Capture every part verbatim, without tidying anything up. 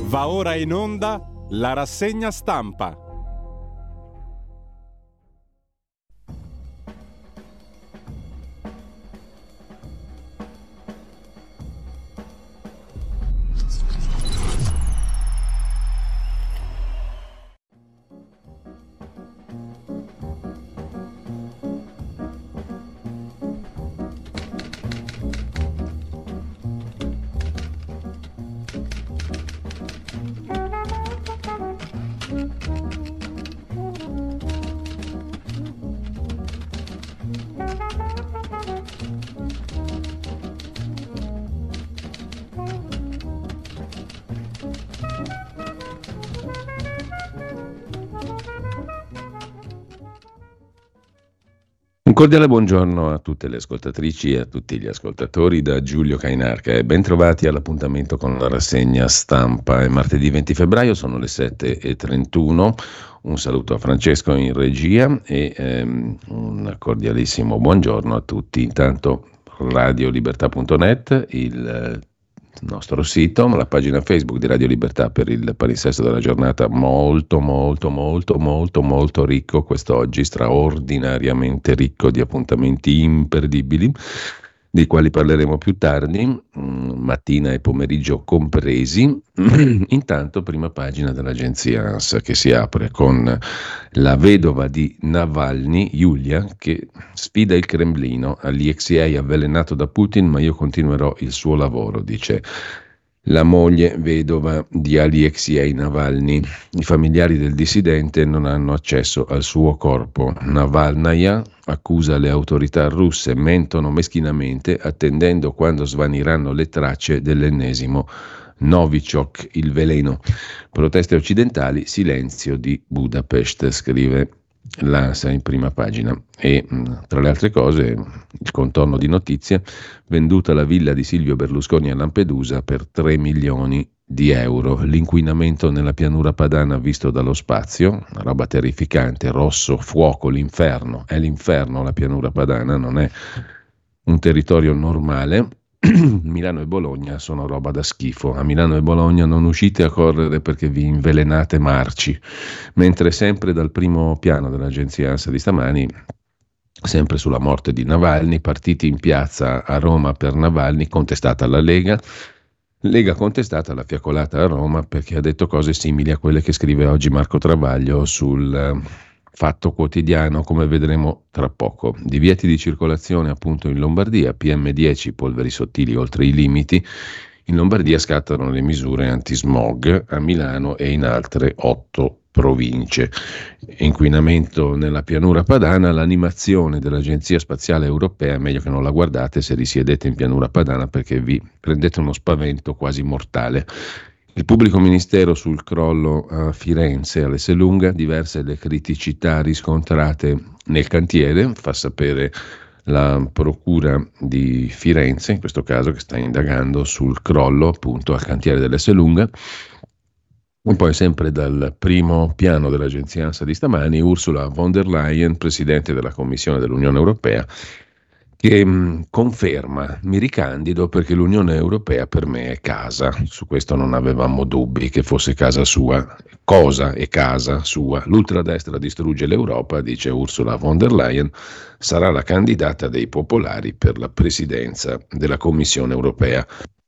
Va ora in onda la rassegna stampa. Un cordiale buongiorno a tutte le ascoltatrici e a tutti gli ascoltatori da Giulio Cainarca e ben trovati all'appuntamento con la rassegna stampa. È martedì venti febbraio, sono le sette e trentuno. Un saluto a Francesco in regia e ehm, un cordialissimo buongiorno a tutti. Intanto radio libertà punto net, il nostro sito, la pagina Facebook di Radio Libertà per il palinsesto della giornata, molto molto molto molto molto ricco quest'oggi, straordinariamente ricco di appuntamenti imperdibili, di quali parleremo più tardi, mattina e pomeriggio compresi. Intanto prima pagina dell'agenzia ANSA che si apre con la vedova di Navalny, Yulia, che sfida il Cremlino. Alexei avvelenato da Putin, ma io continuerò il suo lavoro, dice la moglie vedova di Alexei Navalny. I familiari del dissidente non hanno accesso al suo corpo. Navalnaya accusa le autorità russe, mentono meschinamente attendendo quando svaniranno le tracce dell'ennesimo Novichok, il veleno. Proteste occidentali, silenzio di Budapest, scrive l'ANSA in prima pagina. E tra le altre cose, il contorno di notizie: venduta la villa di Silvio Berlusconi a Lampedusa per tre milioni di euro. L'inquinamento nella pianura padana visto dallo spazio, una roba terrificante, rosso, fuoco, l'inferno. È l'inferno la pianura padana, non è un territorio normale. Milano e Bologna sono roba da schifo. A Milano e Bologna non uscite a correre perché vi invelenate marci. Mentre sempre dal primo piano dell'agenzia ANSA di stamani, sempre sulla morte di Navalny, partiti in piazza a Roma per Navalny, contestata alla Lega. Lega contestata alla fiaccolata a Roma perché ha detto cose simili a quelle che scrive oggi Marco Travaglio sul Fatto Quotidiano, come vedremo tra poco. Divieti di circolazione appunto in Lombardia, P M dieci, polveri sottili oltre i limiti. In Lombardia scattano le misure antismog, a Milano e in altre otto province. Inquinamento nella pianura padana, l'animazione dell'Agenzia Spaziale Europea, meglio che non la guardate se risiedete in pianura padana perché vi prendete uno spavento quasi mortale. Il pubblico ministero sul crollo a Firenze, all'Esselunga, diverse le criticità riscontrate nel cantiere, fa sapere la procura di Firenze, in questo caso, che sta indagando sul crollo appunto al cantiere dell'Esselunga. E poi sempre dal primo piano dell'agenzia ANSA di stamani, Ursula von der Leyen, presidente della Commissione dell'Unione Europea, che mh, conferma: mi ricandido perché l'Unione Europea per me è casa. Su questo non avevamo dubbi che fosse casa sua. Cosa è casa sua? L'ultradestra distrugge l'Europa, dice Ursula von der Leyen, sarà la candidata dei popolari per la presidenza della Commissione Europea.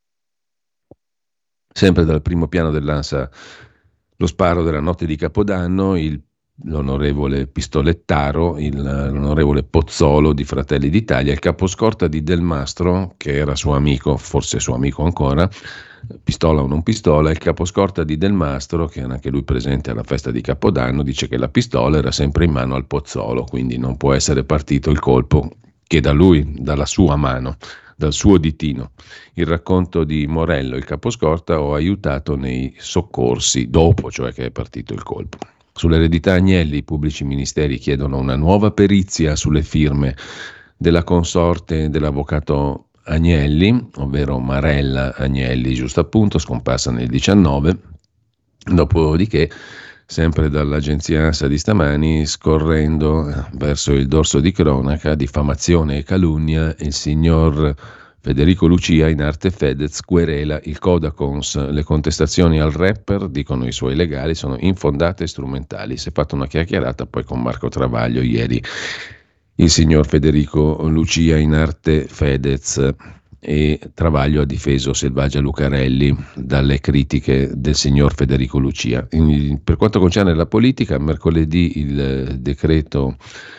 Sempre dal primo piano dell'ANSA, lo sparo della notte di Capodanno, il l'onorevole Pistolettaro, il, l'onorevole Pozzolo di Fratelli d'Italia, il caposcorta di Del Mastro, che era suo amico, forse suo amico ancora, pistola o non pistola, il caposcorta di Del Mastro, che era anche lui presente alla festa di Capodanno, dice che la pistola era sempre in mano al Pozzolo, quindi non può essere partito il colpo che da lui, dalla sua mano, dal suo ditino. Il racconto di Morello, il caposcorta: ho aiutato nei soccorsi dopo, cioè che è partito il colpo. Sull'eredità Agnelli, i pubblici ministeri chiedono una nuova perizia sulle firme della consorte dell'avvocato Agnelli, ovvero Marella Agnelli, giusto appunto, scomparsa nel diciannove. Dopodiché, sempre dall'agenzia ANSA di stamani, scorrendo verso il dorso di cronaca, diffamazione e calunnia, il signor Federico Lucia, in arte Fedez, querela il Codacons. Le contestazioni al rapper, dicono i suoi legali, sono infondate e strumentali. Si è fatta una chiacchierata poi con Marco Travaglio ieri, il signor Federico Lucia, in arte Fedez, e Travaglio ha difeso Selvaggia Lucarelli dalle critiche del signor Federico Lucia. In, per quanto concerne la politica, mercoledì il decreto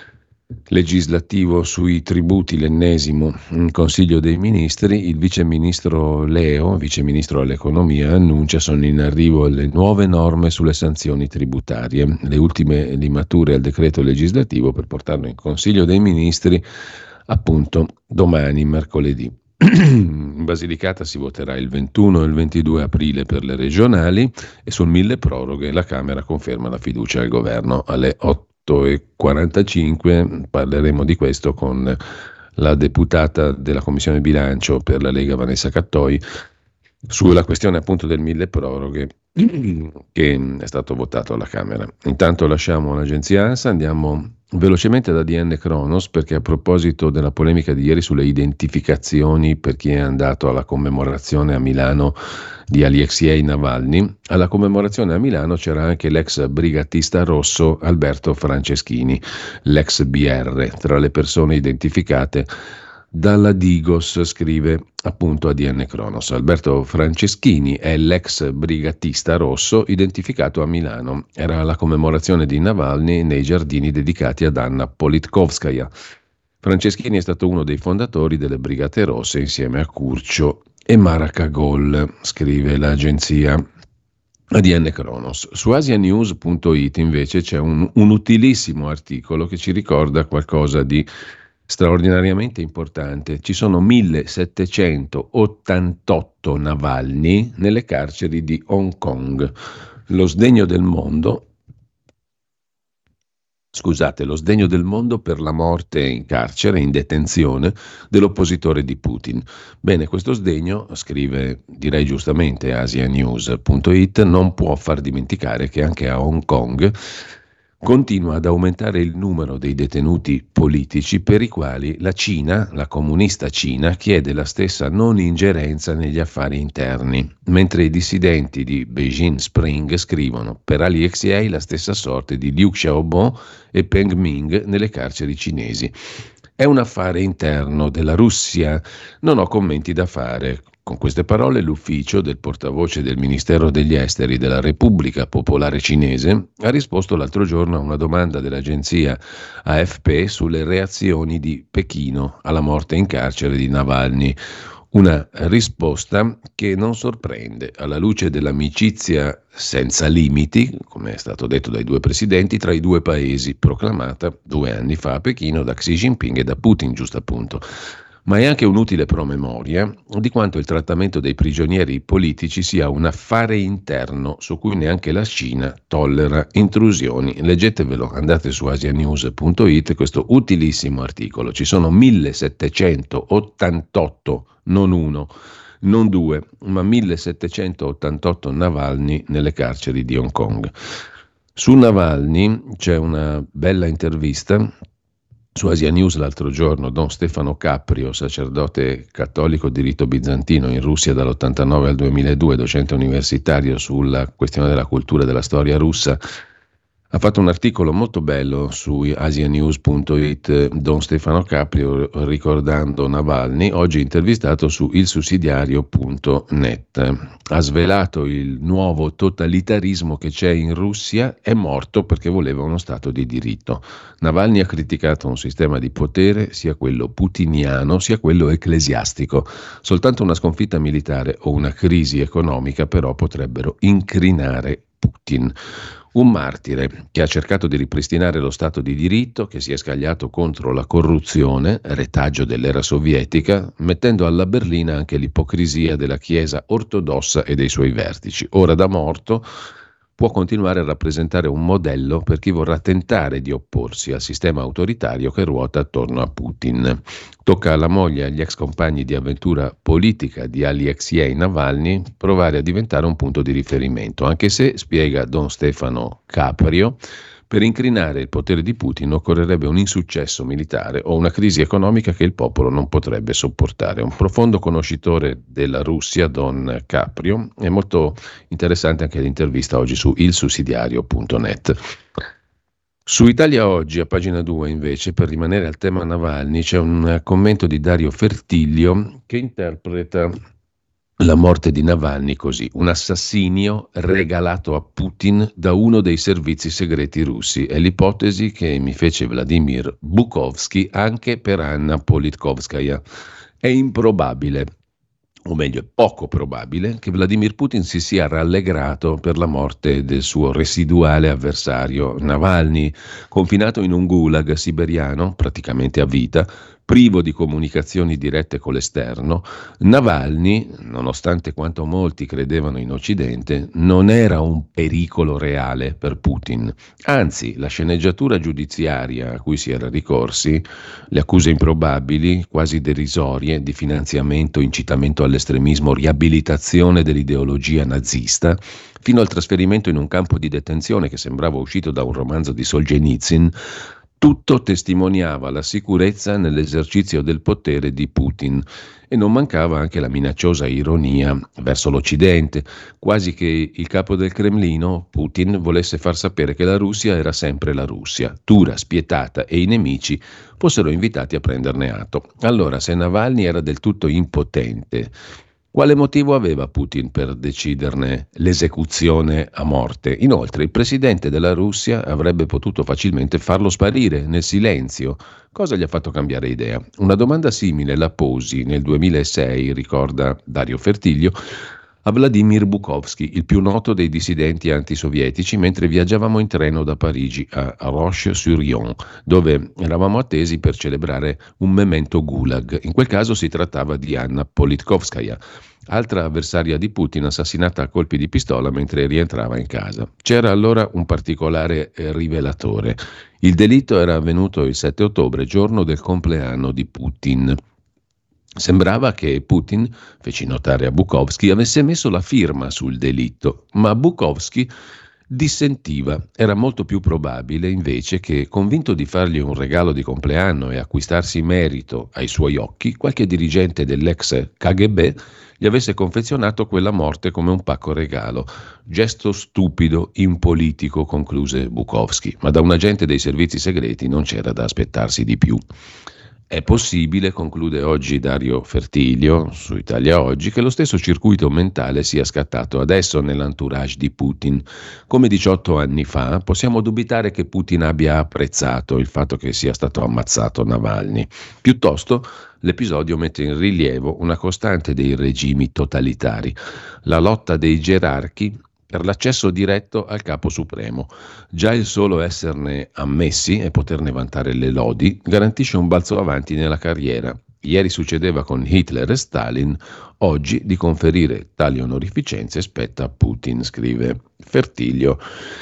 legislativo sui tributi, l'ennesimo in Consiglio dei Ministri. Il viceministro Leo, viceministro all'economia, annuncia sono in arrivo le nuove norme sulle sanzioni tributarie, le ultime limature al decreto legislativo per portarlo in Consiglio dei Ministri appunto domani, mercoledì. In Basilicata si voterà il ventuno e il ventidue aprile per le regionali, e sul mille proroghe la Camera conferma la fiducia al governo. Alle otto e quarantacinque parleremo di questo con la deputata della Commissione Bilancio per la Lega Vanessa Cattoi sulla questione appunto del mille proroghe che è stato votato alla Camera. Intanto lasciamo l'agenzia ANSA, andiamo velocemente da D N Kronos, perché a proposito della polemica di ieri sulle identificazioni per chi è andato alla commemorazione a Milano di Alexei Navalny, alla commemorazione a Milano c'era anche l'ex brigatista rosso Alberto Franceschini, l'ex B R, tra le persone identificate dalla Digos, scrive appunto a D N Kronos. Alberto Franceschini è l'ex brigatista rosso identificato a Milano. Era alla commemorazione di Navalny nei giardini dedicati ad Anna Politkovskaya. Franceschini è stato uno dei fondatori delle Brigate Rosse insieme a Curcio e Maracagol, scrive l'agenzia A D N Kronos. Su asianews punto it invece c'è un, un utilissimo articolo che ci ricorda qualcosa di straordinariamente importante. Ci sono millesettecentottantotto Navalny nelle carceri di Hong Kong. Lo sdegno del mondo, scusate, lo sdegno del mondo per la morte in carcere, in detenzione, dell'oppositore di Putin. Bene, questo sdegno, scrive, direi giustamente, asianews punto it, non può far dimenticare che anche a Hong Kong continua ad aumentare il numero dei detenuti politici per i quali la Cina, la comunista Cina, chiede la stessa non ingerenza negli affari interni, mentre i dissidenti di Beijing Spring scrivono per Alexei la stessa sorte di Liu Xiaobo e Peng Ming nelle carceri cinesi. È un affare interno della Russia, non ho commenti da fare. Con queste parole l'ufficio del portavoce del Ministero degli Esteri della Repubblica Popolare Cinese ha risposto l'altro giorno a una domanda dell'agenzia A F P sulle reazioni di Pechino alla morte in carcere di Navalny. Una risposta che non sorprende alla luce dell'amicizia senza limiti, come è stato detto dai due presidenti, tra i due paesi, proclamata due anni fa a Pechino da Xi Jinping e da Putin, giusto appunto. Ma è anche un utile promemoria di quanto il trattamento dei prigionieri politici sia un affare interno su cui neanche la Cina tollera intrusioni. Leggetevelo, andate su asianews punto it, questo utilissimo articolo. Ci sono millesettecentottantotto, non uno, non due, ma millesettecentottantotto Navalny nelle carceri di Hong Kong. Su Navalny c'è una bella intervista su Asia News l'altro giorno. Don Stefano Caprio, sacerdote cattolico di rito bizantino in Russia dall'ottantanove al duemiladue, docente universitario sulla questione della cultura e della storia russa, ha fatto un articolo molto bello su asianews punto it. Don Stefano Caprio, ricordando Navalny, oggi intervistato su il sussidiario punto net. Ha svelato il nuovo totalitarismo che c'è in Russia, è morto perché voleva uno stato di diritto. Navalny ha criticato un sistema di potere, sia quello putiniano sia quello ecclesiastico. Soltanto una sconfitta militare o una crisi economica però potrebbero incrinare Putin. Un martire che ha cercato di ripristinare lo Stato di diritto, che si è scagliato contro la corruzione, retaggio dell'era sovietica, mettendo alla berlina anche l'ipocrisia della Chiesa ortodossa e dei suoi vertici. Ora da morto può continuare a rappresentare un modello per chi vorrà tentare di opporsi al sistema autoritario che ruota attorno a Putin. Tocca alla moglie e agli ex compagni di avventura politica di Alexei Navalny provare a diventare un punto di riferimento, anche se, spiega Don Stefano Caprio, Per incrinare il potere di Putin occorrerebbe un insuccesso militare o una crisi economica che il popolo non potrebbe sopportare. Un profondo conoscitore della Russia, Don Caprio, è molto interessante anche l'intervista oggi su il sussidiario punto net. Su Italia Oggi, a pagina due, invece, per rimanere al tema Navalny, c'è un commento di Dario Fertiglio che interpreta la morte di Navalny così: un assassinio regalato a Putin da uno dei servizi segreti russi. È l'ipotesi che mi fece Vladimir Bukovsky anche per Anna Politkovskaya. È improbabile, o meglio è poco probabile, che Vladimir Putin si sia rallegrato per la morte del suo residuale avversario Navalny, confinato in un gulag siberiano praticamente a vita, privo di comunicazioni dirette con l'esterno. Navalny, nonostante quanto molti credevano in Occidente, non era un pericolo reale per Putin. Anzi, la sceneggiatura giudiziaria a cui si era ricorsi, le accuse improbabili, quasi derisorie, di finanziamento, incitamento all'estremismo, riabilitazione dell'ideologia nazista, fino al trasferimento in un campo di detenzione che sembrava uscito da un romanzo di Solzhenitsyn, tutto testimoniava la sicurezza nell'esercizio del potere di Putin, e non mancava anche la minacciosa ironia verso l'Occidente, quasi che il capo del Cremlino, Putin, volesse far sapere che la Russia era sempre la Russia, dura, spietata, e i nemici fossero invitati a prenderne atto. Allora, se Navalny era del tutto impotente, quale motivo aveva Putin per deciderne l'esecuzione a morte? Inoltre, il presidente della Russia avrebbe potuto facilmente farlo sparire nel silenzio. Cosa gli ha fatto cambiare idea? Una domanda simile la posi nel duemilasei, ricorda Dario Fertiglio, a Vladimir Bukovsky, il più noto dei dissidenti antisovietici, mentre viaggiavamo in treno da Parigi a Roche-sur-Yon, dove eravamo attesi per celebrare un memento gulag. In quel caso si trattava di Anna Politkovskaya, altra avversaria di Putin, assassinata a colpi di pistola mentre rientrava in casa. C'era allora un particolare rivelatore. Il delitto era avvenuto il sette ottobre, giorno del compleanno di Putin. Sembrava che Putin, feci notare a Bukovsky, avesse messo la firma sul delitto, ma Bukovsky dissentiva. Era molto più probabile, invece, che, convinto di fargli un regalo di compleanno e acquistarsi merito ai suoi occhi, qualche dirigente dell'ex K G B gli avesse confezionato quella morte come un pacco regalo. Gesto stupido, impolitico, concluse Bukovsky, ma da un agente dei servizi segreti non c'era da aspettarsi di più. È possibile, conclude oggi Dario Fertiglio su Italia Oggi, che lo stesso circuito mentale sia scattato adesso nell'entourage di Putin. Come diciotto anni fa, possiamo dubitare che Putin abbia apprezzato il fatto che sia stato ammazzato Navalny. Piuttosto, l'episodio mette in rilievo una costante dei regimi totalitari, la lotta dei gerarchi per l'accesso diretto al capo supremo. Già il solo esserne ammessi e poterne vantare le lodi garantisce un balzo avanti nella carriera. Ieri succedeva con Hitler e Stalin, oggi di conferire tali onorificenze spetta a Putin, scrive Fertiglio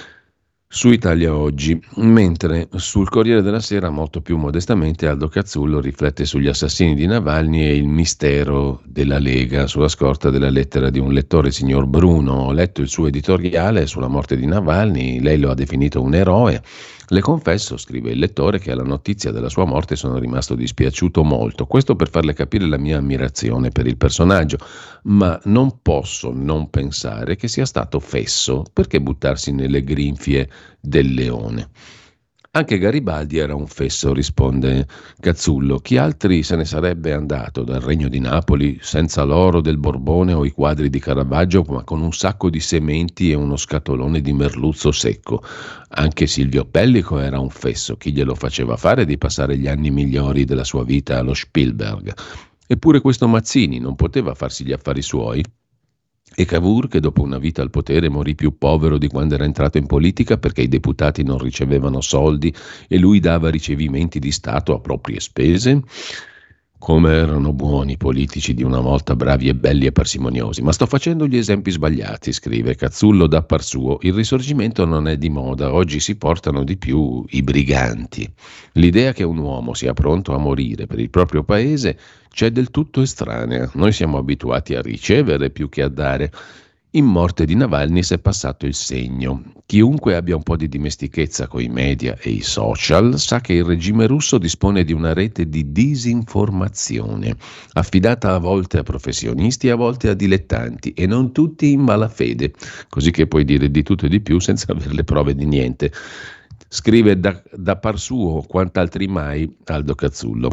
su Italia Oggi, mentre sul Corriere della Sera, molto più modestamente, Aldo Cazzullo riflette sugli assassini di Navalny e il mistero della Lega, sulla scorta della lettera di un lettore, signor Bruno. Ho letto il suo editoriale sulla morte di Navalny, lei lo ha definito un eroe. Le confesso, scrive il lettore, che alla notizia della sua morte sono rimasto dispiaciuto molto, questo per farle capire la mia ammirazione per il personaggio, ma non posso non pensare che sia stato fesso, perché buttarsi nelle grinfie del leone. Anche Garibaldi era un fesso, risponde Cazzullo. Chi altri se ne sarebbe andato dal Regno di Napoli senza l'oro del Borbone o i quadri di Caravaggio, ma con un sacco di sementi e uno scatolone di merluzzo secco? Anche Silvio Pellico era un fesso. Chi glielo faceva fare di passare gli anni migliori della sua vita allo Spielberg? Eppure questo Mazzini non poteva farsi gli affari suoi? E Cavour, che dopo una vita al potere morì più povero di quando era entrato in politica perché i deputati non ricevevano soldi e lui dava ricevimenti di Stato a proprie spese? Come erano buoni i politici di una volta, bravi e belli e parsimoniosi. Ma sto facendo gli esempi sbagliati, scrive Cazzullo da par suo. Il risorgimento non è di moda, oggi si portano di più i briganti. L'idea che un uomo sia pronto a morire per il proprio paese c'è del tutto estranea. Noi siamo abituati a ricevere più che a dare. In morte di Navalny si è passato il segno. Chiunque abbia un po' di dimestichezza coi media e i social sa che il regime russo dispone di una rete di disinformazione, affidata a volte a professionisti e a volte a dilettanti, e non tutti in malafede, così che puoi dire di tutto e di più senza avere le prove di niente. Scrive da, da par suo, quant'altri mai, Aldo Cazzullo.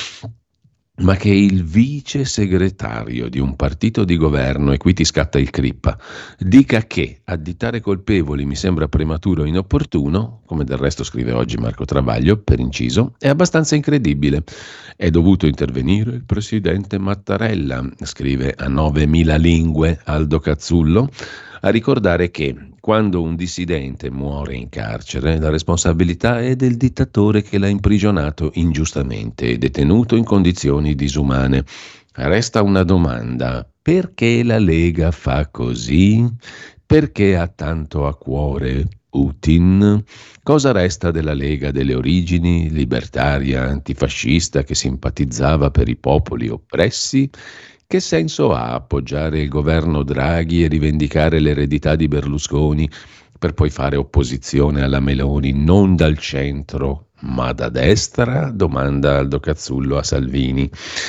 Ma che il vice segretario di un partito di governo, e qui ti scatta il crippa, dica che additare colpevoli mi sembra prematuro e inopportuno, come del resto scrive oggi Marco Travaglio, per inciso, è abbastanza incredibile. È dovuto intervenire il presidente Mattarella, scrive a novemila lingue Aldo Cazzullo, a ricordare che quando un dissidente muore in carcere, la responsabilità è del dittatore che l'ha imprigionato ingiustamente e detenuto in condizioni disumane. Resta una domanda: perché la Lega fa così? Perché ha tanto a cuore Putin? Cosa resta della Lega delle origini, libertaria, antifascista, che simpatizzava per i popoli oppressi? Che senso ha appoggiare il governo Draghi e rivendicare l'eredità di Berlusconi per poi fare opposizione alla Meloni non dal centro ma da destra? Domanda Aldo Cazzullo a Salvini.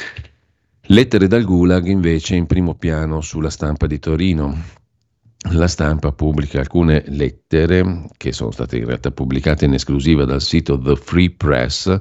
Lettere dal Gulag invece in primo piano sulla Stampa di Torino. La Stampa pubblica alcune lettere che sono state in realtà pubblicate in esclusiva dal sito The Free Press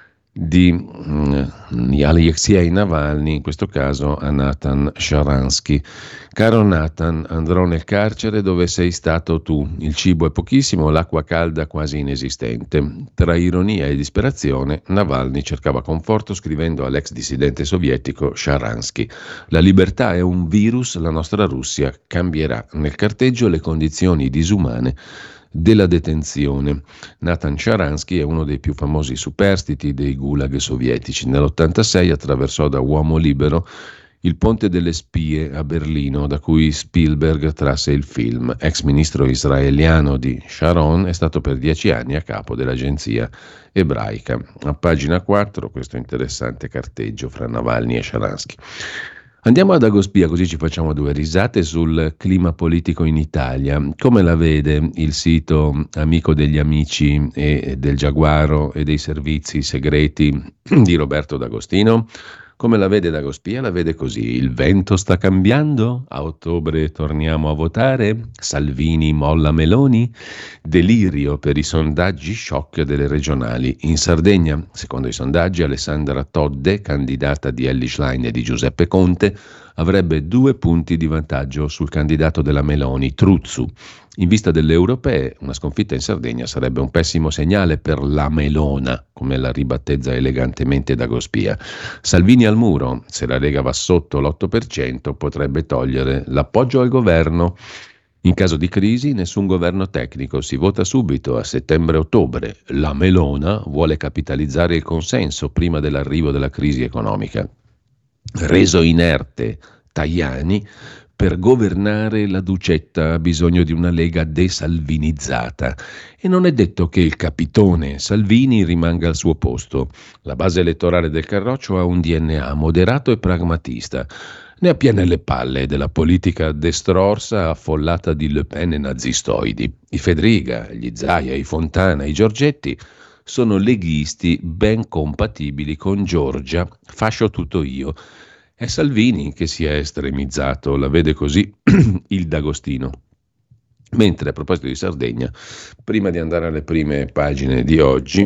di mm, Alexei Navalny, in questo caso a Nathan Sharansky. Caro Nathan, andrò nel carcere dove sei stato tu. Il cibo è pochissimo, l'acqua calda quasi inesistente. Tra ironia e disperazione, Navalny cercava conforto scrivendo all'ex dissidente sovietico Sharansky: la libertà è un virus, la nostra Russia cambierà nel carteggio le condizioni disumane della detenzione. Nathan Sharansky è uno dei più famosi superstiti dei gulag sovietici. Nell'ottantasei attraversò da uomo libero il ponte delle spie a Berlino, da cui Spielberg trasse il film. Ex ministro israeliano di Sharon, è stato per dieci anni a capo dell'agenzia ebraica. A pagina quattro questo interessante carteggio fra Navalny e Sharansky. Andiamo ad Agospia, così ci facciamo due risate sul clima politico in Italia. Come la vede il sito amico degli amici e del Giaguaro e dei servizi segreti di Roberto D'Agostino? Come la vede D'Agospia? La vede così: il vento sta cambiando? A ottobre torniamo a votare? Salvini molla Meloni? Delirio per i sondaggi shock delle regionali. In Sardegna, secondo i sondaggi, Alessandra Todde, candidata di Elly Schlein e di Giuseppe Conte, avrebbe due punti di vantaggio sul candidato della Meloni, Truzzu. In vista delle europee, una sconfitta in Sardegna sarebbe un pessimo segnale per la Melona, come la ribattezza elegantemente D'Agospia. Salvini al muro: se la Lega va sotto l'otto per cento potrebbe togliere l'appoggio al governo. In caso di crisi nessun governo tecnico, si vota subito a settembre-ottobre. La Melona vuole capitalizzare il consenso prima dell'arrivo della crisi economica. Reso inerte Tajani, per governare la Ducetta ha bisogno di una Lega desalvinizzata, e non è detto che il capitone Salvini rimanga al suo posto. La base elettorale del Carroccio ha un D N A moderato e pragmatista. Ne ha piene le palle della politica destrorsa affollata di Le Pen e nazistoidi. I Fedriga, gli Zaia, i Fontana, i Giorgetti sono leghisti ben compatibili con Giorgia, fascio tutto io. È Salvini che si è estremizzato, la vede così il D'Agostino. Mentre a proposito di Sardegna, prima di andare alle prime pagine di oggi,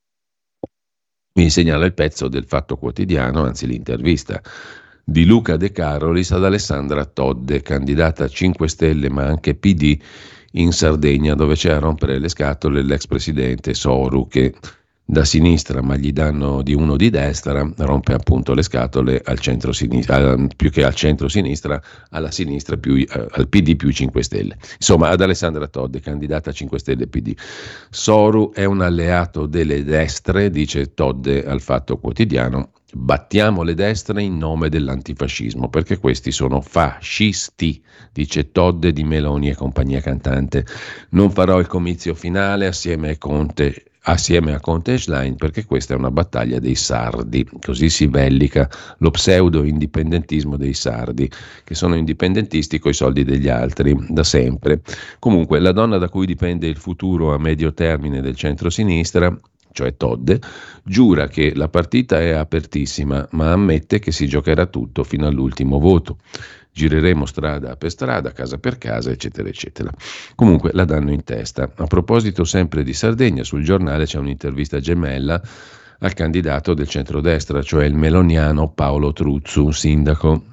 mi segnala il pezzo del Fatto Quotidiano, anzi l'intervista di Luca De Carolis ad Alessandra Todde, candidata a cinque Stelle ma anche P D in Sardegna, dove c'è a rompere le scatole l'ex presidente Soru, che da sinistra, ma gli danno di uno di destra, rompe appunto le scatole al centro-sinistra, più che al centro-sinistra, alla sinistra, più, eh, al P D più cinque Stelle. Insomma, ad Alessandra Todde, candidata a cinque Stelle P D. Soru è un alleato delle destre, dice Todde al Fatto Quotidiano. Battiamo le destre in nome dell'antifascismo, perché questi sono fascisti, dice Todde di Meloni e compagnia cantante. Non farò il comizio finale assieme a Conte assieme a Conte e Schlein, perché questa è una battaglia dei sardi, così si vellica lo pseudo-indipendentismo dei sardi, che sono indipendentisti coi soldi degli altri, da sempre. Comunque, la donna da cui dipende il futuro a medio termine del centro-sinistra, cioè Todde, giura che la partita è apertissima, ma ammette che si giocherà tutto fino all'ultimo voto. Gireremo strada per strada, casa per casa, eccetera, eccetera. Comunque la danno in testa. A proposito sempre di Sardegna, sul giornale c'è un'intervista gemella al candidato del centrodestra, cioè il meloniano Paolo Truzzu, sindaco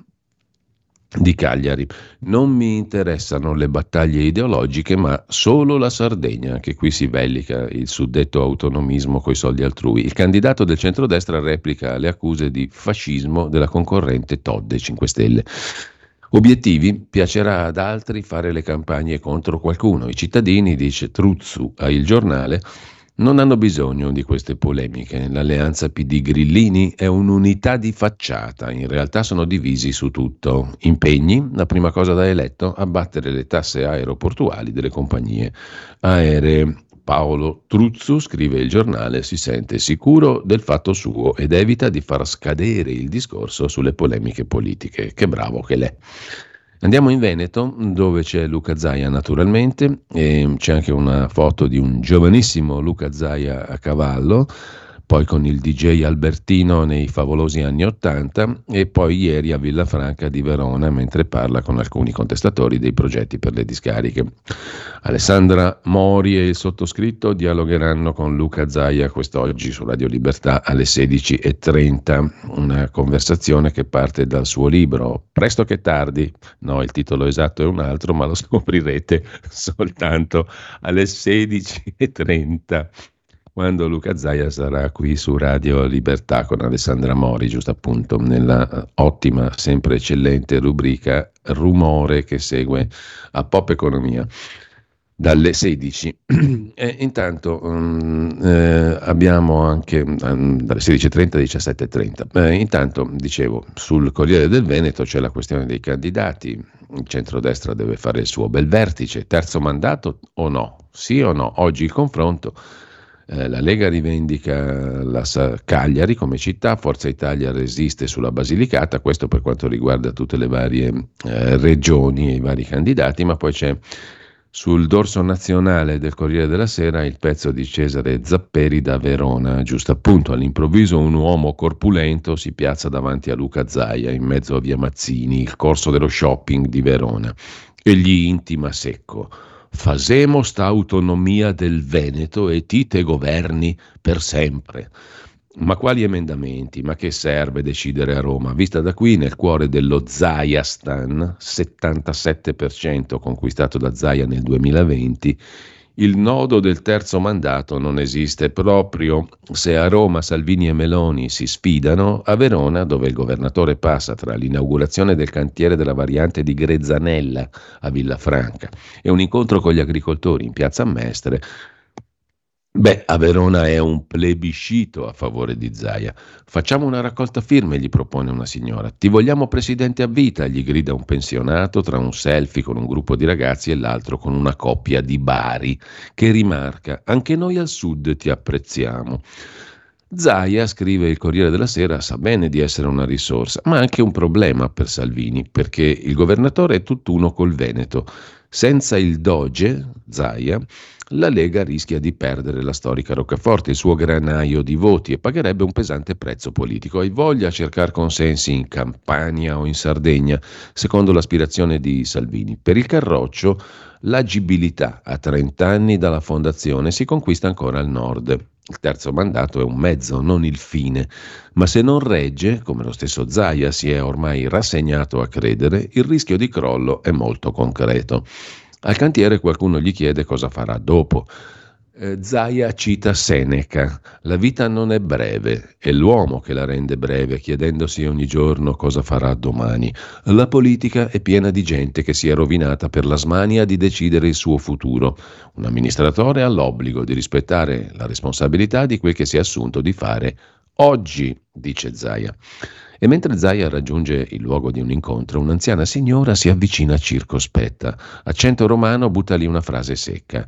di Cagliari. Non mi interessano le battaglie ideologiche, ma solo la Sardegna, che qui si vellica il suddetto autonomismo coi soldi altrui. Il candidato del centrodestra replica le accuse di fascismo della concorrente Todde cinque Stelle. Obiettivi: piacerà ad altri fare le campagne contro qualcuno. I cittadini, dice Truzzu a Il Giornale, non hanno bisogno di queste polemiche. L'alleanza P D Grillini è un'unità di facciata, in realtà sono divisi su tutto. Impegni: la prima cosa da eletto, abbattere le tasse aeroportuali delle compagnie aeree. Paolo Truzzu, scrive Il Giornale, si sente sicuro del fatto suo ed evita di far scadere il discorso sulle polemiche politiche. Che bravo che l'è. Andiamo in Veneto, dove c'è Luca Zaia naturalmente, e c'è anche una foto di un giovanissimo Luca Zaia a cavallo, poi con il D J Albertino nei favolosi anni Ottanta, e poi ieri a Villafranca di Verona mentre parla con alcuni contestatori dei progetti per le discariche. Alessandra Mori e il sottoscritto dialogheranno con Luca Zaia quest'oggi su Radio Libertà alle sedici e trenta, una conversazione che parte dal suo libro Presto che tardi. No, il titolo esatto è un altro, ma lo scoprirete soltanto alle sedici e trenta. Quando Luca Zaia sarà qui su Radio Libertà con Alessandra Mori, giusto appunto, nella ottima, sempre eccellente rubrica Rumore che segue a Pop Economia dalle sedici. E intanto um, eh, abbiamo anche um, dalle sedici e trenta alle diciassette e trenta. Eh, intanto, dicevo, sul Corriere del Veneto c'è la questione dei candidati. Il centrodestra deve fare il suo bel vertice. Terzo mandato o no? Sì o no? Oggi il confronto. La Lega rivendica la Cagliari come città, Forza Italia resiste sulla Basilicata, questo per quanto riguarda tutte le varie eh, regioni e i vari candidati, ma poi c'è sul dorso nazionale del Corriere della Sera il pezzo di Cesare Zapperi da Verona, giusto appunto, all'improvviso un uomo corpulento si piazza davanti a Luca Zaia in mezzo a via Mazzini, il corso dello shopping di Verona, e gli intima secco: fasemo sta autonomia del Veneto e ti te governi per sempre. Ma quali emendamenti? Ma che serve decidere a Roma? Vista da qui, nel cuore dello Zaiastan, settantasette per cento conquistato da Zaia nel duemilaventi, il nodo del terzo mandato non esiste proprio. Se a Roma Salvini e Meloni si sfidano, a Verona, dove il governatore passa tra l'inaugurazione del cantiere della variante di Grezzanella a Villafranca e un incontro con gli agricoltori in piazza Mestre, beh, a Verona è un plebiscito a favore di Zaia. Facciamo una raccolta firme, gli propone una signora. Ti vogliamo presidente a vita, gli grida un pensionato tra un selfie con un gruppo di ragazzi e l'altro con una coppia di Bari, che rimarca: anche noi al sud ti apprezziamo. Zaia, scrive il Corriere della Sera, sa bene di essere una risorsa, ma anche un problema per Salvini, perché il governatore è tutt'uno col Veneto. Senza il Doge, Zaia, la Lega rischia di perdere la storica roccaforte, il suo granaio di voti, e pagherebbe un pesante prezzo politico. Hai voglia a cercare consensi in Campania o in Sardegna, secondo l'aspirazione di Salvini. Per il Carroccio, l'agibilità a trenta anni dalla fondazione si conquista ancora al nord. Il terzo mandato è un mezzo, non il fine, ma se non regge, come lo stesso Zaia si è ormai rassegnato a credere, il rischio di crollo è molto concreto. Al cantiere qualcuno gli chiede cosa farà dopo. Eh, Zaia cita Seneca: la vita non è breve, è l'uomo che la rende breve, chiedendosi ogni giorno cosa farà domani. La politica è piena di gente che si è rovinata per la smania di decidere il suo futuro. Un amministratore ha l'obbligo di rispettare la responsabilità di quel che si è assunto di fare oggi, dice Zaia. E mentre Zaia raggiunge il luogo di un incontro, un'anziana signora si avvicina circospetta. Accento romano, butta lì una frase secca: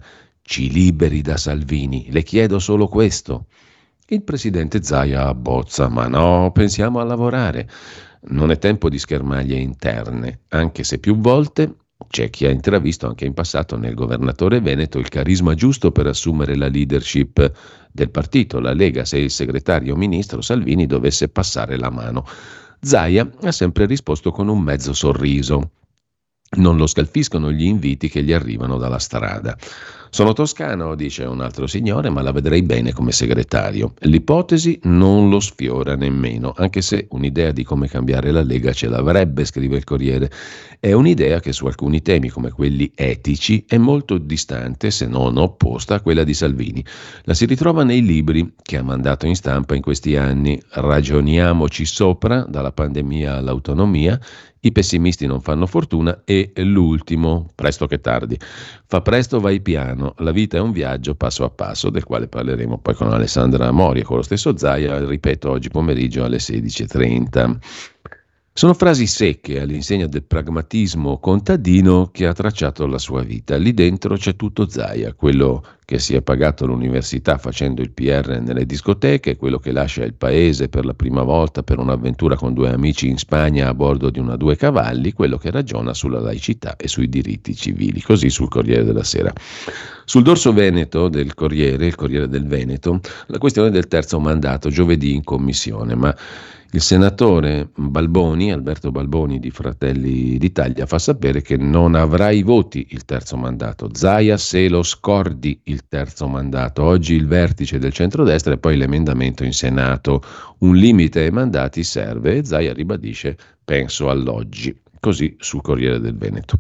ci liberi da Salvini, le chiedo solo questo. Il presidente Zaia abbozza, ma no, pensiamo a lavorare. Non è tempo di schermaglie interne, anche se più volte c'è chi ha intravisto anche in passato nel governatore veneto il carisma giusto per assumere la leadership del partito, la Lega, se il segretario ministro Salvini dovesse passare la mano. Zaia ha sempre risposto con un mezzo sorriso. Non lo scalfiscono gli inviti che gli arrivano dalla strada. Sono toscano, dice un altro signore, ma la vedrei bene come segretario. L'ipotesi non lo sfiora nemmeno, anche se un'idea di come cambiare la Lega ce l'avrebbe, scrive il Corriere. È un'idea che su alcuni temi come quelli etici è molto distante, se non opposta, a quella di Salvini. La si ritrova nei libri che ha mandato in stampa in questi anni. Ragioniamoci sopra, dalla pandemia all'autonomia, I pessimisti non fanno fortuna e l'ultimo, presto che tardi. Fa presto, vai piano, la vita è un viaggio passo a passo, del quale parleremo poi con Alessandra Mori e con lo stesso Zaia, ripeto, oggi pomeriggio alle sedici e trenta. Sono frasi secche all'insegna del pragmatismo contadino che ha tracciato la sua vita. Lì dentro c'è tutto Zaia, quello che si è pagato l'università facendo il P R nelle discoteche, quello che lascia il paese per la prima volta per un'avventura con due amici in Spagna a bordo di una due cavalli, quello che ragiona sulla laicità e sui diritti civili. Così sul Corriere della Sera. Sul dorso veneto del Corriere, il Corriere del Veneto, la questione del terzo mandato, giovedì in commissione, ma il senatore Balboni, Alberto Balboni di Fratelli d'Italia, fa sapere che non avrà i voti il terzo mandato. Zaia se lo scordi il terzo mandato. Oggi il vertice del centrodestra e poi l'emendamento in Senato. Un limite ai mandati serve e Zaia ribadisce penso all'oggi. Così sul Corriere del Veneto.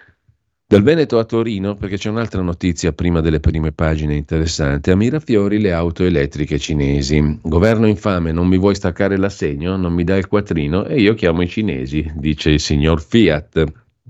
Dal Veneto a Torino, perché c'è un'altra notizia prima delle prime pagine interessante. A Mirafiori le auto elettriche cinesi. Governo infame, non mi vuoi staccare l'assegno? Non mi dai il quattrino? E io chiamo i cinesi, dice il signor Fiat.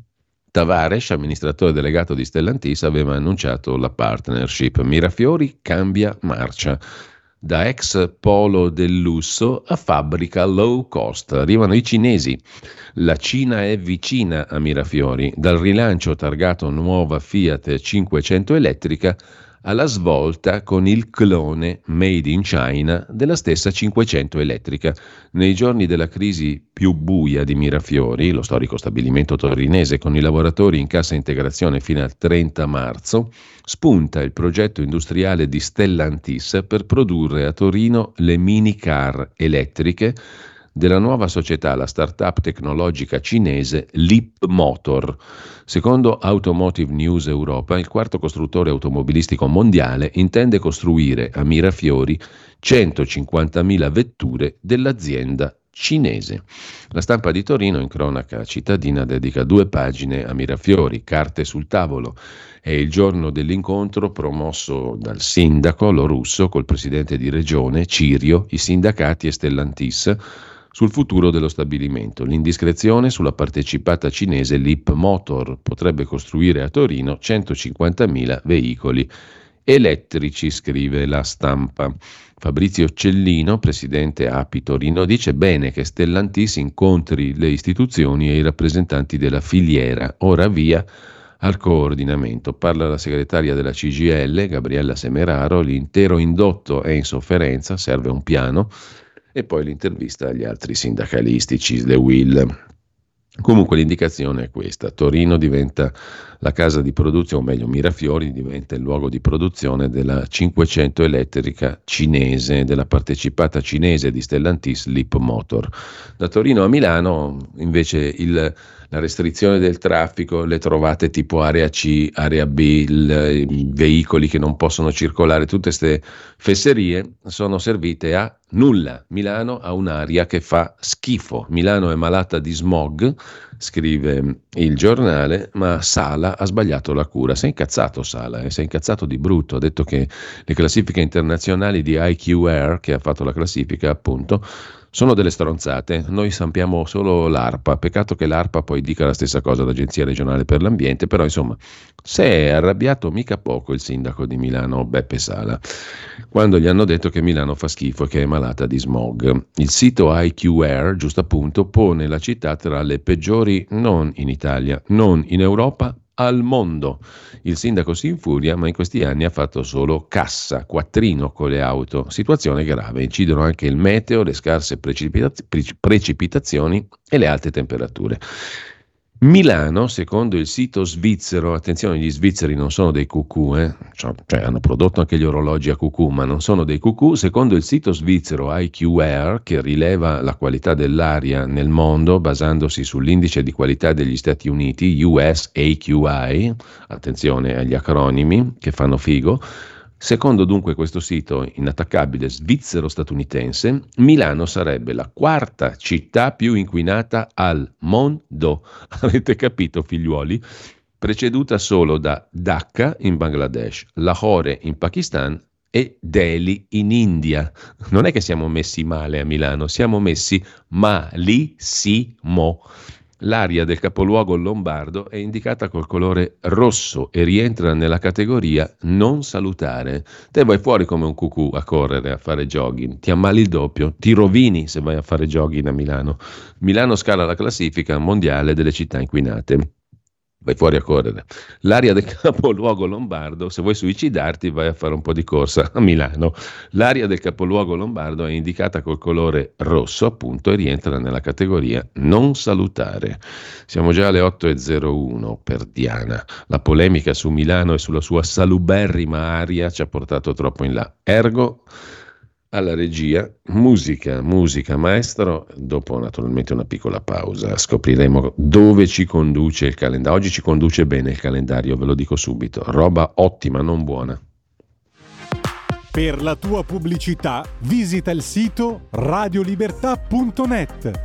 Tavares, amministratore delegato di Stellantis, aveva annunciato la partnership. Mirafiori cambia marcia. Da ex polo del lusso a fabbrica low cost. Arrivano i cinesi. La Cina è vicina a Mirafiori. Dal rilancio targato nuova Fiat cinquecento elettrica alla svolta con il clone made in China della stessa cinquecento elettrica. Nei giorni della crisi più buia di Mirafiori, lo storico stabilimento torinese con i lavoratori in cassa integrazione fino al trenta marzo, spunta il progetto industriale di Stellantis per produrre a Torino le minicar elettriche della nuova società, la startup tecnologica cinese Leapmotor. Secondo Automotive News Europa, il quarto costruttore automobilistico mondiale intende costruire a Mirafiori centocinquantamila vetture dell'azienda cinese. La Stampa di Torino, in cronaca cittadina, dedica due pagine a Mirafiori, carte sul tavolo. È il giorno dell'incontro promosso dal sindaco Lo Russo col presidente di regione Cirio, i sindacati e Stellantis sul futuro dello stabilimento. L'indiscrezione sulla partecipata cinese Leapmotor potrebbe costruire a Torino centocinquantamila veicoli elettrici, scrive la Stampa. Fabrizio Cellino, presidente A P I Torino, dice bene che Stellantis incontri le istituzioni e i rappresentanti della filiera, ora via al coordinamento. Parla la segretaria della C G I L, Gabriella Semeraro, l'intero indotto è in sofferenza, serve un piano. E poi l'intervista agli altri sindacalisti, Cisle Will. Comunque l'indicazione è questa: Torino diventa la casa di produzione, o meglio Mirafiori diventa il luogo di produzione della cinquecento elettrica cinese, della partecipata cinese di Stellantis Leapmotor. Da Torino a Milano invece il la restrizione del traffico, le trovate tipo area C, area B, il, i veicoli che non possono circolare, tutte queste fesserie sono servite a nulla. Milano ha un'aria che fa schifo. Milano è malata di smog, scrive il giornale, ma Sala ha sbagliato la cura. Si è incazzato Sala, eh? si è incazzato di brutto. Ha detto che le classifiche internazionali di I Q R, che ha fatto la classifica appunto, sono delle stronzate, noi sappiamo solo l'ARPA, peccato che l'ARPA poi dica la stessa cosa all'Agenzia regionale per l'ambiente, però insomma si è arrabbiato mica poco il sindaco di Milano Beppe Sala quando gli hanno detto che Milano fa schifo e che è malata di smog. Il sito I Q R, giusto appunto, pone la città tra le peggiori non in Italia, non in Europa, al mondo. Il sindaco si infuria, ma in questi anni ha fatto solo cassa, quattrino con le auto. Situazione grave, incidono anche il meteo, le scarse precipitaz- precipitazioni e le alte temperature. Milano, secondo il sito svizzero, attenzione, gli svizzeri non sono dei cucù, eh? cioè, cioè hanno prodotto anche gli orologi a cucù, ma non sono dei cucù, secondo il sito svizzero I Q Air, che rileva la qualità dell'aria nel mondo basandosi sull'indice di qualità degli Stati Uniti, U S A Q I, attenzione agli acronimi che fanno figo. Secondo dunque questo sito inattaccabile svizzero-statunitense, Milano sarebbe la quarta città più inquinata al mondo. Avete capito, figliuoli? Preceduta solo da Dhaka in Bangladesh, Lahore in Pakistan e Delhi in India. Non è che siamo messi male a Milano, siamo messi malissimo. L'aria del capoluogo lombardo è indicata col colore rosso e rientra nella categoria non salutare. Te vai fuori come un cucù a correre, a fare jogging, ti ammali il doppio, ti rovini se vai a fare jogging a Milano. Milano scala la classifica mondiale delle città inquinate. Vai fuori a correre. L'aria del capoluogo lombardo, se vuoi suicidarti, vai a fare un po' di corsa a Milano. L'aria del capoluogo lombardo è indicata col colore rosso, appunto, e rientra nella categoria non salutare. Siamo già alle otto e zero uno per Diana. La polemica su Milano e sulla sua saluberrima aria ci ha portato troppo in là. Ergo, alla regia, musica, musica maestro, dopo naturalmente una piccola pausa scopriremo dove ci conduce il calendario. Oggi ci conduce bene il calendario, ve lo dico subito, roba ottima, non buona. Per la tua pubblicità visita il sito radiolibertà punto net.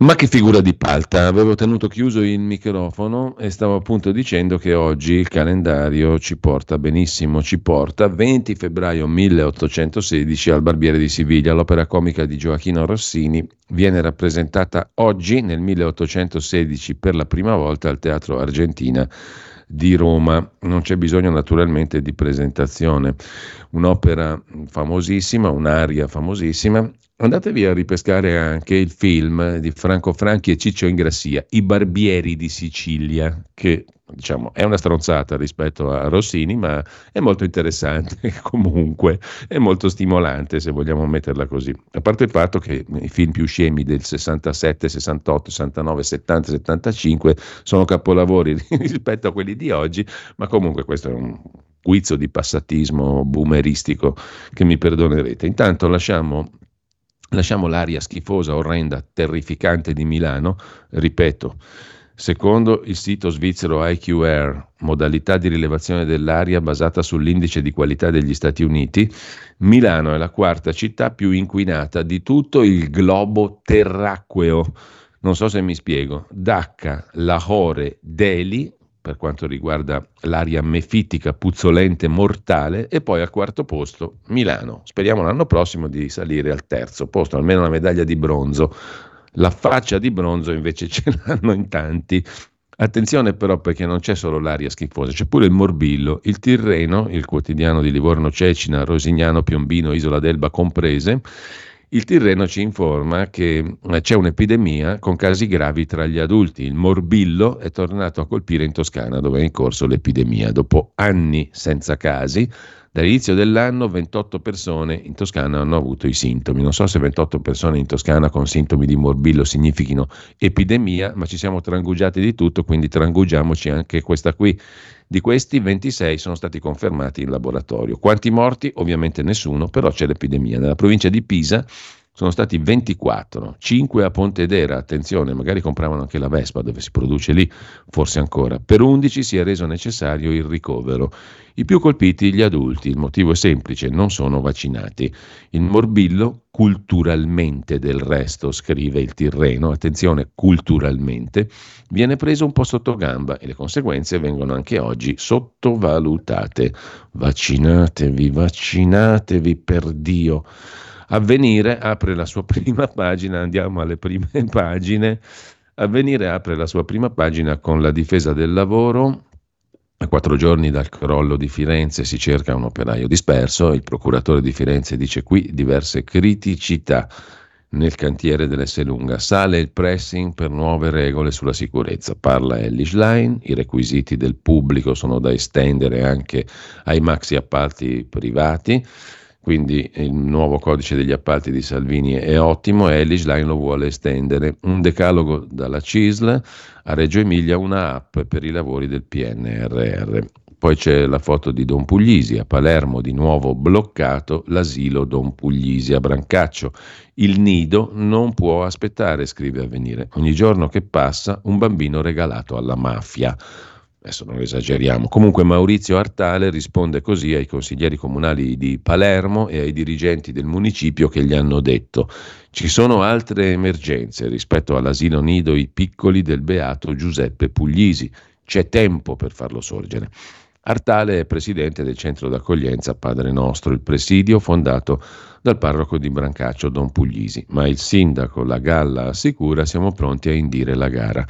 Ma che figura di palta, avevo tenuto chiuso il microfono e stavo appunto dicendo che oggi il calendario ci porta benissimo, ci porta venti febbraio milleottocentosedici al Barbiere di Siviglia. L'opera comica di Gioachino Rossini viene rappresentata oggi nel milleottocentosedici per la prima volta al Teatro Argentina di Roma. Non c'è bisogno naturalmente di presentazione, un'opera famosissima, un'aria famosissima. Andatevi a ripescare anche il film di Franco Franchi e Ciccio Ingrassia, I Barbieri di Sicilia, che diciamo è una stronzata rispetto a Rossini, ma è molto interessante comunque, è molto stimolante se vogliamo metterla così. A parte il fatto che i film più scemi del sessantasette, sessantotto, sessantanove, settanta, settantacinque sono capolavori rispetto a quelli di oggi, ma comunque questo è un guizzo di passatismo boomeristico che mi perdonerete. Intanto lasciamo Lasciamo l'aria schifosa, orrenda, terrificante di Milano. Ripeto, secondo il sito svizzero I Q R, modalità di rilevazione dell'aria basata sull'indice di qualità degli Stati Uniti, Milano è la quarta città più inquinata di tutto il globo terracqueo. Non so se mi spiego. Dhaka, Lahore, Delhi, per quanto riguarda l'aria mefitica, puzzolente, mortale, e poi al quarto posto Milano. Speriamo l'anno prossimo di salire al terzo posto, almeno una medaglia di bronzo. La faccia di bronzo invece ce l'hanno in tanti. Attenzione però, perché non c'è solo l'aria schifosa, c'è pure il morbillo. Il Tirreno, il quotidiano di Livorno, Cecina, Rosignano, Piombino, Isola d'Elba comprese, il Tirreno ci informa che c'è un'epidemia con casi gravi tra gli adulti. Il morbillo è tornato a colpire in Toscana, dove è in corso l'epidemia. Dopo anni senza casi, dall'inizio dell'anno ventotto persone in Toscana hanno avuto i sintomi. Non so se ventotto persone in Toscana con sintomi di morbillo significhino epidemia, ma ci siamo trangugiati di tutto, quindi trangugiamoci anche questa qui. Di questi ventisei sono stati confermati in laboratorio. Quanti morti? Ovviamente nessuno, però c'è l'epidemia. Nella provincia di Pisa sono stati ventiquattro, cinque a Pontedera, attenzione, magari compravano anche la Vespa dove si produce lì, forse ancora. Per undici si è reso necessario il ricovero. I più colpiti gli adulti, il motivo è semplice, non sono vaccinati. Il morbillo, culturalmente del resto, scrive il Tirreno, attenzione, culturalmente, viene preso un po' sotto gamba e le conseguenze vengono anche oggi sottovalutate. Vaccinatevi, vaccinatevi per Dio. Avvenire apre la sua prima pagina, andiamo alle prime pagine. Avvenire apre la sua prima pagina con la difesa del lavoro. A quattro giorni dal crollo di Firenze si cerca un operaio disperso. Il procuratore di Firenze dice qui diverse criticità nel cantiere dell'Esselunga. Sale il pressing per nuove regole sulla sicurezza. Parla Elly Schlein, i requisiti del pubblico sono da estendere anche ai maxi appalti privati. Quindi il nuovo codice degli appalti di Salvini è ottimo e Elly Schlein lo vuole estendere. Un decalogo dalla C I S L, a Reggio Emilia una app per i lavori del P N R R. Poi c'è la foto di Don Puglisi, a Palermo di nuovo bloccato l'asilo Don Puglisi a Brancaccio. Il nido non può aspettare, scrive Avvenire. Ogni giorno che passa un bambino regalato alla mafia. Adesso non esageriamo. Comunque Maurizio Artale risponde così ai consiglieri comunali di Palermo e ai dirigenti del municipio che gli hanno detto: ci sono altre emergenze rispetto all'asilo nido I Piccoli del beato Giuseppe Puglisi, c'è tempo per farlo sorgere. Artale è presidente del centro d'accoglienza Padre Nostro, il presidio fondato dal parroco di Brancaccio Don Puglisi, ma il sindaco La Galla assicura: siamo pronti a indire la gara.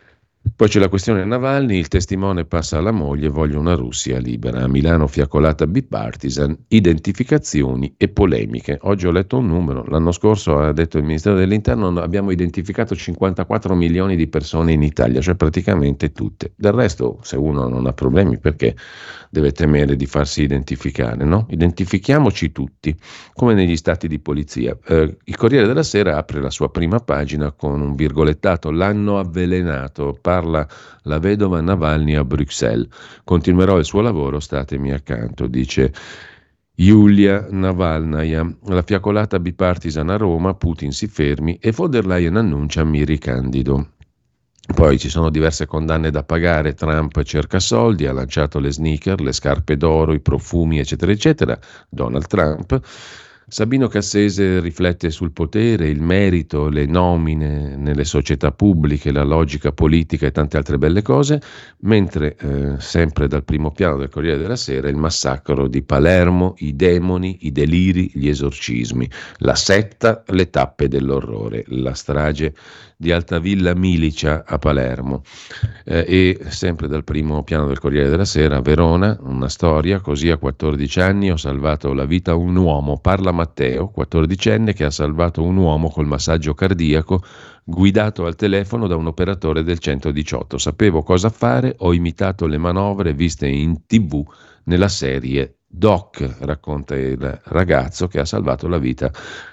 Poi c'è la questione Navalny, il testimone passa alla moglie, voglio una Russia libera. A Milano fiaccolata bipartisan, identificazioni e polemiche. Oggi ho letto un numero, l'anno scorso ha detto il Ministero dell'Interno abbiamo identificato cinquantaquattro milioni di persone in Italia, cioè praticamente tutte. Del resto, se uno non ha problemi, perché deve temere di farsi identificare, no? Identifichiamoci tutti, come negli stati di polizia. Eh, il Corriere della Sera apre la sua prima pagina con un virgolettato, l'hanno avvelenato, parla la vedova Navalny a Bruxelles. Continuerò il suo lavoro, statemi accanto, dice Yulia Navalnaya. La fiaccolata bipartisan a Roma, Putin si fermi e von der Leyen annuncia mi ricandido. Poi ci sono diverse condanne da pagare, Trump cerca soldi, ha lanciato le sneaker, le scarpe d'oro, i profumi eccetera eccetera, Donald Trump. Sabino Cassese riflette sul potere, il merito, le nomine nelle società pubbliche, la logica politica e tante altre belle cose, mentre eh, sempre dal primo piano del Corriere della Sera il massacro di Palermo, i demoni, i deliri, gli esorcismi, la setta, le tappe dell'orrore, la strage di Altavilla Milicia a Palermo. Eh, e sempre dal primo piano del Corriere della Sera, Verona, una storia, così a quattordici anni ho salvato la vita a un uomo, parla Matteo, quattordicenne, che ha salvato un uomo col massaggio cardiaco guidato al telefono da un operatore del centodiciotto. Sapevo cosa fare, ho imitato le manovre viste in tv nella serie Doc, racconta il ragazzo che ha salvato la vita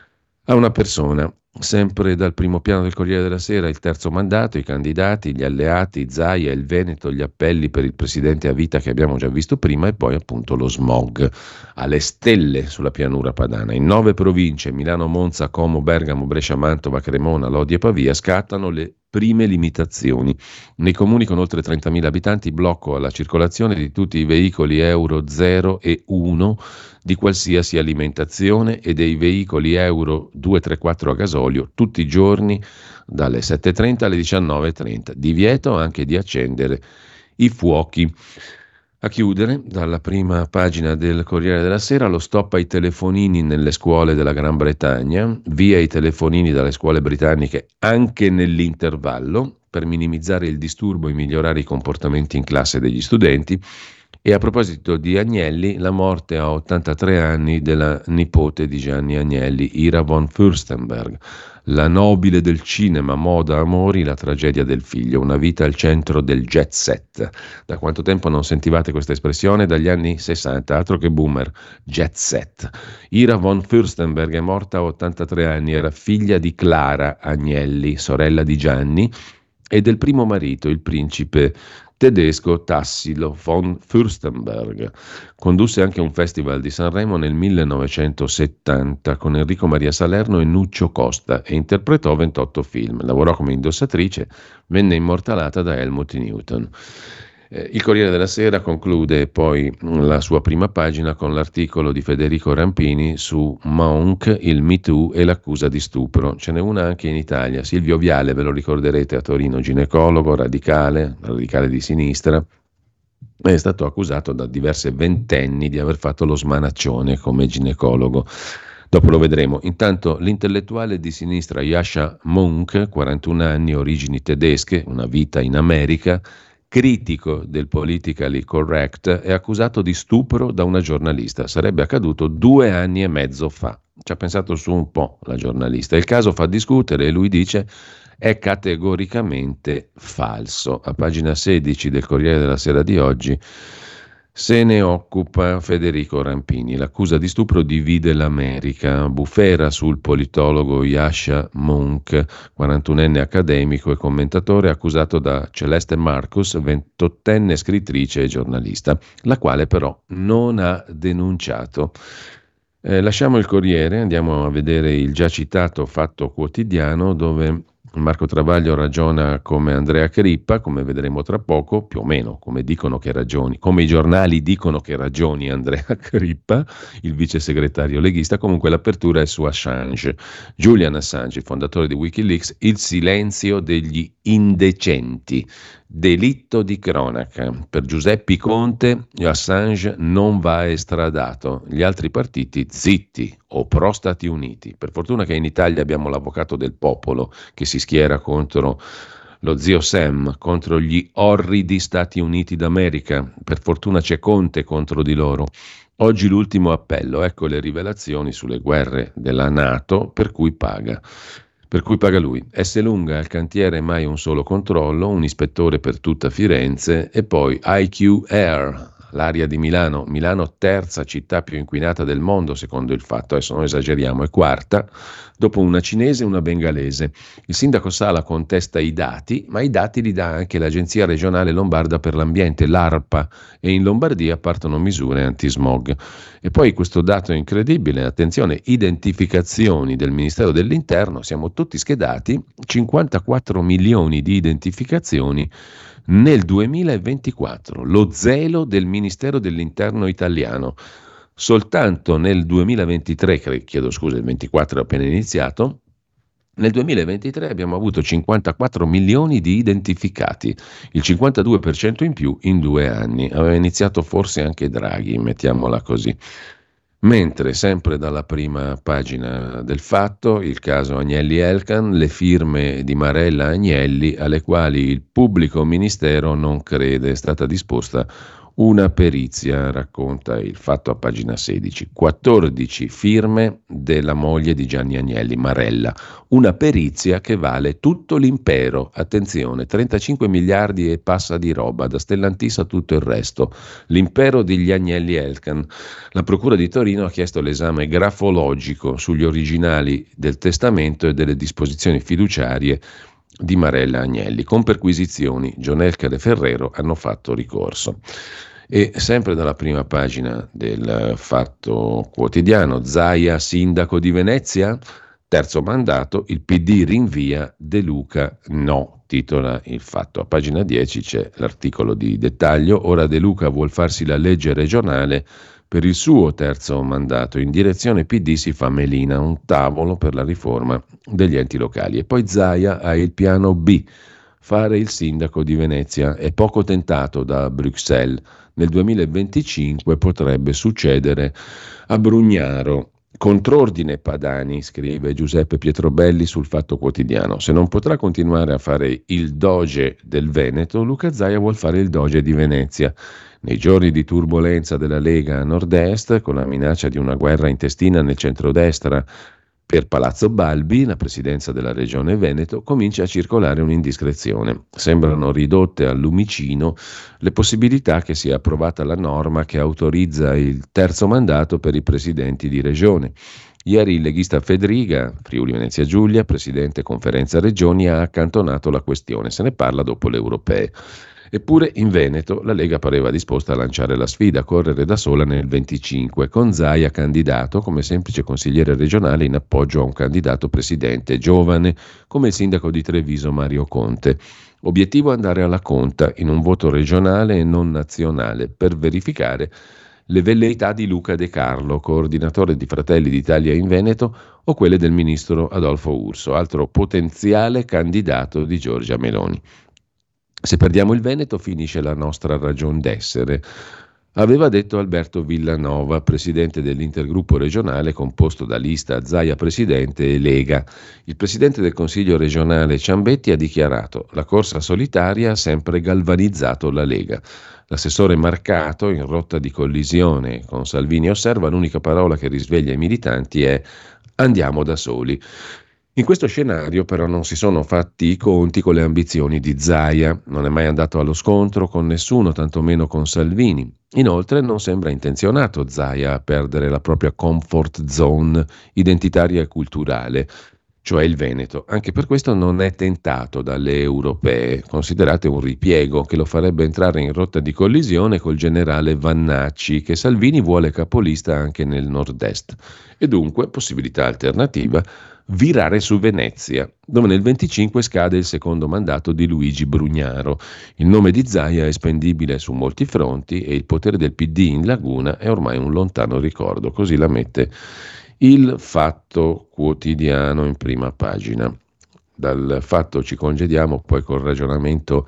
a una persona. Sempre dal primo piano del Corriere della Sera, il terzo mandato, i candidati, gli alleati, Zaia, il Veneto, gli appelli per il presidente a vita che abbiamo già visto prima, e poi appunto lo smog alle stelle sulla pianura padana. In nove province, Milano, Monza, Como, Bergamo, Brescia, Mantova, Cremona, Lodi e Pavia, scattano le prime limitazioni. Nei comuni con oltre trentamila abitanti, blocco alla circolazione di tutti i veicoli Euro zero e uno di qualsiasi alimentazione e dei veicoli Euro due, tre, quattro a gasolio tutti i giorni dalle sette e trenta alle diciannove e trenta. Divieto anche di accendere i fuochi. A chiudere, dalla prima pagina del Corriere della Sera, lo stop ai telefonini nelle scuole della Gran Bretagna, via i telefonini dalle scuole britanniche anche nell'intervallo per minimizzare il disturbo e migliorare i comportamenti in classe degli studenti. E a proposito di Agnelli, la morte a ottantatré anni della nipote di Gianni Agnelli, Ira von Fürstenberg, la nobile del cinema, moda, amori, la tragedia del figlio, una vita al centro del jet set. Da quanto tempo non sentivate questa espressione? Dagli anni sessanta, altro che boomer, jet set. Ira von Fürstenberg è morta a ottantatré anni, era figlia di Clara Agnelli, sorella di Gianni, e del primo marito, il principe tedesco Tassilo von Fürstenberg. Condusse anche un festival di Sanremo nel millenovecentosettanta con Enrico Maria Salerno e Nuccio Costa e interpretò ventotto film. Lavorò come indossatrice, venne immortalata da Helmut Newton. Eh, il Corriere della Sera conclude poi la sua prima pagina con l'articolo di Federico Rampini su Monk, il Me Too e l'accusa di stupro. Ce n'è una anche in Italia. Silvio Viale, ve lo ricorderete, a Torino, ginecologo, radicale, radicale di sinistra, è stato accusato da diverse ventenni di aver fatto lo smanaccione come ginecologo. Dopo lo vedremo. Intanto l'intellettuale di sinistra Yasha Monk, quarantuno anni, origini tedesche, una vita in America, critico del politically correct, è accusato di stupro da una giornalista. Sarebbe accaduto due anni e mezzo fa. Ci ha pensato su un po' la giornalista. Il caso fa discutere e lui dice è categoricamente falso. A pagina sedici del Corriere della Sera di oggi se ne occupa Federico Rampini. L'accusa di stupro divide l'America. Bufera sul politologo Yasha Monk, quarantunenne accademico e commentatore, accusato da Celeste Marcus, ventottenne scrittrice e giornalista, la quale però non ha denunciato. Eh, lasciamo il Corriere, andiamo a vedere il già citato Fatto Quotidiano, dove Marco Travaglio ragiona come Andrea Crippa, come vedremo tra poco, più o meno come dicono che ragioni, come i giornali dicono che ragioni Andrea Crippa, il vice segretario leghista. Comunque l'apertura è su Assange, Julian Assange, fondatore di Wikileaks, il silenzio degli indecenti, delitto di cronaca. Per Giuseppe Conte Assange non va estradato, gli altri partiti zitti o pro Stati Uniti. Per fortuna che in Italia abbiamo l'avvocato del popolo che si schiera contro lo zio Sam, contro gli orridi Stati Uniti d'America. Per fortuna c'è Conte contro di loro. Oggi l'ultimo appello, ecco le rivelazioni sulle guerre della NATO per cui paga. Per cui paga lui. S. Lunga, al cantiere mai un solo controllo, un ispettore per tutta Firenze e poi I Q Air, l'aria di Milano. Milano terza città più inquinata del mondo secondo il Fatto, adesso non esageriamo, è quarta, dopo una cinese e una bengalese. Il sindaco Sala contesta i dati, ma i dati li dà anche l'Agenzia regionale lombarda per l'ambiente, l'ARPA, e in Lombardia partono misure antismog. E poi questo dato incredibile, attenzione, identificazioni del Ministero dell'Interno, siamo tutti schedati, cinquantaquattro milioni di identificazioni nel duemilaventiquattro, lo zelo del Ministero dell'Interno italiano. Soltanto nel duemilaventitré, chiedo scusa, il ventiquattro è appena iniziato, nel duemilaventitré abbiamo avuto cinquantaquattro milioni di identificati, il cinquantadue per cento in più in due anni. Aveva iniziato forse anche Draghi, mettiamola così. Mentre, sempre dalla prima pagina del Fatto, il caso Agnelli Elkann, le firme di Marella Agnelli alle quali il pubblico ministero non crede, è stata disposta una perizia, racconta il Fatto a pagina sedici. quattordici firme della moglie di Gianni Agnelli, Marella. Una perizia che vale tutto l'impero. Attenzione, trentacinque miliardi e passa di roba, da Stellantis a tutto il resto. L'impero degli Agnelli Elkann. La Procura di Torino ha chiesto l'esame grafologico sugli originali del testamento e delle disposizioni fiduciarie di Marella Agnelli. Con perquisizioni, Gionelcar e Ferrero hanno fatto ricorso. E sempre dalla prima pagina del Fatto Quotidiano, Zaia sindaco di Venezia, terzo mandato, il P D rinvia, De Luca no, titola il Fatto. A pagina dieci c'è l'articolo di dettaglio, ora De Luca vuol farsi la legge regionale per il suo terzo mandato, in direzione P D si fa melina, un tavolo per la riforma degli enti locali. E poi Zaia ha il piano B, fare il sindaco di Venezia. È poco tentato da Bruxelles. Nel duemilaventicinque potrebbe succedere a Brugnaro. Contrordine Padani, scrive Giuseppe Pietrobelli sul Fatto Quotidiano. Se non potrà continuare a fare il doge del Veneto, Luca Zaia vuol fare il doge di Venezia. Nei giorni di turbolenza della Lega a nord-est, con la minaccia di una guerra intestina nel centrodestra per Palazzo Balbi, la presidenza della regione Veneto, comincia a circolare un'indiscrezione. Sembrano ridotte al lumicino le possibilità che sia approvata la norma che autorizza il terzo mandato per i presidenti di regione. Ieri il leghista Fedriga, Friuli Venezia Giulia, presidente Conferenza Regioni, ha accantonato la questione. Se ne parla dopo le europee. Eppure in Veneto la Lega pareva disposta a lanciare la sfida, a correre da sola nel venticinque, con Zaia candidato come semplice consigliere regionale in appoggio a un candidato presidente giovane come il sindaco di Treviso Mario Conte. Obiettivo andare alla conta in un voto regionale e non nazionale per verificare le velleità di Luca De Carlo, coordinatore di Fratelli d'Italia in Veneto, o quelle del ministro Adolfo Urso, altro potenziale candidato di Giorgia Meloni. Se perdiamo il Veneto finisce la nostra ragion d'essere, aveva detto Alberto Villanova, presidente dell'intergruppo regionale composto da lista Zaia presidente e Lega. Il presidente del Consiglio regionale Ciambetti ha dichiarato: la corsa solitaria ha sempre galvanizzato la Lega. L'assessore Marcato, in rotta di collisione con Salvini, osserva: l'unica parola che risveglia i militanti è andiamo da soli. In questo scenario però non si sono fatti i conti con le ambizioni di Zaia, non è mai andato allo scontro con nessuno, tantomeno con Salvini. Inoltre non sembra intenzionato Zaia a perdere la propria comfort zone identitaria e culturale, cioè il Veneto. Anche per questo non è tentato dalle europee, considerate un ripiego che lo farebbe entrare in rotta di collisione col generale Vannacci, che Salvini vuole capolista anche nel nord-est. E dunque, possibilità alternativa, virare su Venezia, dove nel venticinque scade il secondo mandato di Luigi Brugnaro. Il nome di Zaia è spendibile su molti fronti e il potere del P D in Laguna è ormai un lontano ricordo, così la mette il Fatto Quotidiano in prima pagina. Dal Fatto ci congediamo poi col ragionamento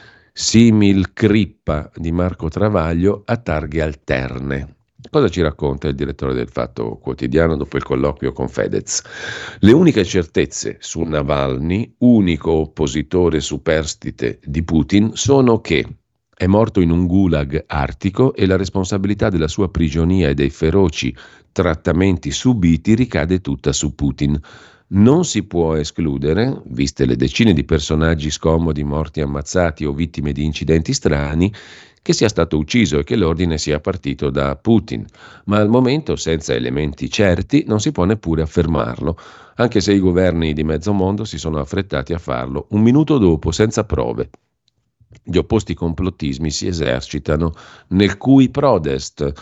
simil crippa di Marco Travaglio a targhe alterne. Cosa ci racconta il direttore del Fatto Quotidiano dopo il colloquio con Fedez? Le uniche certezze su Navalny, unico oppositore superstite di Putin, sono che è morto in un gulag artico e la responsabilità della sua prigionia e dei feroci trattamenti subiti ricade tutta su Putin. Non si può escludere, viste le decine di personaggi scomodi morti ammazzati o vittime di incidenti strani, che sia stato ucciso e che l'ordine sia partito da Putin, ma al momento, senza elementi certi, non si può neppure affermarlo, anche se i governi di mezzo mondo si sono affrettati a farlo un minuto dopo, senza prove. Gli opposti complottismi si esercitano nel cui prodest.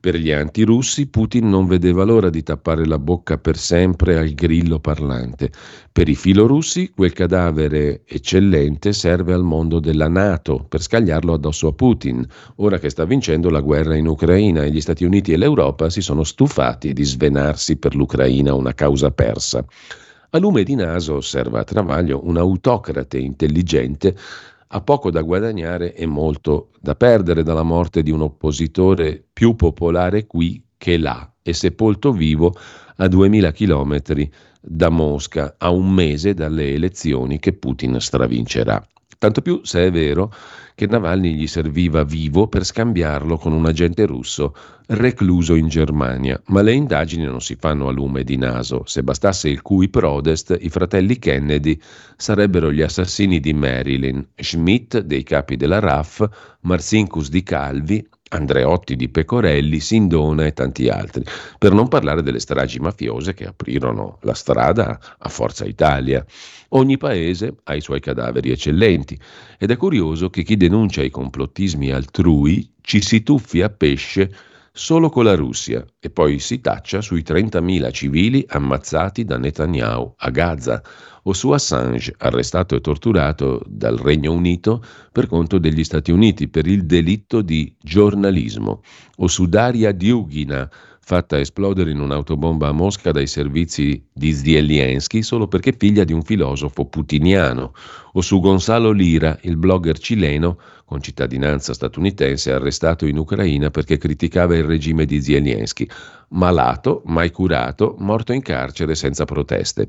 Per gli antirussi Putin non vedeva l'ora di tappare la bocca per sempre al grillo parlante. Per i filorussi quel cadavere eccellente serve al mondo della NATO per scagliarlo addosso a Putin, ora che sta vincendo la guerra in Ucraina e gli Stati Uniti e l'Europa si sono stufati di svenarsi per l'Ucraina, una causa persa. A lume di naso, osserva Travaglio, un autocrate intelligente ha poco da guadagnare e molto da perdere dalla morte di un oppositore più popolare qui che là e sepolto vivo a duemila chilometri da Mosca, a un mese dalle elezioni che Putin stravincerà. Tanto più se è vero che Navalny gli serviva vivo per scambiarlo con un agente russo recluso in Germania. Ma le indagini non si fanno a lume di naso. Se bastasse il cui prodest, i fratelli Kennedy sarebbero gli assassini di Marilyn, Schmidt dei capi della R A F, Marcinkus di Calvi, Andreotti di Pecorelli, Sindona e tanti altri, per non parlare delle stragi mafiose che aprirono la strada a Forza Italia. Ogni paese ha i suoi cadaveri eccellenti ed è curioso che chi denuncia i complottismi altrui ci si tuffi a pesce solo con la Russia e poi si taccia sui trentamila civili ammazzati da Netanyahu a Gaza o su Assange, arrestato e torturato dal Regno Unito per conto degli Stati Uniti per il delitto di giornalismo, o su Daria Dugina, fatta esplodere in un'autobomba a Mosca dai servizi di Zelensky solo perché figlia di un filosofo putiniano, o su Gonzalo Lira, il blogger cileno con cittadinanza statunitense arrestato in Ucraina perché criticava il regime di Zelensky, malato, mai curato, morto in carcere senza proteste.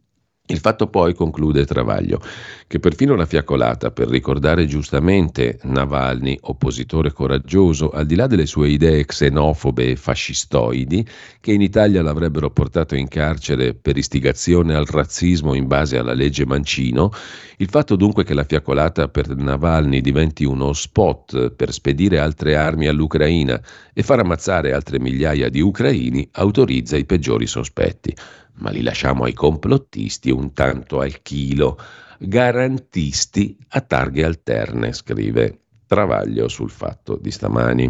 Il fatto poi, conclude Travaglio, che perfino la fiaccolata per ricordare giustamente Navalny, oppositore coraggioso, al di là delle sue idee xenofobe e fascistoidi, che in Italia l'avrebbero portato in carcere per istigazione al razzismo in base alla legge Mancino, il fatto dunque che la fiaccolata per Navalny diventi uno spot per spedire altre armi all'Ucraina e far ammazzare altre migliaia di ucraini autorizza i peggiori sospetti. Ma li lasciamo ai complottisti un tanto al chilo, garantisti a targhe alterne, scrive Travaglio sul Fatto di stamani.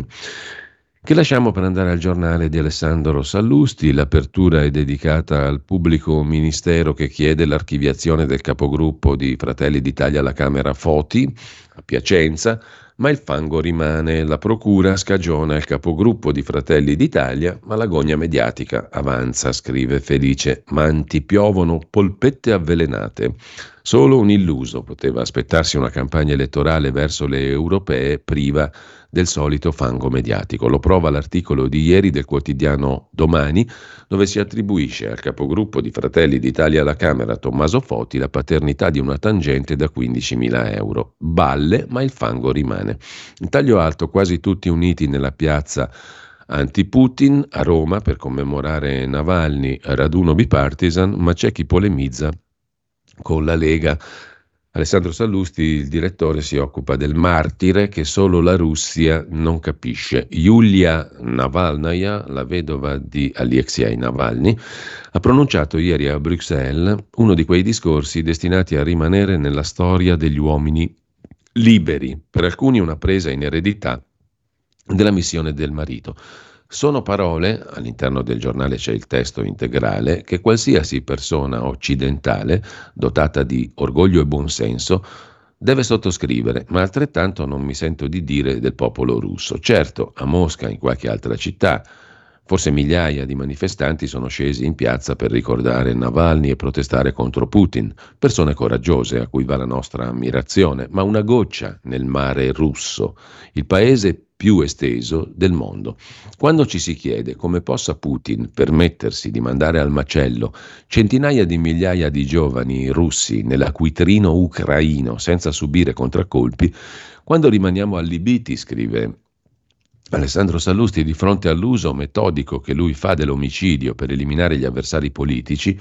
Che lasciamo per andare al giornale di Alessandro Sallusti. L'apertura è dedicata al pubblico ministero che chiede l'archiviazione del capogruppo di Fratelli d'Italia alla Camera Foti a Piacenza, ma il fango rimane. La procura scagiona il capogruppo di Fratelli d'Italia, ma l'agonia mediatica avanza, scrive Felice Manti. Piovono polpette avvelenate. Solo un illuso poteva aspettarsi una campagna elettorale verso le europee priva del solito fango mediatico. Lo prova l'articolo di ieri del quotidiano Domani, dove si attribuisce al capogruppo di Fratelli d'Italia alla Camera, Tommaso Foti, la paternità di una tangente da quindicimila euro. Balle, ma il fango rimane. In taglio alto, quasi tutti uniti nella piazza anti-Putin a Roma per commemorare Navalny, raduno bipartisan, ma c'è chi polemizza con la Lega. Alessandro Sallusti, il direttore, si occupa del martire che solo la Russia non capisce. Yulia Navalnaya, la vedova di Alexei Navalny, ha pronunciato ieri a Bruxelles uno di quei discorsi destinati a rimanere nella storia degli uomini liberi, per alcuni una presa in eredità della missione del marito. Sono parole, all'interno del giornale c'è il testo integrale, che qualsiasi persona occidentale, dotata di orgoglio e buonsenso, deve sottoscrivere, ma altrettanto non mi sento di dire del popolo russo. Certo, a Mosca e in qualche altra città, forse migliaia di manifestanti sono scesi in piazza per ricordare Navalny e protestare contro Putin, persone coraggiose a cui va la nostra ammirazione, ma una goccia nel mare russo, il paese più esteso del mondo. Quando ci si chiede come possa Putin permettersi di mandare al macello centinaia di migliaia di giovani russi nell'acquitrino ucraino senza subire contraccolpi, quando rimaniamo allibiti, scrive Alessandro Sallusti, di fronte all'uso metodico che lui fa dell'omicidio per eliminare gli avversari politici,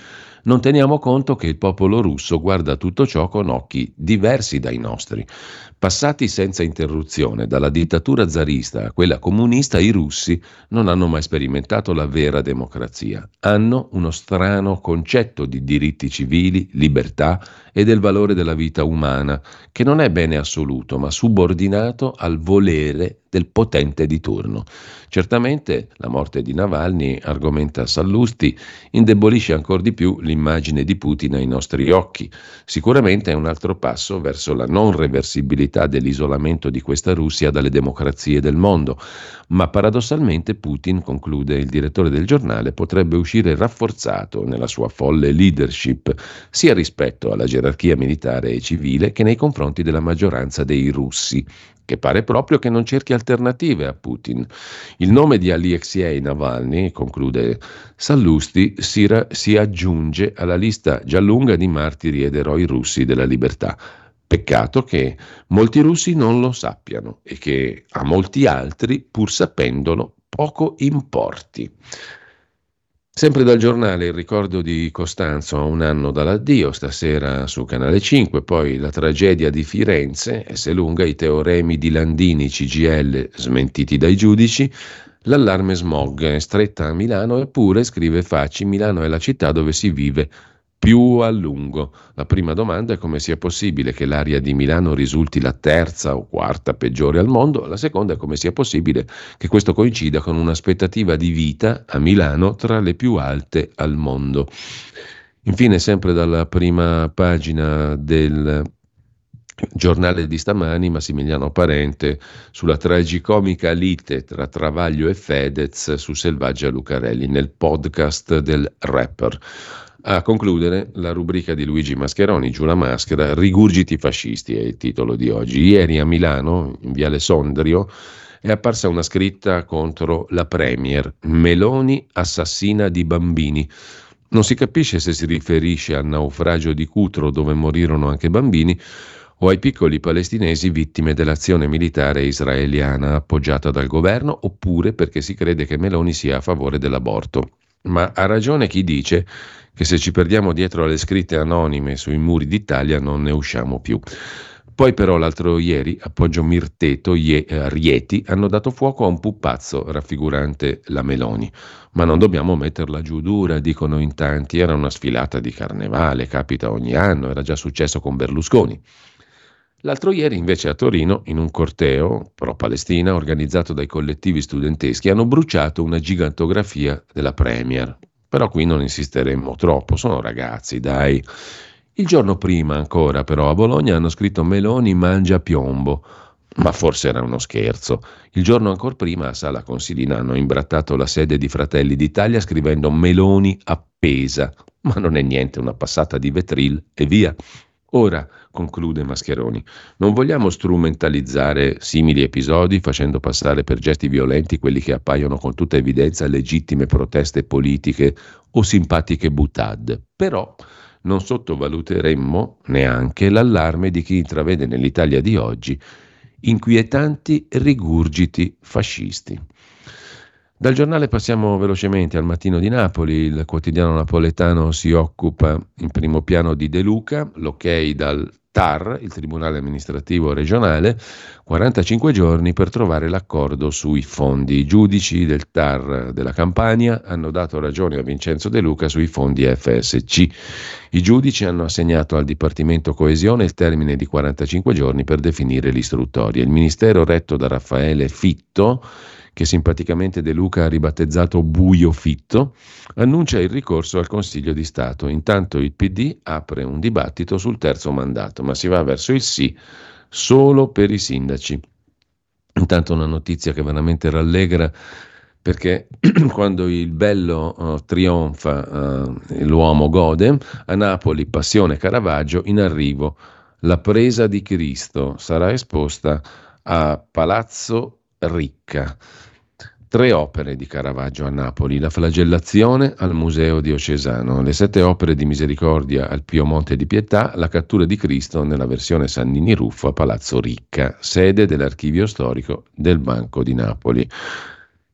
non teniamo conto che il popolo russo guarda tutto ciò con occhi diversi dai nostri. Passati senza interruzione dalla dittatura zarista a quella comunista, i russi non hanno mai sperimentato la vera democrazia. Hanno uno strano concetto di diritti civili, libertà e del valore della vita umana, che non è bene assoluto, ma subordinato al volere del potente di turno. Certamente la morte di Navalny, argomenta Sallusti, indebolisce ancora di più l'immagine di Putin ai nostri occhi. Sicuramente è un altro passo verso la non reversibilità dell'isolamento di questa Russia dalle democrazie del mondo, ma paradossalmente Putin, conclude il direttore del giornale, potrebbe uscire rafforzato nella sua folle leadership, sia rispetto alla gerarchia militare e civile che nei confronti della maggioranza dei russi, che pare proprio che non cerchi alternative a Putin. Il nome di Alexei Navalny, conclude Sallusti, si, ra- si aggiunge alla lista già lunga di martiri ed eroi russi della libertà. Peccato che molti russi non lo sappiano e che a molti altri, pur sapendolo, poco importi. Sempre dal giornale il ricordo di Costanzo a un anno dall'addio, stasera su Canale cinque, poi la tragedia di Firenze, S lunga, i teoremi di Landini C G I L smentiti dai giudici, l'allarme smog, stretta a Milano, eppure, scrive Facci, Milano è la città dove si vive più a lungo. La prima domanda è come sia possibile che l'aria di Milano risulti la terza o quarta peggiore al mondo, la seconda è come sia possibile che questo coincida con un'aspettativa di vita a Milano tra le più alte al mondo. Infine, sempre dalla prima pagina del giornale di stamani, Massimiliano Parente sulla tragicomica lite tra Travaglio e Fedez su Selvaggia Lucarelli nel podcast del rapper. A concludere la rubrica di Luigi Mascheroni, Giù la maschera, rigurgiti fascisti è il titolo di oggi. Ieri a Milano, in Viale Sondrio, è apparsa una scritta contro la Premier, Meloni assassina di bambini. Non si capisce se si riferisce al naufragio di Cutro dove morirono anche bambini o ai piccoli palestinesi vittime dell'azione militare israeliana appoggiata dal governo, oppure perché si crede che Meloni sia a favore dell'aborto. Ma ha ragione chi dice che se ci perdiamo dietro alle scritte anonime sui muri d'Italia non ne usciamo più. Poi però l'altro ieri Appoggio Mirteto e Rieti hanno dato fuoco a un pupazzo raffigurante la Meloni. Ma non dobbiamo metterla giù dura, dicono in tanti, era una sfilata di carnevale, capita ogni anno, era già successo con Berlusconi. L'altro ieri invece a Torino, in un corteo pro-Palestina organizzato dai collettivi studenteschi, hanno bruciato una gigantografia della Premier. Però qui non insisteremmo troppo, sono ragazzi, dai. Il giorno prima ancora, però, a Bologna hanno scritto Meloni mangia piombo, ma forse era uno scherzo. Il giorno ancora prima a Sala Consilina hanno imbrattato la sede di Fratelli d'Italia scrivendo Meloni appesa, ma non è niente, una passata di vetril e via. Ora, conclude Mascheroni, non vogliamo strumentalizzare simili episodi facendo passare per gesti violenti quelli che appaiono con tutta evidenza legittime proteste politiche o simpatiche boutade, però non sottovaluteremmo neanche l'allarme di chi intravede nell'Italia di oggi inquietanti rigurgiti fascisti. Dal giornale passiamo velocemente al Mattino di Napoli. Il quotidiano napoletano si occupa in primo piano di De Luca, l'ok dal T A R, il Tribunale Amministrativo Regionale, quarantacinque giorni per trovare l'accordo sui fondi. I giudici del T A R della Campania hanno dato ragione a Vincenzo De Luca sui fondi F S C. I giudici hanno assegnato al Dipartimento Coesione il termine di quarantacinque giorni per definire l'istruttoria. Il Ministero retto da Raffaele Fitto, che simpaticamente De Luca ha ribattezzato Buio Fitto, annuncia il ricorso al Consiglio di Stato. Intanto il P D apre un dibattito sul terzo mandato, ma si va verso il sì solo per i sindaci. Intanto una notizia che veramente rallegra, perché quando il bello uh, trionfa, uh, l'uomo gode. A Napoli, Passione Caravaggio in arrivo. La presa di Cristo sarà esposta a Palazzo Ricca. Tre opere di Caravaggio a Napoli, la flagellazione al Museo Diocesano, le sette opere di misericordia al Pio Monte di Pietà, la cattura di Cristo nella versione Sannini Ruffo a Palazzo Ricca, sede dell'archivio storico del Banco di Napoli.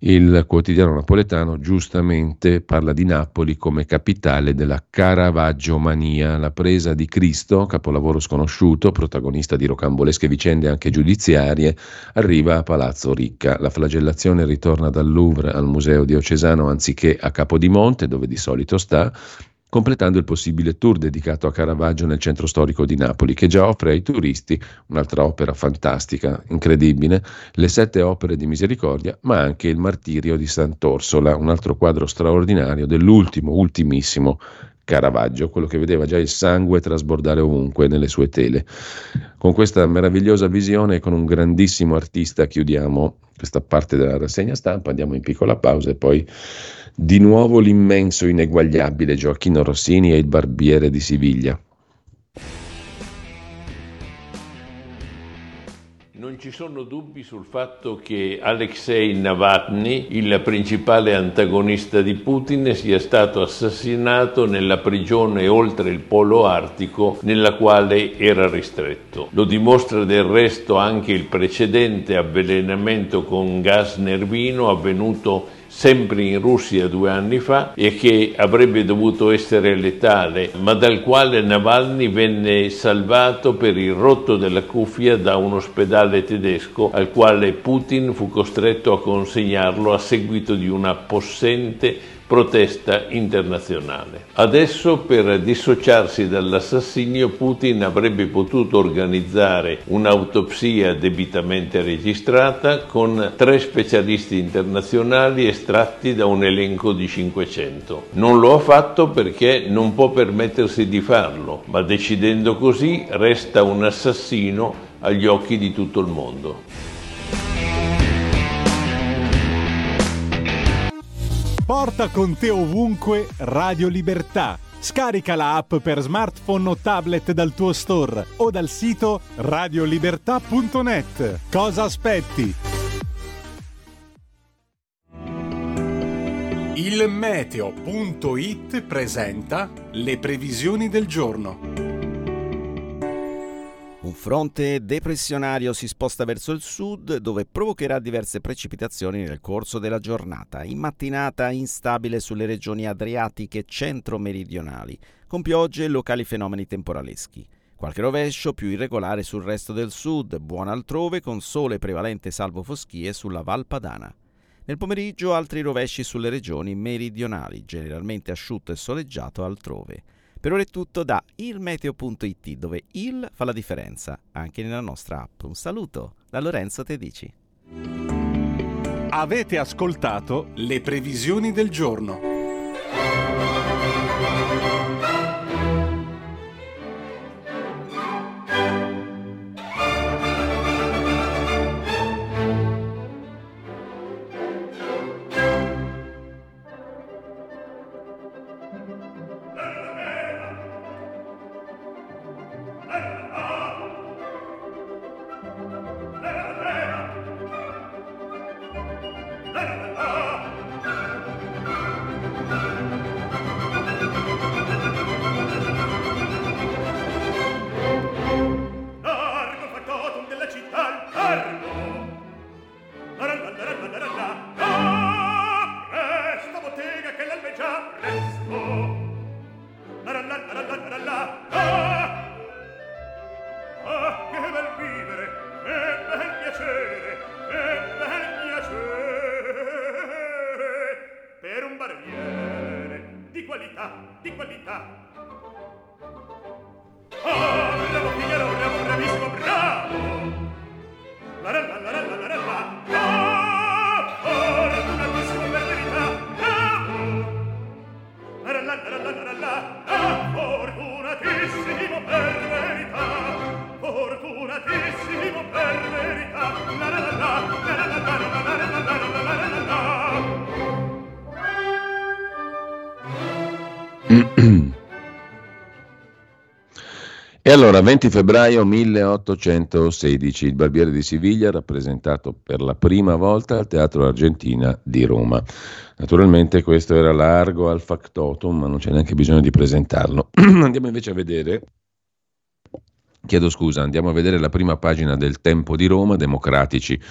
Il quotidiano napoletano giustamente parla di Napoli come capitale della Caravaggio-mania, la presa di Cristo, capolavoro sconosciuto, protagonista di rocambolesche vicende anche giudiziarie, arriva a Palazzo Ricca. La flagellazione ritorna dal Louvre al Museo Diocesano anziché a Capodimonte, dove di solito sta, completando il possibile tour dedicato a Caravaggio nel centro storico di Napoli, che già offre ai turisti un'altra opera fantastica, incredibile, le sette opere di Misericordia, ma anche il Martirio di Sant'Orsola, un altro quadro straordinario dell'ultimo, ultimissimo Caravaggio, quello che vedeva già il sangue trasbordare ovunque nelle sue tele. Con questa meravigliosa visione e con un grandissimo artista chiudiamo questa parte della rassegna stampa, andiamo in piccola pausa e poi di nuovo l'immenso, ineguagliabile Gioacchino Rossini e il Barbiere di Siviglia. Non ci sono dubbi sul fatto che Alexei Navalny, il principale antagonista di Putin, sia stato assassinato nella prigione oltre il polo artico nella quale era ristretto. Lo dimostra del resto anche il precedente avvelenamento con gas nervino avvenuto sempre in Russia due anni fa e che avrebbe dovuto essere letale, ma dal quale Navalny venne salvato per il rotto della cuffia da un ospedale tedesco al quale Putin fu costretto a consegnarlo a seguito di una possente protesta internazionale. Adesso, per dissociarsi dall'assassinio, Putin avrebbe potuto organizzare un'autopsia debitamente registrata con tre specialisti internazionali estratti da un elenco di cinquecento. Non lo ha fatto perché non può permettersi di farlo, ma decidendo così resta un assassino agli occhi di tutto il mondo. Porta con te ovunque Radio Libertà. Scarica la app per smartphone o tablet dal tuo store o dal sito radio libertà punto net. Cosa aspetti? Il meteo punto it presenta le previsioni del giorno. Un fronte depressionario si sposta verso il sud, dove provocherà diverse precipitazioni nel corso della giornata. In mattinata instabile sulle regioni adriatiche centro-meridionali, con piogge e locali fenomeni temporaleschi. Qualche rovescio più irregolare sul resto del sud, buon altrove, con sole prevalente salvo foschie sulla Val Padana. Nel pomeriggio altri rovesci sulle regioni meridionali, generalmente asciutto e soleggiato altrove. Per ora è tutto da il meteo punto it, dove il fa la differenza anche nella nostra app. Un saluto da Lorenzo Tedici. Avete ascoltato le previsioni del giorno. E allora, venti febbraio milleottocentosedici, il Barbiere di Siviglia rappresentato per la prima volta al Teatro Argentina di Roma. Naturalmente questo era largo al factotum, ma non c'è neanche bisogno di presentarlo. Andiamo invece a vedere, chiedo scusa, andiamo a vedere la prima pagina del Tempo di Roma, democratici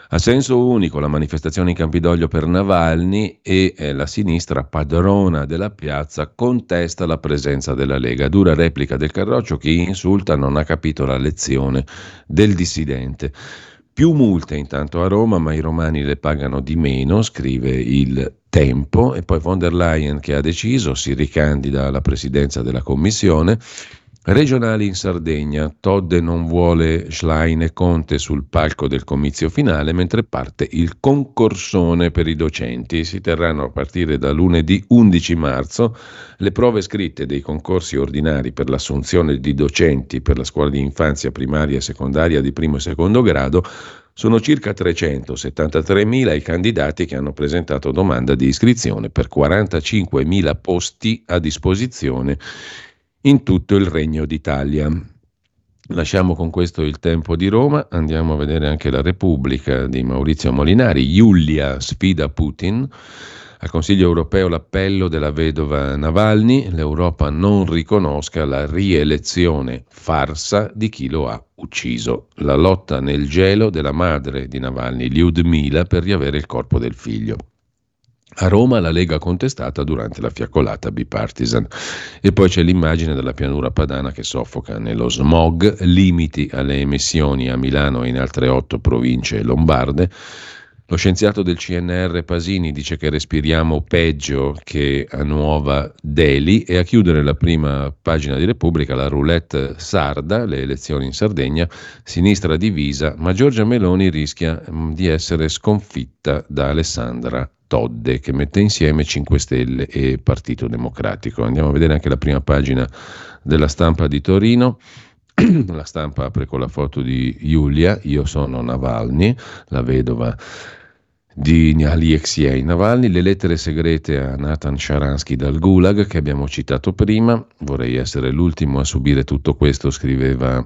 A senso unico la manifestazione in Campidoglio per Navalny e eh, la sinistra padrona della piazza contesta la presenza della Lega. Dura replica del Carroccio: chi insulta non ha capito la lezione del dissidente. Più multe intanto a Roma, ma i romani le pagano di meno, scrive il Tempo. E poi von der Leyen, che ha deciso, si ricandida alla presidenza della Commissione. Regionali in Sardegna, Todde non vuole Schlein e Conte sul palco del comizio finale, mentre parte il concorsone per i docenti. Si terranno a partire da lunedì undici marzo le prove scritte dei concorsi ordinari per l'assunzione di docenti per la scuola di infanzia primaria e secondaria di primo e secondo grado. Sono circa trecentosettantatremila i candidati che hanno presentato domanda di iscrizione per quarantacinquemila posti a disposizione in tutto il Regno d'Italia. Lasciamo con questo il Tempo di Roma, andiamo a vedere anche la Repubblica di Maurizio Molinari. Giulia sfida Putin. Al Consiglio europeo l'appello della vedova Navalny: l'Europa non riconosca la rielezione farsa di chi lo ha ucciso. La lotta nel gelo della madre di Navalny, Lyudmila, per riavere il corpo del figlio. A Roma la Lega contestata durante la fiaccolata bipartisan. E poi c'è l'immagine della pianura padana che soffoca nello smog, limiti alle emissioni a Milano e in altre otto province lombarde. Lo scienziato del C N R Pasini dice che respiriamo peggio che a Nuova Delhi. E a chiudere la prima pagina di Repubblica la roulette sarda, le elezioni in Sardegna, sinistra divisa, ma Giorgia Meloni rischia di essere sconfitta da Alessandra Todde, che mette insieme cinque Stelle e Partito Democratico. Andiamo a vedere anche la prima pagina della Stampa di Torino. La Stampa apre con la foto di Giulia: io sono Navalny, la vedova di Alexei Navalny. Le lettere segrete a Nathan Sharansky dal Gulag, che abbiamo citato prima. Vorrei essere l'ultimo a subire tutto questo, scriveva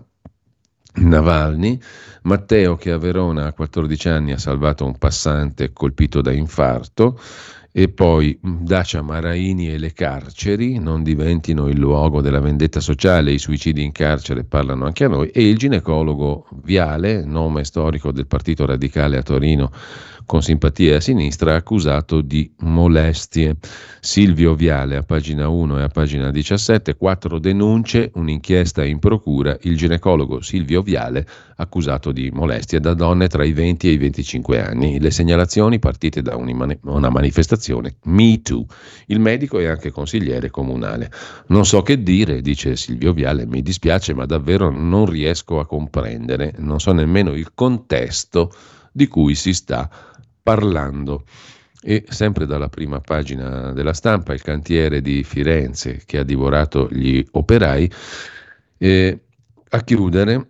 Navalny. Matteo, che a Verona a quattordici anni ha salvato un passante colpito da infarto. E poi Dacia Maraini e le carceri non diventino il luogo della vendetta sociale, i suicidi in carcere parlano anche a noi. E il ginecologo Viale, nome storico del Partito Radicale a Torino con simpatie a sinistra, accusato di molestie. Silvio Viale a pagina uno e a pagina diciassette, quattro denunce, un'inchiesta in procura, il ginecologo Silvio Viale accusato di molestie da donne tra i venti e i venticinque anni. Le segnalazioni partite da una manifestazione Me Too. Il medico è anche consigliere comunale. Non so che dire, dice Silvio Viale, mi dispiace ma davvero non riesco a comprendere, non so nemmeno il contesto di cui si sta parlando. E sempre dalla prima pagina della Stampa, il cantiere di Firenze che ha divorato gli operai. E a chiudere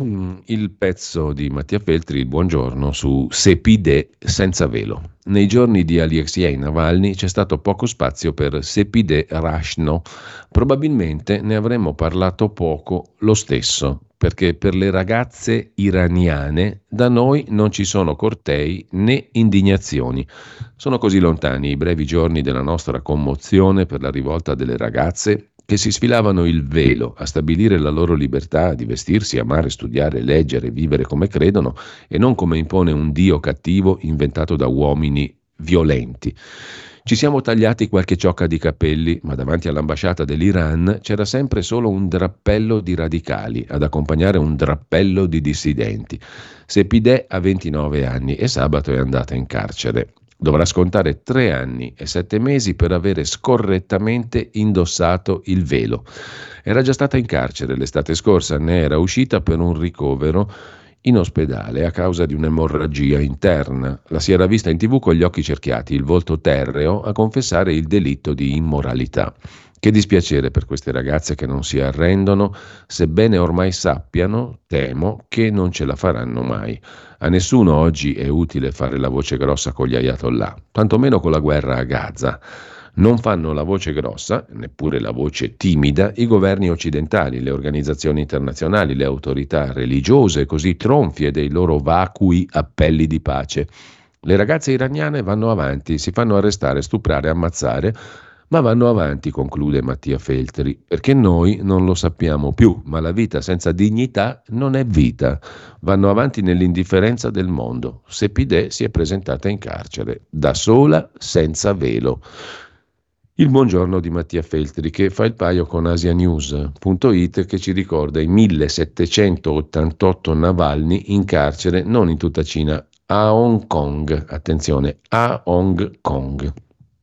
il pezzo di Mattia Feltri, il buongiorno, su Sepideh senza velo. Nei giorni di Alexei Navalny c'è stato poco spazio per Sepideh Rashno. Probabilmente ne avremmo parlato poco lo stesso, perché per le ragazze iraniane da noi non ci sono cortei né indignazioni. Sono così lontani i brevi giorni della nostra commozione per la rivolta delle ragazze che si sfilavano il velo a stabilire la loro libertà di vestirsi, amare, studiare, leggere, vivere come credono e non come impone un dio cattivo inventato da uomini violenti. Ci siamo tagliati qualche ciocca di capelli, ma davanti all'ambasciata dell'Iran c'era sempre solo un drappello di radicali ad accompagnare un drappello di dissidenti. Sepideh ha ventinove anni e sabato è andata in carcere. Dovrà scontare tre anni e sette mesi per avere scorrettamente indossato il velo. Era già stata in carcere l'estate scorsa, ne era uscita per un ricovero in ospedale a causa di un'emorragia interna. La si era vista in tv con gli occhi cerchiati, il volto terreo, a confessare il delitto di immoralità. Che dispiacere per queste ragazze che non si arrendono, sebbene ormai sappiano, temo, che non ce la faranno mai. A nessuno oggi è utile fare la voce grossa con gli ayatollah, tantomeno con la guerra a Gaza. Non fanno la voce grossa, neppure la voce timida, i governi occidentali, le organizzazioni internazionali, le autorità religiose, così tronfie dei loro vacui appelli di pace. Le ragazze iraniane vanno avanti, si fanno arrestare, stuprare, ammazzare, Ma vanno avanti, conclude Mattia Feltri, perché noi non lo sappiamo più, ma la vita senza dignità non è vita. Vanno avanti nell'indifferenza del mondo. Sepideh si è presentata in carcere, da sola, senza velo. Il buongiorno di Mattia Feltri, che fa il paio con asianews punto it, che ci ricorda i millesettecentottantotto Navalny in carcere, non in tutta Cina, a Hong Kong. Attenzione, a Hong Kong.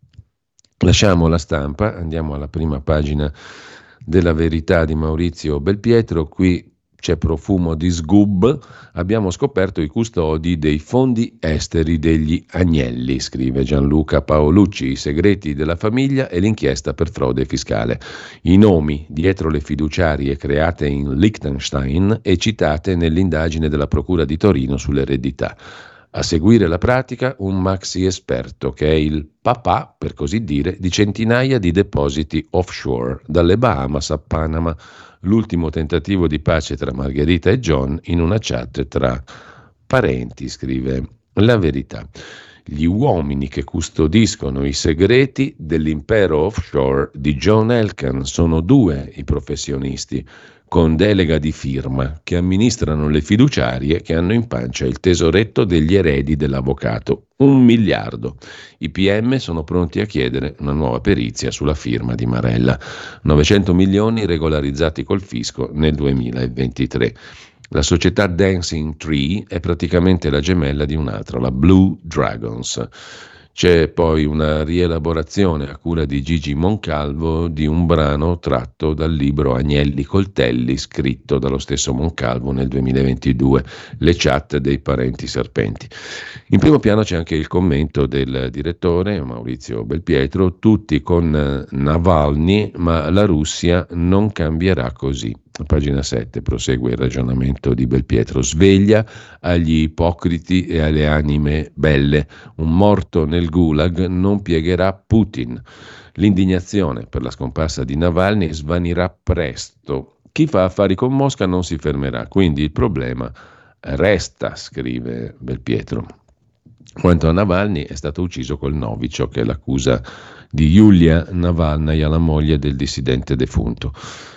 Lasciamo la Stampa, andiamo alla prima pagina della Verità di Maurizio Belpietro. Qui c'è profumo di sgub. Abbiamo scoperto i custodi dei fondi esteri degli Agnelli, scrive Gianluca Paolucci, i segreti della famiglia e l'inchiesta per frode fiscale. I nomi dietro le fiduciarie create in Liechtenstein e citate nell'indagine della Procura di Torino sull'eredità. A seguire la pratica un maxi esperto che è il papà, per così dire, di centinaia di depositi offshore, dalle Bahamas a Panama, l'ultimo tentativo di pace tra Margherita e John in una chat tra parenti, scrive La Verità. Gli uomini che custodiscono i segreti dell'impero offshore di John Elkann sono due i professionisti, con delega di firma, che amministrano le fiduciarie che hanno in pancia il tesoretto degli eredi dell'avvocato, un miliardo. I P M sono pronti a chiedere una nuova perizia sulla firma di Marella, novecento milioni regolarizzati col fisco nel duemilaventitré. La società Dancing Tree è praticamente la gemella di un'altra, la Blue Dragons. C'è poi una rielaborazione a cura di Gigi Moncalvo di un brano tratto dal libro Agnelli Coltelli, scritto dallo stesso Moncalvo nel duemilaventidue, Le chat dei parenti serpenti. In primo piano c'è anche il commento del direttore Maurizio Belpietro, tutti con Navalny, ma la Russia non cambierà così. A pagina sette prosegue il ragionamento di Belpietro. Sveglia agli ipocriti e alle anime belle. Un morto nel gulag non piegherà Putin. L'indignazione per la scomparsa di Navalny svanirà presto. Chi fa affari con Mosca non si fermerà, quindi il problema resta, scrive Belpietro. Quanto a Navalny, è stato ucciso col Novichok, che è l'accusa di Yulia Navalnaya, la moglie del dissidente defunto.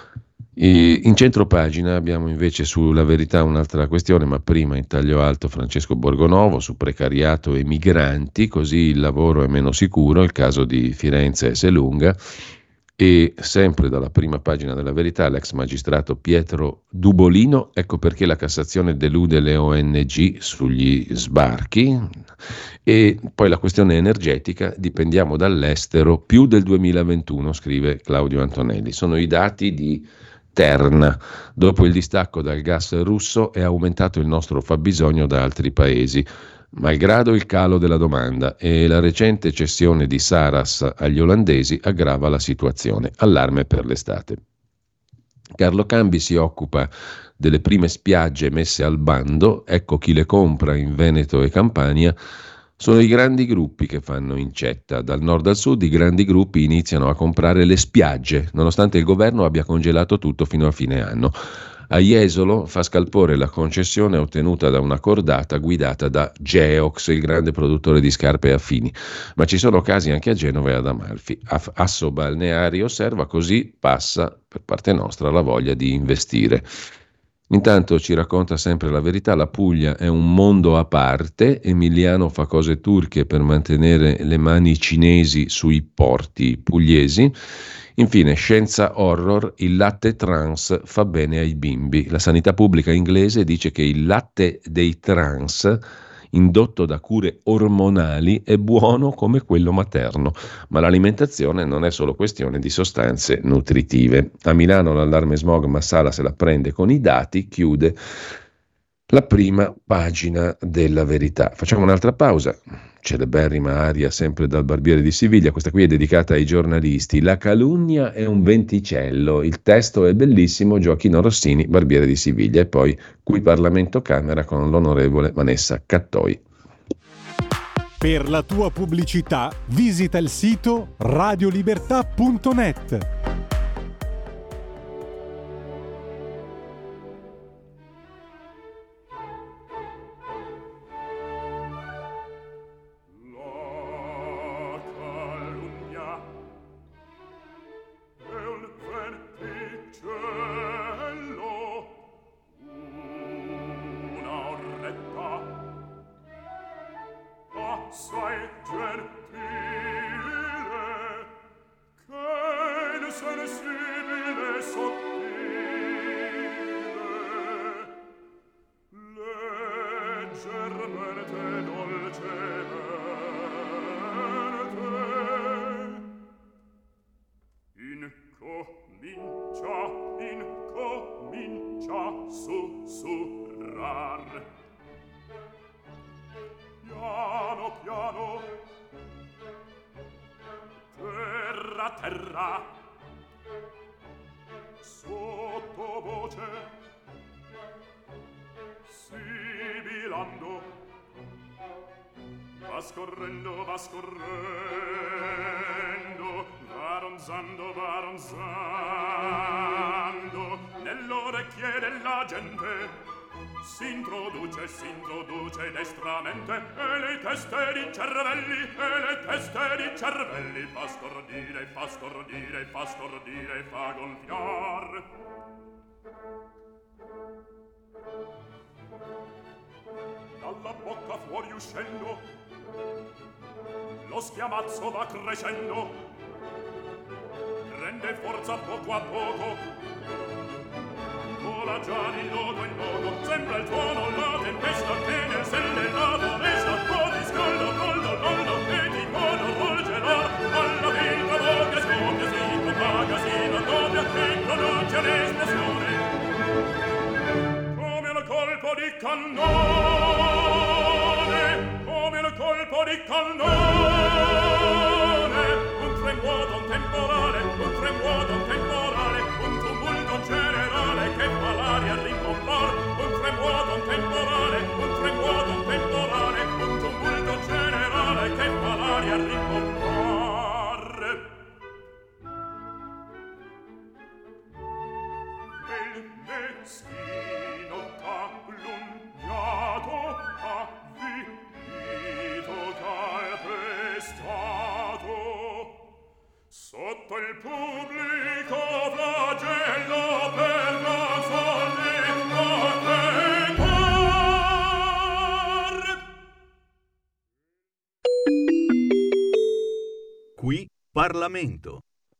In centro pagina abbiamo invece sulla Verità un'altra questione, ma prima in taglio alto Francesco Borgonovo su precariato e migranti, così il lavoro è meno sicuro, il caso di Firenze e Selunga. E sempre dalla prima pagina della Verità l'ex magistrato Pietro Dubolino, ecco perché la Cassazione delude le O N G sugli sbarchi. E poi la questione energetica, dipendiamo dall'estero più del duemilaventuno, scrive Claudio Antonelli. Sono i dati di Terna. Dopo il distacco dal gas russo è aumentato il nostro fabbisogno da altri paesi, malgrado il calo della domanda, e la recente cessione di Saras agli olandesi aggrava la situazione. Allarme per l'estate. Carlo Cambi si occupa delle prime spiagge messe al bando, ecco chi le compra in Veneto e Campania. Sono i grandi gruppi che fanno incetta. Dal nord al sud i grandi gruppi iniziano a comprare le spiagge, nonostante il governo abbia congelato tutto fino a fine anno. A Jesolo fa scalpore la concessione ottenuta da una cordata guidata da Geox, il grande produttore di scarpe e affini. Ma ci sono casi anche a Genova e ad Amalfi. Asso Balneari osserva: così passa per parte nostra la voglia di investire. Intanto ci racconta sempre La Verità, la Puglia è un mondo a parte, Emiliano fa cose turche per mantenere le mani cinesi sui porti pugliesi. Infine, scienza horror, il latte trans fa bene ai bimbi. La sanità pubblica inglese dice che il latte dei trans, indotto da cure ormonali, è buono come quello materno, ma l'alimentazione non è solo questione di sostanze nutritive. A Milano l'allarme smog Massala se la prende con i dati, chiude la prima pagina della Verità. Facciamo un'altra pausa. Celeberrima aria sempre dal Barbiere di Siviglia, questa qui è dedicata ai giornalisti. La calunnia è un venticello, il testo è bellissimo, Gioachino Rossini, Barbiere di Siviglia. E poi qui Parlamento Camera con l'onorevole Vanessa Cattoi. Per la tua pubblicità visita il sito radiolibertà punto net. leggermente, dolcemente, incomincia, incomincia sussurrar. Piano, piano, terra, terra, sottovoce, sibilando, va scorrendo, va scorrendo, va ronzando, va ronzando, nell'orecchie della gente s'introduce, s'introduce destramente, e le teste di cervelli, e le teste di cervelli fa stordire, fa stordire, fa stordire, fa gonfiar. Dalla bocca fuori uscendo, lo schiamazzo va crescendo, prende forza poco a poco, vola già di lodo in lodo, sembra il tuono la tempesta che nel selle la foresta corre scaldo, coldo, loldo, e di modo volge l'or, alla vita voce scoppia, si propaga, si raddoppia, e pronuncia l'esplosione, come il colpo di cannone, come il colpo di cannone, un tremuoto, un temporale, un tremuoto, un temporale, un tumulto generale che fa l'aria rimbombare, un tremuoto, un temporale, un tremuoto, un temporale, un tumulto generale che fa l'aria rimbombare. E il meschino calunniato avvilito calpestato sotto il pubblico flagello per la solennità Qui Parlamento.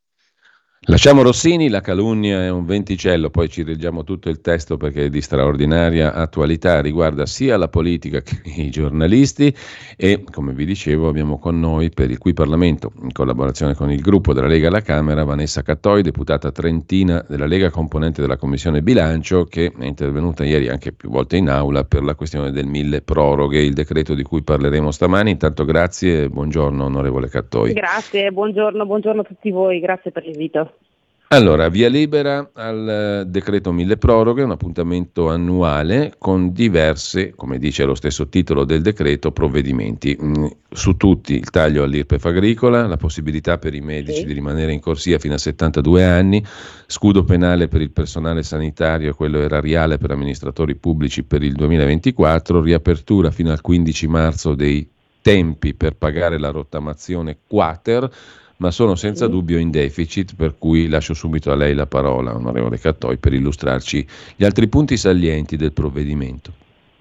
Lasciamo Rossini, la calunnia è un venticello, poi ci leggiamo tutto il testo perché è di straordinaria attualità, riguarda sia la politica che i giornalisti e, come vi dicevo, abbiamo con noi per il Qui Parlamento, in collaborazione con il gruppo della Lega alla Camera, Vanessa Cattoi, deputata trentina della Lega, componente della Commissione Bilancio, che è intervenuta ieri anche più volte in aula per la questione del mille proroghe, il decreto di cui parleremo stamani. Intanto grazie e buongiorno onorevole Cattoi. Grazie, buongiorno, buongiorno a tutti voi, grazie per l'invito. Allora, via libera al decreto mille proroghe, un appuntamento annuale con diverse, come dice lo stesso titolo del decreto, provvedimenti. Su tutti il taglio all'I R P E F agricola, la possibilità per i medici sì. di rimanere in corsia fino a settantadue anni, scudo penale per il personale sanitario e quello erariale per amministratori pubblici per il duemilaventiquattro, riapertura fino al quindici marzo dei tempi per pagare la rottamazione quater, ma sono senza dubbio in deficit, per cui lascio subito a lei la parola, onorevole Cattoi, per illustrarci gli altri punti salienti del provvedimento.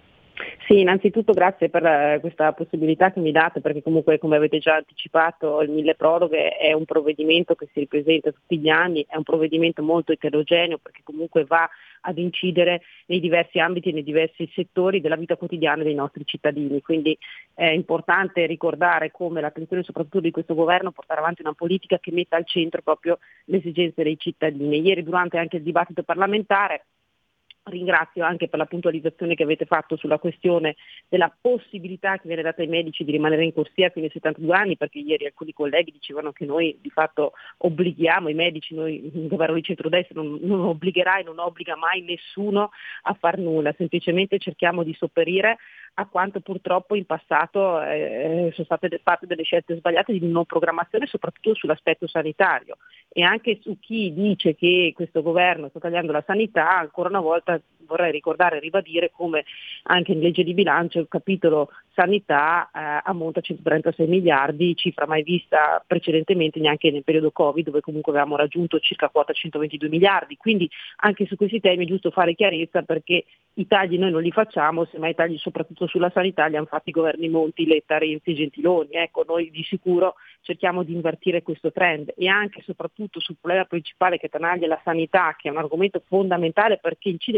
Sì, innanzitutto grazie per questa possibilità che mi date, perché comunque, come avete già anticipato, il mille proroghe è un provvedimento che si ripresenta tutti gli anni, è un provvedimento molto eterogeneo perché comunque va ad incidere nei diversi ambiti, nei diversi settori della vita quotidiana dei nostri cittadini, quindi è importante ricordare come l'attenzione soprattutto di questo governo portare avanti una politica che metta al centro proprio le esigenze dei cittadini. Ieri durante anche il dibattito parlamentare ringrazio anche per la puntualizzazione che avete fatto sulla questione della possibilità che viene data ai medici di rimanere in corsia fino ai settantadue anni, perché ieri alcuni colleghi dicevano che noi di fatto obblighiamo i medici, noi il governo di centrodestra non, non obbligherà e non obbliga mai nessuno a far nulla, semplicemente cerchiamo di sopperire a quanto purtroppo in passato eh, sono state fatte delle scelte sbagliate di non programmazione, soprattutto sull'aspetto sanitario, e anche su chi dice che questo governo sta tagliando la sanità. Ancora una volta vorrei ricordare e ribadire come anche in legge di bilancio il capitolo sanità eh, ammonta a centotrentasei miliardi, cifra mai vista precedentemente neanche nel periodo Covid, dove comunque avevamo raggiunto circa quota centoventidue miliardi. Quindi anche su questi temi è giusto fare chiarezza, perché i tagli noi non li facciamo, semmai i tagli soprattutto sulla sanità li hanno fatti i governi Monti, Letta, Renzi, Gentiloni. Ecco, noi di sicuro cerchiamo di invertire questo trend, e anche e soprattutto sul problema principale che tanaglia la sanità, che è un argomento fondamentale perché incide sulla vita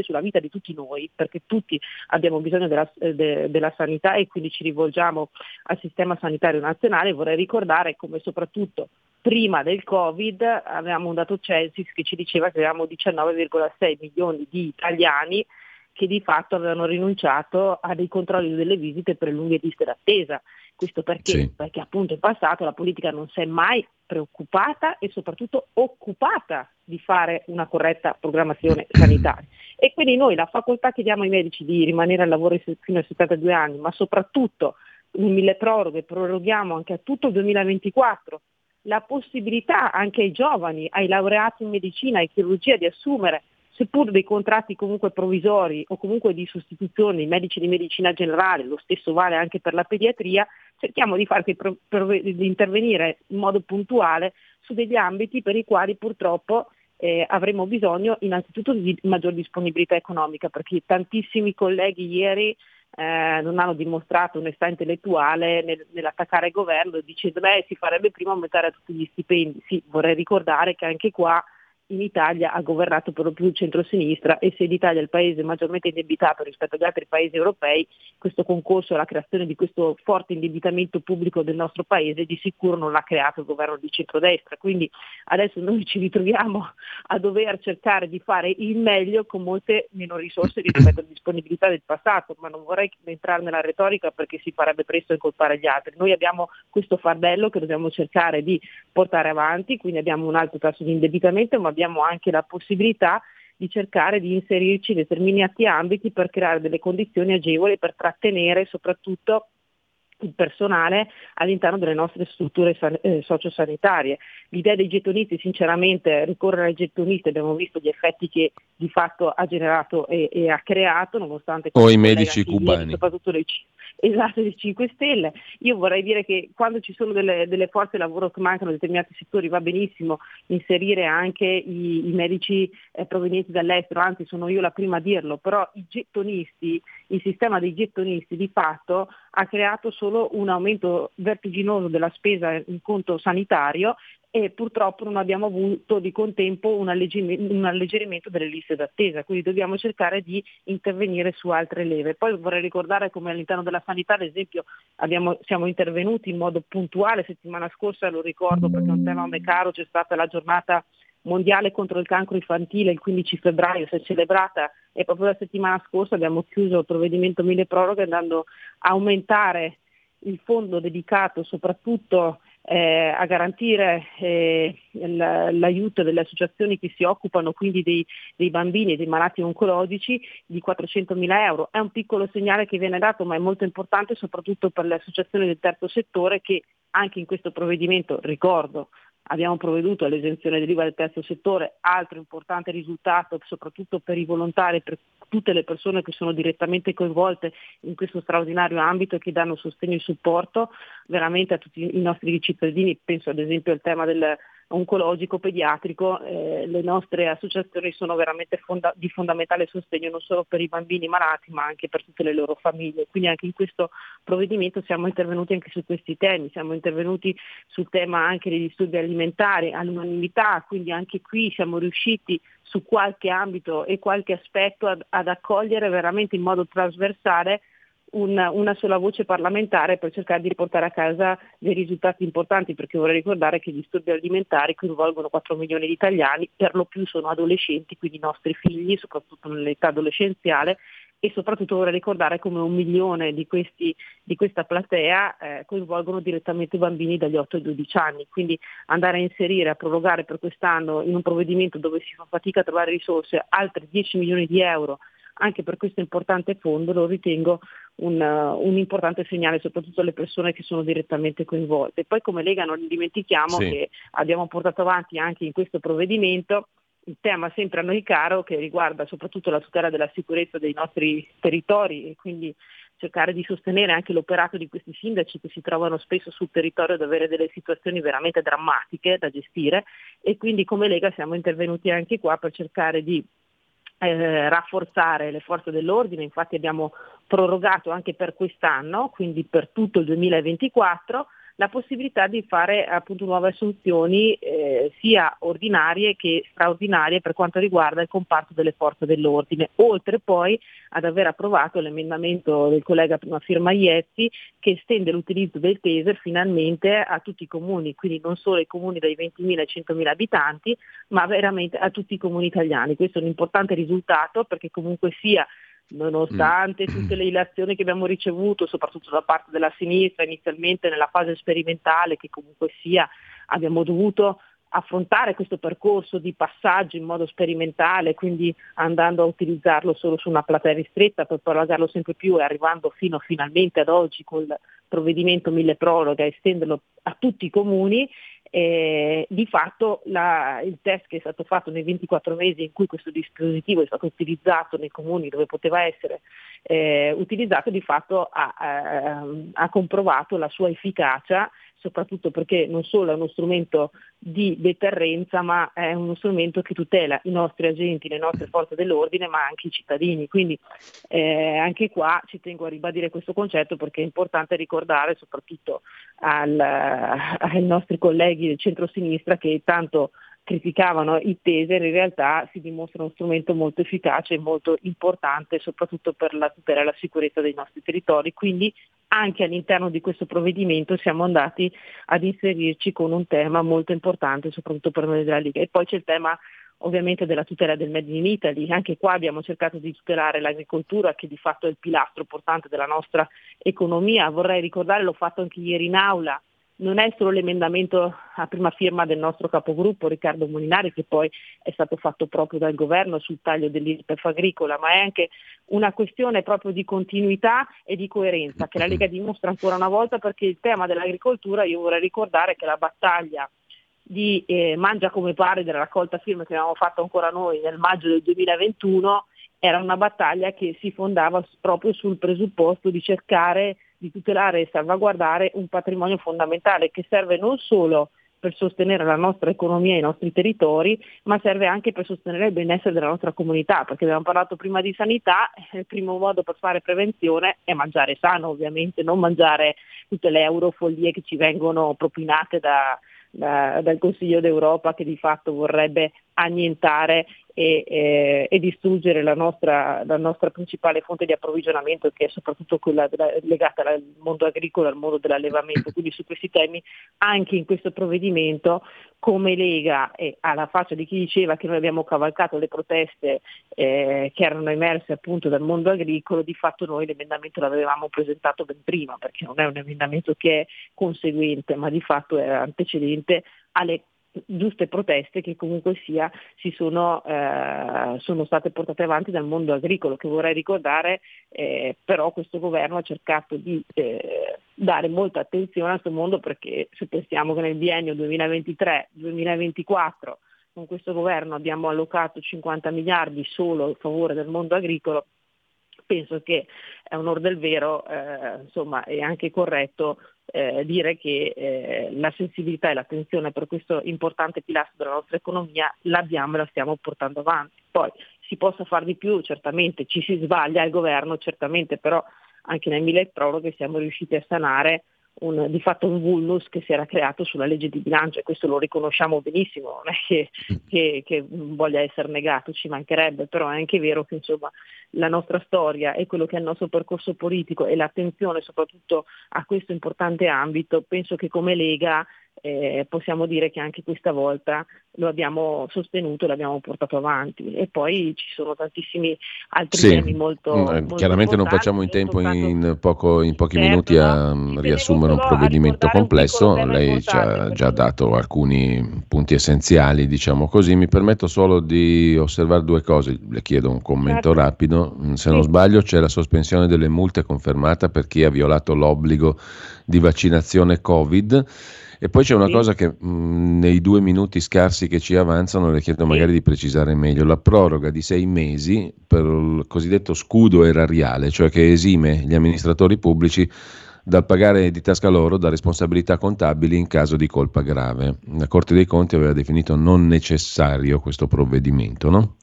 di tutti noi, perché tutti abbiamo bisogno della, de, della sanità e quindi ci rivolgiamo al sistema sanitario nazionale. Vorrei ricordare come soprattutto prima del Covid avevamo un dato Censis che ci diceva che avevamo diciannove virgola sei milioni di italiani che di fatto avevano rinunciato a dei controlli delle visite per lunghe liste d'attesa. Questo perché? Sì. Perché appunto in passato la politica non si è mai preoccupata e soprattutto occupata di fare una corretta programmazione sanitaria. E quindi noi la facoltà che diamo ai medici di rimanere al lavoro fino ai settantadue anni, ma soprattutto nel mille proroghe proroghiamo anche a tutto il duemilaventiquattro la possibilità anche ai giovani, ai laureati in medicina e chirurgia di assumere, seppur dei contratti comunque provvisori o comunque di sostituzione, i medici di medicina generale, lo stesso vale anche per la pediatria, cerchiamo di, far che pro, pro, di intervenire in modo puntuale su degli ambiti per i quali purtroppo eh, avremo bisogno innanzitutto di maggior disponibilità economica, perché tantissimi colleghi ieri Eh, non hanno dimostrato onestà intellettuale nel, nell'attaccare il governo dicendo beh si farebbe prima aumentare tutti gli stipendi. Sì, vorrei ricordare che anche qua in Italia ha governato per lo più il centrosinistra e se l'Italia è il paese maggiormente indebitato rispetto agli altri paesi europei, questo concorso alla creazione di questo forte indebitamento pubblico del nostro paese di sicuro non l'ha creato il governo di centrodestra. Quindi adesso noi ci ritroviamo a dover cercare di fare il meglio con molte meno risorse rispetto alla disponibilità del passato, ma non vorrei entrare nella retorica perché si farebbe presto a incolpare gli altri. Noi abbiamo questo fardello che dobbiamo cercare di portare avanti, quindi abbiamo un alto tasso di indebitamento, ma abbiamo anche la possibilità di cercare di inserirci in determinati ambiti per creare delle condizioni agevoli per trattenere soprattutto il personale all'interno delle nostre strutture san- eh, sociosanitarie. L'idea dei gettonisti, sinceramente, ricorrere ai gettonisti abbiamo visto gli effetti che di fatto ha generato e, e ha creato, nonostante o i collega medici che ieri, cubani. soprattutto dei, esatto, dei cinque Stelle. Io vorrei dire che quando ci sono delle, delle forze lavoro che mancano in determinati settori va benissimo inserire anche i, i medici eh, provenienti dall'estero, anzi sono io la prima a dirlo, però i gettonisti, il sistema dei gettonisti di fatto ha creato solo un aumento vertiginoso della spesa in conto sanitario e purtroppo non abbiamo avuto di contempo un alleggerimento, un alleggerimento delle liste d'attesa, quindi dobbiamo cercare di intervenire su altre leve. Poi vorrei ricordare come all'interno della sanità, ad esempio, abbiamo, siamo intervenuti in modo puntuale, settimana scorsa lo ricordo perché è un tema a me caro, c'è stata la giornata mondiale contro il cancro infantile, il quindici febbraio si è celebrata e proprio la settimana scorsa abbiamo chiuso il provvedimento mille proroghe andando a aumentare il fondo dedicato soprattutto eh, a garantire eh, l'aiuto delle associazioni che si occupano quindi dei, dei bambini e dei malati oncologici di quattrocentomila euro. È un piccolo segnale che viene dato ma è molto importante soprattutto per le associazioni del terzo settore che anche in questo provvedimento, ricordo, abbiamo provveduto all'esenzione dell'I V A del terzo settore, altro importante risultato soprattutto per i volontari, per tutte le persone che sono direttamente coinvolte in questo straordinario ambito e che danno sostegno e supporto veramente a tutti i nostri cittadini. Penso ad esempio al tema del oncologico pediatrico, eh, le nostre associazioni sono veramente fonda- di fondamentale sostegno non solo per i bambini malati ma anche per tutte le loro famiglie, quindi anche in questo provvedimento siamo intervenuti anche su questi temi, siamo intervenuti sul tema anche dei disturbi alimentari all'unanimità, quindi anche qui siamo riusciti su qualche ambito e qualche aspetto ad, ad accogliere veramente in modo trasversale Una, una sola voce parlamentare per cercare di riportare a casa dei risultati importanti, perché vorrei ricordare che gli disturbi alimentari coinvolgono quattro milioni di italiani, per lo più sono adolescenti, quindi i nostri figli, soprattutto nell'età adolescenziale, e soprattutto vorrei ricordare come un milione di, questi, di questa platea eh, coinvolgono direttamente i bambini dagli otto ai dodici anni, quindi andare a inserire, a prorogare per quest'anno in un provvedimento dove si fa fatica a trovare risorse altri dieci milioni di euro anche per questo importante fondo, lo ritengo un, uh, un importante segnale soprattutto alle persone che sono direttamente coinvolte. Poi come Lega non dimentichiamo Sì. che abbiamo portato avanti anche in questo provvedimento il tema sempre a noi caro che riguarda soprattutto la tutela della sicurezza dei nostri territori e quindi cercare di sostenere anche l'operato di questi sindaci che si trovano spesso sul territorio ad avere delle situazioni veramente drammatiche da gestire e quindi come Lega siamo intervenuti anche qua per cercare di Eh, rafforzare le forze dell'ordine, infatti abbiamo prorogato anche per quest'anno, quindi per tutto il duemilaventiquattro, la possibilità di fare appunto nuove assunzioni eh, sia ordinarie che straordinarie per quanto riguarda il comparto delle forze dell'ordine, oltre poi ad aver approvato l'emendamento del collega prima firma Iezzi che estende l'utilizzo del taser finalmente a tutti i comuni, quindi non solo ai comuni dai ventimila ai centomila abitanti, ma veramente a tutti i comuni italiani. Questo è un importante risultato perché comunque sia, nonostante tutte le ilazioni che abbiamo ricevuto, soprattutto da parte della sinistra, inizialmente nella fase sperimentale, che comunque sia abbiamo dovuto affrontare questo percorso di passaggio in modo sperimentale, quindi andando a utilizzarlo solo su una platea ristretta per poi allargarlo sempre più e arrivando fino finalmente ad oggi col provvedimento mille proroghe, estenderlo a tutti i comuni. Eh, di fatto la, il test che è stato fatto nei ventiquattro mesi in cui questo dispositivo è stato utilizzato nei comuni dove poteva essere eh, utilizzato, di fatto ha, ha, ha comprovato la sua efficacia, soprattutto perché non solo è uno strumento di deterrenza, ma è uno strumento che tutela i nostri agenti, le nostre forze dell'ordine, ma anche i cittadini. Quindi eh, anche qua ci tengo a ribadire questo concetto perché è importante ricordare soprattutto al, ai nostri colleghi del centro-sinistra che tanto criticavano i taser, in realtà si dimostra uno strumento molto efficace e molto importante soprattutto per la tutela e la sicurezza dei nostri territori. Quindi anche all'interno di questo provvedimento siamo andati ad inserirci con un tema molto importante soprattutto per noi della Lega. E poi c'è il tema ovviamente della tutela del Made in Italy. Anche qua abbiamo cercato di tutelare l'agricoltura che di fatto è il pilastro portante della nostra economia. Vorrei ricordare, l'ho fatto anche ieri in aula, non è solo l'emendamento a prima firma del nostro capogruppo Riccardo Molinari, che poi è stato fatto proprio dal governo sul taglio dell'I R P E F agricola, ma è anche una questione proprio di continuità e di coerenza che la Lega dimostra ancora una volta, perché il tema dell'agricoltura, io vorrei ricordare che la battaglia di eh, Mangia come pare della raccolta firme che avevamo fatto ancora noi nel maggio del duemilaventuno era una battaglia che si fondava proprio sul presupposto di cercare di tutelare e salvaguardare un patrimonio fondamentale che serve non solo per sostenere la nostra economia e i nostri territori, ma serve anche per sostenere il benessere della nostra comunità, perché abbiamo parlato prima di sanità, il primo modo per fare prevenzione è mangiare sano, ovviamente, non mangiare tutte le eurofollie che ci vengono propinate da, da, dal Consiglio d'Europa, che di fatto vorrebbe annientare e, e, e distruggere la nostra, la nostra principale fonte di approvvigionamento, che è soprattutto quella della, legata al mondo agricolo, al mondo dell'allevamento. Quindi su questi temi anche in questo provvedimento come Lega, e alla faccia di chi diceva che noi abbiamo cavalcato le proteste eh, che erano emerse appunto dal mondo agricolo, di fatto noi l'emendamento l'avevamo presentato ben prima, perché non è un emendamento che è conseguente, ma di fatto è antecedente alle giuste proteste che comunque sia si sono, eh, sono state portate avanti dal mondo agricolo, che vorrei ricordare eh, però questo governo ha cercato di eh, dare molta attenzione a questo mondo, perché se pensiamo che nel biennio duemilaventitré duemilaventiquattro con questo governo abbiamo allocato cinquanta miliardi solo a favore del mondo agricolo, penso che è onor del vero, eh, insomma è anche corretto eh, dire che eh, la sensibilità e l'attenzione per questo importante pilastro della nostra economia l'abbiamo e la stiamo portando avanti. Poi si possa far di più, certamente ci si sbaglia al governo, certamente, però anche nel mille proroghe siamo riusciti a sanare un, di fatto un vulnus che si era creato sulla legge di bilancio, e questo lo riconosciamo benissimo, non è che, che, che voglia essere negato, ci mancherebbe, però è anche vero che insomma la nostra storia e quello che è il nostro percorso politico e l'attenzione soprattutto a questo importante ambito, penso che come Lega eh, possiamo dire che anche questa volta lo abbiamo sostenuto, l'abbiamo portato avanti. E poi ci sono tantissimi altri sì, temi molto, molto chiaramente non facciamo in tempo in, poco, in pochi certo, minuti a no? riassumere un provvedimento complesso. Un Lei ci ha già dato alcuni punti essenziali, diciamo così. Mi permetto solo di osservare due cose, le chiedo un commento certo. rapido. Se sì. non sbaglio c'è la sospensione delle multe confermata per chi ha violato l'obbligo di vaccinazione Covid. E poi c'è una sì. cosa che mh, nei due minuti scarsi che ci avanzano le chiedo magari sì. di precisare meglio: la proroga di sei mesi per il cosiddetto scudo erariale, cioè che esime gli amministratori pubblici dal pagare di tasca loro da responsabilità contabili in caso di colpa grave. La Corte dei Conti aveva definito non necessario questo provvedimento, no?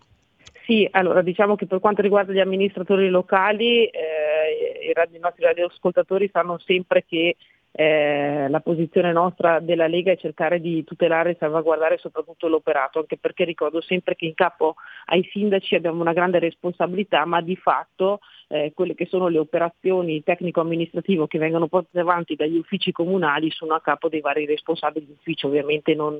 Sì, allora diciamo che per quanto riguarda gli amministratori locali, eh, i, radio, i nostri radioascoltatori sanno sempre che eh, la posizione nostra della Lega è cercare di tutelare e salvaguardare soprattutto l'operato, anche perché ricordo sempre che in capo ai sindaci abbiamo una grande responsabilità, ma di fatto eh, quelle che sono le operazioni tecnico-amministrative che vengono portate avanti dagli uffici comunali sono a capo dei vari responsabili di ufficio, ovviamente non,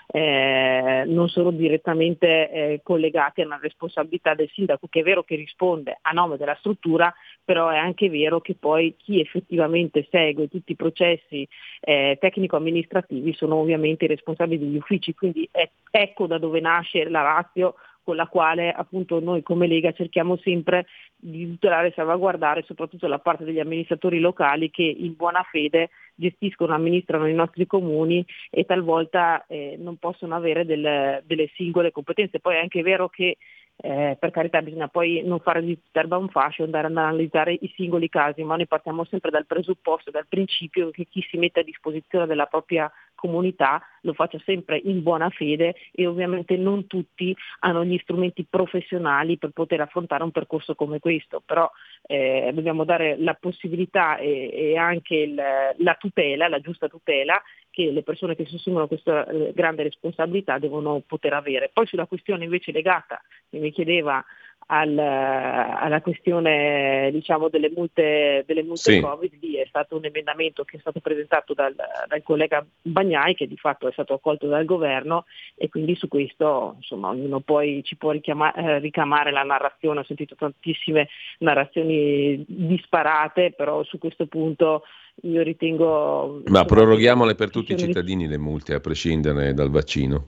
eh, non sono direttamente eh, collegati a una responsabilità del sindaco, che è vero che risponde a nome della struttura, però è anche vero che poi chi effettivamente segue tutti i processi eh, tecnico-amministrativi sono ovviamente i responsabili degli uffici, quindi è, ecco da dove nasce la ratio con la quale appunto noi come Lega cerchiamo sempre di tutelare e salvaguardare soprattutto la parte degli amministratori locali che in buona fede gestiscono e amministrano i nostri comuni e talvolta eh, non possono avere del, delle singole competenze. Poi è anche vero che Eh, per carità bisogna poi non fare di erba un fascio, andare ad analizzare i singoli casi, ma noi partiamo sempre dal presupposto, dal principio che chi si mette a disposizione della propria comunità lo faccia sempre in buona fede e ovviamente non tutti hanno gli strumenti professionali per poter affrontare un percorso come questo, però eh, dobbiamo dare la possibilità e, e anche il, la tutela, la giusta tutela che le persone che si assumono questa eh, grande responsabilità devono poter avere. Poi sulla questione invece legata, che mi chiedeva al, alla questione diciamo delle multe, delle multe sì. Covid, lì è stato un emendamento che è stato presentato dal, dal collega Bagnai, che di fatto è stato accolto dal governo, e quindi su questo insomma ognuno poi ci può richiama, eh, ricamare la narrazione. Ho sentito tantissime narrazioni disparate, però su questo punto io ritengo... Ma insomma, proroghiamole per tutti i di... cittadini le multe, a prescindere dal vaccino.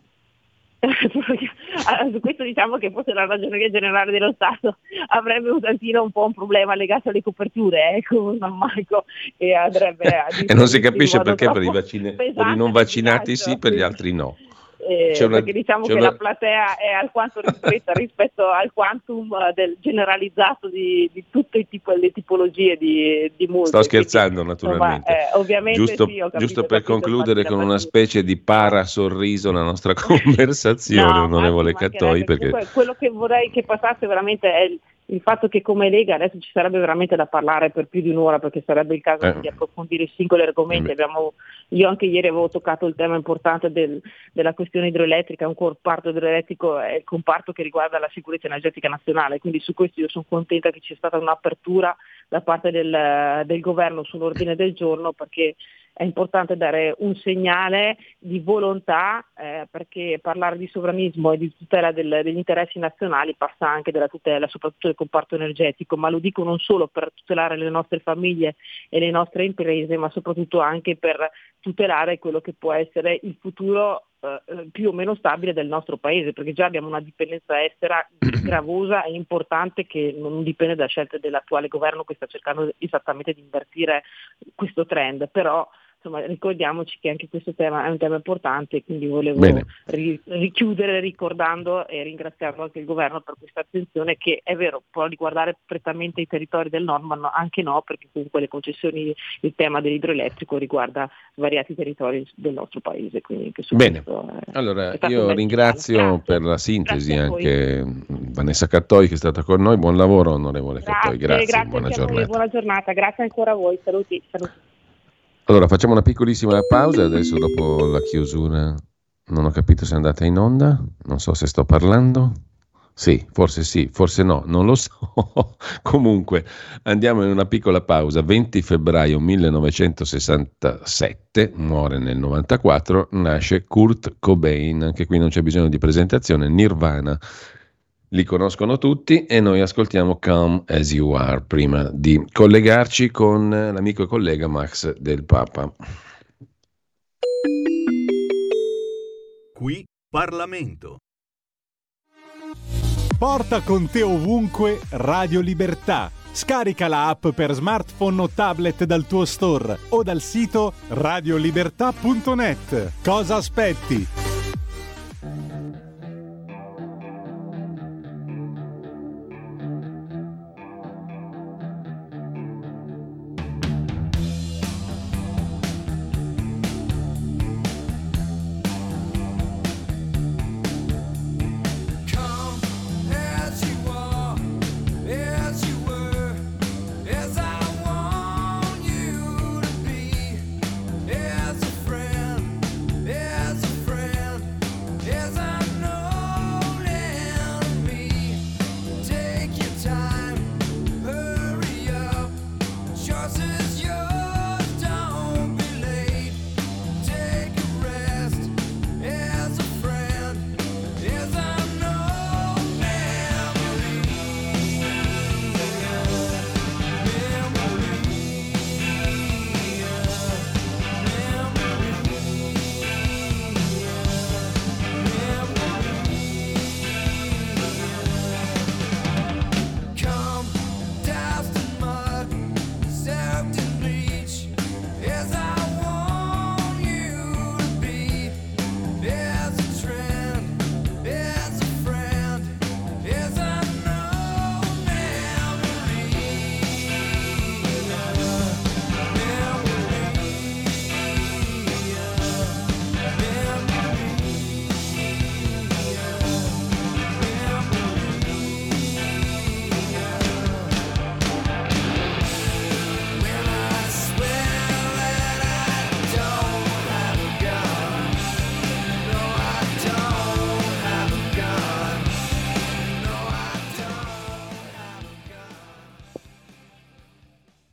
Allora, su questo diciamo che forse la Ragioneria Generale dello Stato avrebbe un tantino un po' un problema legato alle coperture, ecco, eh, San Marco, e andrebbe a e non si capisce perché per i, vaccini, per i non vaccinati esatto, sì, per gli altri no. Eh, c'è una, perché diciamo che una... la platea è alquanto ristretta rispetto al quantum del generalizzato di, di tutte i tipo, le tipologie di, di multe. Sto scherzando quindi, naturalmente. Insomma, eh, ovviamente giusto, sì, ho capito, giusto per capito, concludere con una partita. specie di parasorriso la nostra conversazione, no, onorevole Cattoi. Perché... quello che vorrei che passasse veramente è il, il fatto che come Lega adesso ci sarebbe veramente da parlare per più di un'ora, perché sarebbe il caso eh. di approfondire i singoli argomenti. Eh Abbiamo, io anche ieri avevo toccato il tema importante del, della questione idroelettrica. Un comparto idroelettrico è il comparto che riguarda la sicurezza energetica nazionale, quindi su questo io sono contenta che ci sia stata un'apertura da parte del, del governo sull'ordine del giorno, perché è importante dare un segnale di volontà, eh, perché parlare di sovranismo e di tutela del, degli interessi nazionali passa anche dalla tutela soprattutto del comparto energetico, ma lo dico non solo per tutelare le nostre famiglie e le nostre imprese, ma soprattutto anche per tutelare quello che può essere il futuro eh, più o meno stabile del nostro paese, perché già abbiamo una dipendenza estera gravosa e importante che non dipende da scelte dell'attuale governo che sta cercando esattamente di invertire questo trend, però insomma ricordiamoci che anche questo tema è un tema importante, quindi volevo ri- richiudere ricordando e ringraziando anche il governo per questa attenzione che è vero può riguardare prettamente i territori del nord, ma no, anche no, perché comunque le concessioni, il tema dell'idroelettrico riguarda svariati territori del nostro paese, quindi anche su Bene, questo è, allora è io ringrazio per la sintesi anche Vanessa Cattoi che è stata con noi. Buon lavoro onorevole grazie, Cattoi, grazie, grazie buona anche giornata. A voi, buona giornata, grazie ancora a voi, saluti, saluti. Allora facciamo una piccolissima pausa, adesso dopo la chiusura non ho capito se è andata in onda, non so se sto parlando, sì, forse sì, forse no, non lo so, comunque andiamo in una piccola pausa. Venti febbraio millenovecentosessantasette, muore nel novantaquattro, nasce Kurt Cobain, anche qui non c'è bisogno di presentazione, Nirvana. Li conoscono tutti e noi ascoltiamo Come As You Are prima di collegarci con l'amico e collega Max Del Papa. Qui Parlamento. Porta con te ovunque Radio Libertà. Scarica la app per smartphone o tablet dal tuo store o dal sito radiolibertà punto net. Cosa aspetti?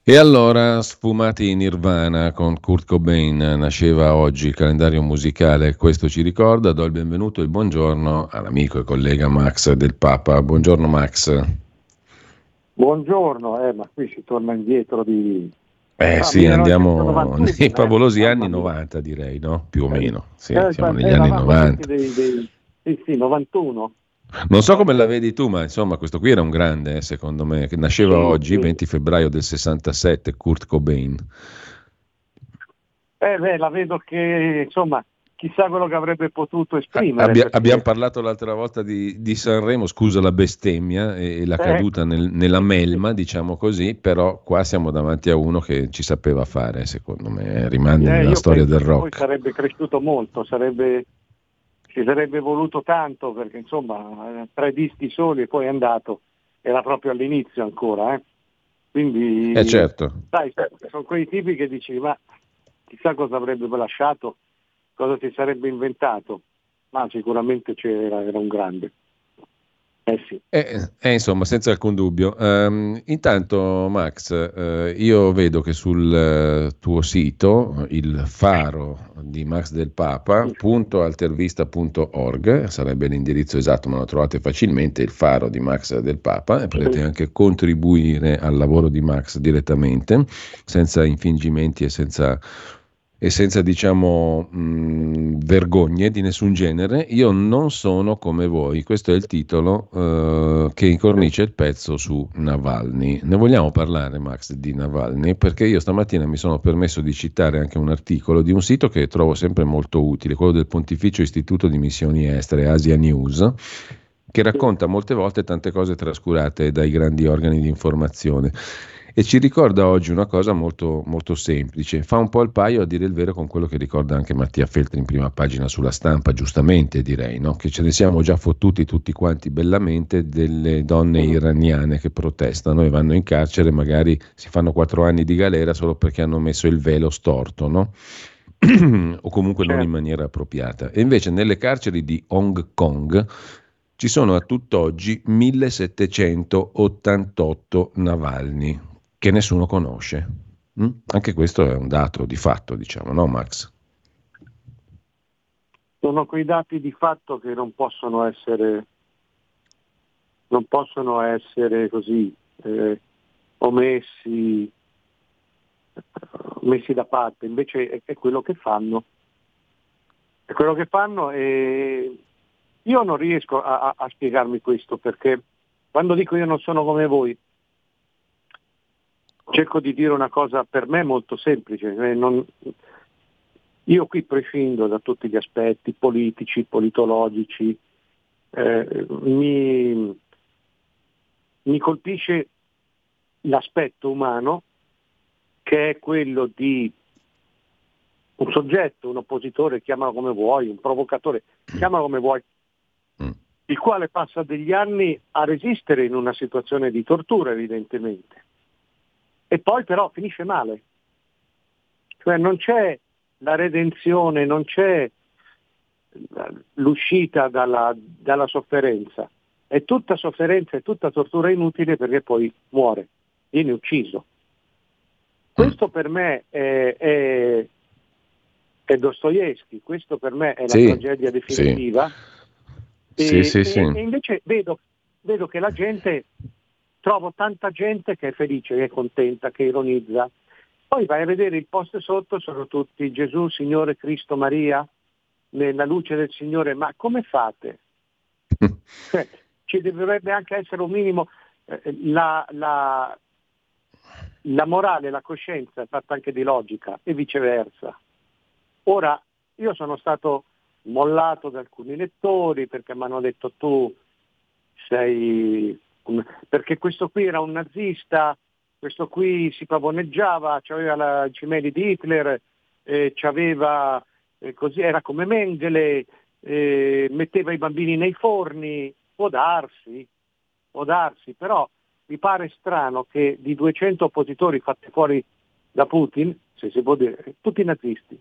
E allora, sfumati in Nirvana con Kurt Cobain, nasceva oggi il calendario musicale, questo ci ricorda. Do il benvenuto e il buongiorno all'amico e collega Max Del Papa. Buongiorno Max. Buongiorno, eh, ma qui si torna indietro di... Eh ah, sì, andiamo millenovecentonovantuno, nei eh, favolosi mamma anni mia. novanta, direi, no? Più o Eh, meno. Sì, eh, siamo negli eravamo anni novanta. tutti dei, dei... Sì, sì, novantuno. Non so come la vedi tu, ma insomma questo qui era un grande, eh, secondo me, che nasceva Sì, oggi, sì. venti febbraio del sessantasette, Kurt Cobain. Eh, beh, la vedo che, insomma, chissà quello che avrebbe potuto A- esprimere. abbia- perché... abbiamo parlato l'altra volta di, di Sanremo, scusa la bestemmia e, e la Eh, caduta nel- nella sì, melma, diciamo così, però qua siamo davanti a uno che ci sapeva fare, secondo me, rimane eh, nella io storia penso del che poi rock. sarebbe cresciuto molto, sarebbe... ci sarebbe voluto tanto, perché insomma, tre dischi soli e poi è andato, era proprio all'inizio ancora, eh. Eh Quindi, certo. sai, sono quei tipi che dici, ma chissà cosa avrebbe lasciato, cosa si sarebbe inventato, ma sicuramente c'era, era un grande. Eh sì. Eh, eh, insomma, senza alcun dubbio. Ehm, intanto, Max, eh, io vedo che sul eh, tuo sito, il faro di Max Del Papa, punto altervista punto org, sarebbe l'indirizzo esatto, ma lo trovate facilmente, il faro di Max Del Papa, e potete anche contribuire al lavoro di Max direttamente, senza infingimenti e senza e senza, diciamo, mh, vergogne di nessun genere. Io non sono come voi, questo è il titolo eh, che incornicia il pezzo su Navalny. Ne vogliamo parlare, Max, di Navalny? Perché io stamattina mi sono permesso di citare anche un articolo di un sito che trovo sempre molto utile, quello del Pontificio Istituto di Missioni Estere, Asia News, che racconta molte volte tante cose trascurate dai grandi organi di informazione. E ci ricorda oggi una cosa molto, molto semplice, fa un po' il paio, a dire il vero, con quello che ricorda anche Mattia Feltri in prima pagina sulla Stampa, giustamente direi, no? Che ce ne siamo già fottuti tutti quanti bellamente delle donne iraniane che protestano e vanno in carcere, magari si fanno quattro anni di galera solo perché hanno messo il velo storto, no? O comunque non in maniera appropriata. E invece nelle carceri di Hong Kong ci sono a tutt'oggi millesettecentottantotto Navalny, che nessuno conosce. Mm? Anche questo è un dato di fatto, diciamo, no Max? Sono quei dati di fatto che non possono essere non possono essere così eh, omessi messi da parte, invece è, è quello che fanno è quello che fanno e io non riesco a, a, a spiegarmi questo, perché quando dico io non sono come voi cerco di dire una cosa per me molto semplice, eh, non, io qui prescindo da tutti gli aspetti politici, politologici, eh, mi, mi colpisce l'aspetto umano, che è quello di un soggetto, un oppositore, chiamalo come vuoi, un provocatore, chiamalo come vuoi, il quale passa degli anni a resistere in una situazione di tortura evidentemente, e poi però finisce male. Cioè non c'è la redenzione, non c'è l'uscita dalla, dalla sofferenza, è tutta sofferenza, è tutta tortura inutile, perché poi muore, viene ucciso. Questo per me è, è, è Dostoevskij, questo per me è la Sì, tragedia definitiva. Sì, E, sì, e, sì. e invece vedo, vedo che la gente, trovo tanta gente che è felice, che è contenta, che ironizza. Poi vai a vedere il post sotto, sono tutti Gesù, Signore, Cristo, Maria, nella luce del Signore. Ma come fate? Cioè, ci dovrebbe anche essere un minimo, eh, la, la, la morale, la coscienza è fatta anche di logica e viceversa. Ora, io sono stato mollato da alcuni lettori perché mi hanno detto tu sei un... perché questo qui era un nazista, questo qui si pavoneggiava, aveva i cimeli di Hitler, eh, c'aveva, eh, così, era come Mengele, eh, metteva i bambini nei forni. Può darsi, può darsi, però mi pare strano che di duecento oppositori fatti fuori da Putin, se si può dire, tutti nazisti.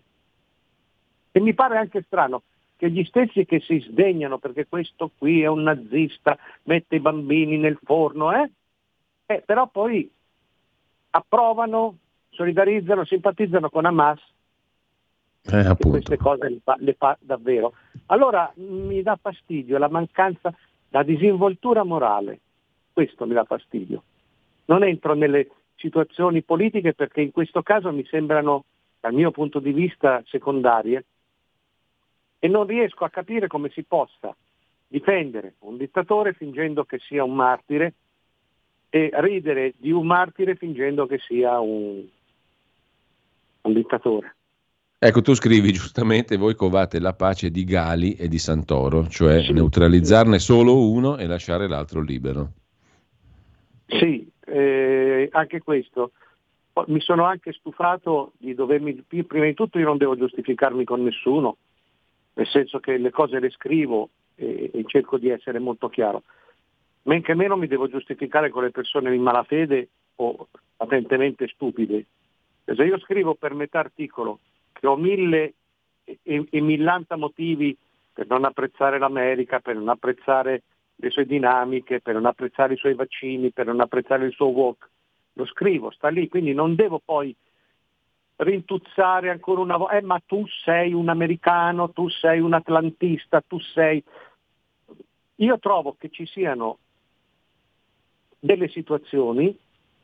E mi pare anche strano che gli stessi che si sdegnano perché questo qui è un nazista, mette i bambini nel forno, eh? Eh, però poi approvano, solidarizzano, simpatizzano con Hamas. Eh, e appunto. queste cose le fa, le fa davvero. Allora mi dà fastidio la mancanza, la disinvoltura morale, questo mi dà fastidio. Non entro nelle situazioni politiche perché in questo caso mi sembrano, dal mio punto di vista, secondarie, e non riesco a capire come si possa difendere un dittatore fingendo che sia un martire e ridere di un martire fingendo che sia un, un dittatore. Ecco, tu scrivi giustamente, voi covate la pace di Gali e di Santoro, cioè Sì. neutralizzarne solo uno e lasciare l'altro libero. Sì, eh, anche questo. Mi sono anche stufato di dovermi, prima di tutto io non devo giustificarmi con nessuno, nel senso che le cose le scrivo e, e cerco di essere molto chiaro. Men che meno mi devo giustificare con le persone in malafede o patentemente stupide. Se io scrivo per metà articolo che ho mille e, e millanta motivi per non apprezzare l'America, per non apprezzare le sue dinamiche, per non apprezzare i suoi vaccini, per non apprezzare il suo woke, lo scrivo, sta lì, quindi non devo poi rintuzzare ancora una volta, eh ma tu sei un americano, tu sei un atlantista, tu sei... Io trovo che ci siano delle situazioni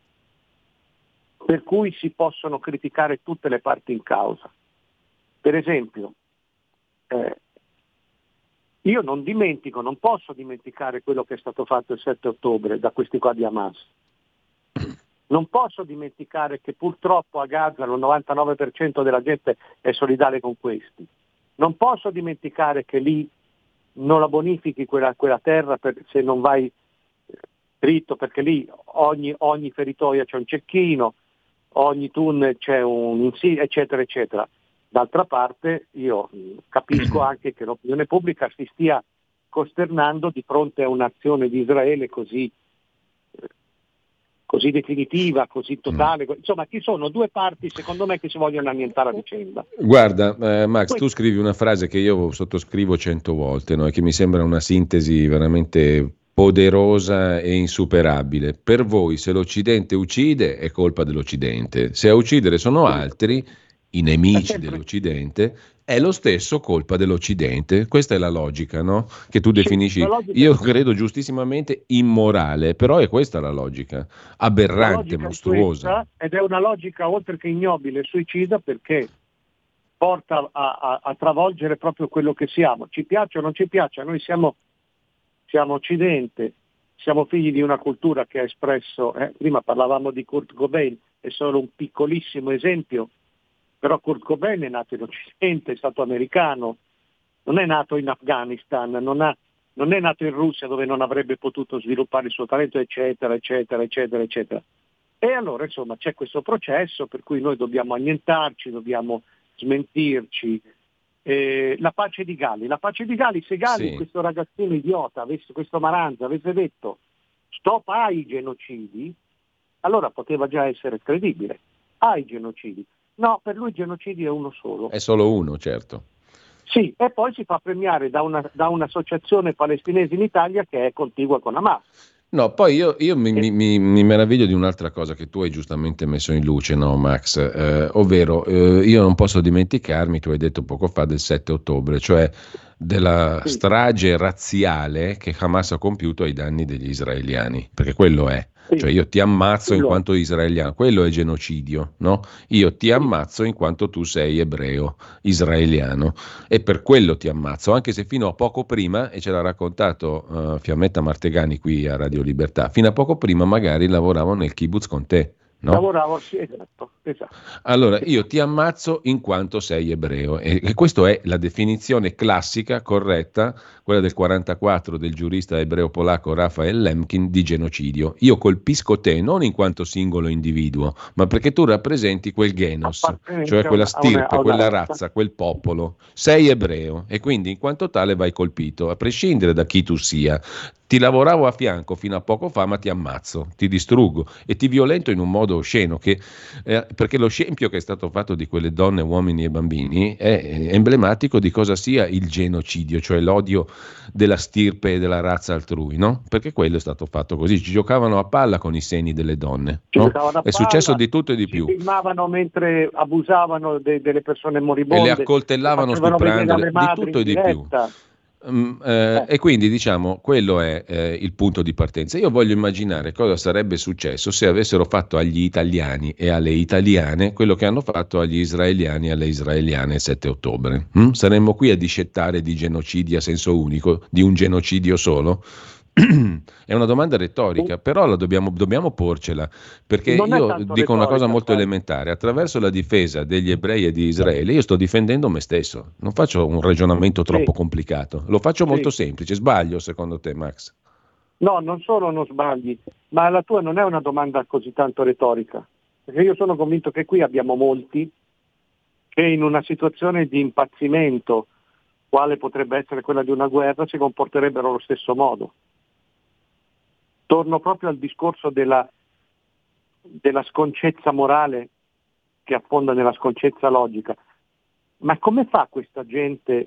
per cui si possono criticare tutte le parti in causa. Per esempio, eh, io non dimentico, non posso dimenticare quello che è stato fatto il sette ottobre da questi qua di Hamas. Non posso dimenticare che purtroppo a Gaza il novantanove per cento della gente è solidale con questi. Non posso dimenticare che lì non la bonifichi quella, quella terra per, se non vai dritto, perché lì ogni, ogni feritoia c'è un cecchino, ogni tunnel c'è un insidio, eccetera, eccetera. D'altra parte io capisco anche che l'opinione pubblica si stia costernando di fronte a un'azione di Israele così, così definitiva, così totale. Insomma, ci sono due parti, secondo me, che si vogliono annientare a vicenda. Guarda, eh, Max, tu scrivi una frase che io sottoscrivo cento volte, no? E che mi sembra una sintesi veramente poderosa e insuperabile. Per voi, se l'Occidente uccide, è colpa dell'Occidente. Se a uccidere sono altri, i nemici dell'Occidente, è lo stesso colpa dell'Occidente. Questa è la logica, no? Che tu definisci, io credo giustissimamente, immorale, però è questa la logica, aberrante, la logica mostruosa. È ed è una logica oltre che ignobile, suicida, perché porta a, a, a travolgere proprio quello che siamo. Ci piaccia o non ci piaccia, noi siamo, siamo Occidente, siamo figli di una cultura che ha espresso, eh, prima parlavamo di Kurt Cobain, è solo un piccolissimo esempio. Però Kurt Cobain è nato in Occidente, è stato americano, non è nato in Afghanistan, non, ha, non è nato in Russia dove non avrebbe potuto sviluppare il suo talento, eccetera, eccetera, eccetera, eccetera. E allora insomma c'è questo processo per cui noi dobbiamo annientarci, dobbiamo smentirci. Eh, la pace di Gali, la pace di Gali, se Gali, sì, questo ragazzino idiota, avesse, questo Maranza, avesse detto stop ai genocidi, allora poteva già essere credibile, ai genocidi. No, per lui il genocidio è uno solo. È solo uno, certo. Sì, e poi si fa premiare da, una, da un'associazione palestinese in Italia che è contigua con Hamas. No, poi io, io mi, mi, mi, mi meraviglio di un'altra cosa che tu hai giustamente messo in luce, no, Max? Eh, ovvero, eh, io non posso dimenticarmi, tu hai detto poco fa, del sette ottobre, cioè della sì. strage razziale che Hamas ha compiuto ai danni degli israeliani, perché quello è. Cioè io ti ammazzo in quanto israeliano, quello è genocidio, no? Io ti ammazzo in quanto tu sei ebreo, israeliano, e per quello ti ammazzo, anche se fino a poco prima, e ce l'ha raccontato uh, Fiammetta Martegani qui a Radio Libertà, fino a poco prima magari lavoravo nel kibbutz con te. No? Lavoravo, sì, esatto, esatto. Allora io ti ammazzo in quanto sei ebreo e, e questa è la definizione classica, corretta, quella del quarantaquattro del giurista ebreo polacco Raphael Lemkin di genocidio. Io colpisco te non in quanto singolo individuo, ma perché tu rappresenti quel genos, cioè quella stirpe, quella razza, quel popolo. Sei ebreo e quindi in quanto tale vai colpito, a prescindere da chi tu sia. Ti lavoravo a fianco fino a poco fa, ma ti ammazzo, ti distruggo e ti violento in un modo osceno, che, eh, perché lo scempio che è stato fatto di quelle donne, uomini e bambini è emblematico di cosa sia il genocidio, cioè l'odio della stirpe e della razza altrui, no? Perché quello è stato fatto così, ci giocavano a palla con i seni delle donne, no? È palla, successo di tutto e di più. Si filmavano mentre abusavano de- delle persone moribonde. E le accoltellavano stuprandole, di tutto e di più. Um, eh, eh. E quindi diciamo quello è eh, il punto di partenza. Io voglio immaginare cosa sarebbe successo se avessero fatto agli italiani e alle italiane quello che hanno fatto agli israeliani e alle israeliane il sette ottobre. Mm? Saremmo qui a discettare di genocidi a senso unico, di un genocidio solo? È una domanda retorica, però la dobbiamo, dobbiamo porcela, perché io dico retorica, una cosa molto sai. elementare: attraverso la difesa degli ebrei e di Israele io sto difendendo me stesso, non faccio un ragionamento troppo sì. complicato, lo faccio sì. molto semplice. Sbaglio secondo te, Max? No, non solo non sbagli, ma la tua non è una domanda così tanto retorica, perché io sono convinto che qui abbiamo molti che in una situazione di impazzimento, quale potrebbe essere quella di una guerra, si comporterebbero allo stesso modo. Torno proprio al discorso della, della sconcezza morale che affonda nella sconcezza logica. Ma come fa questa gente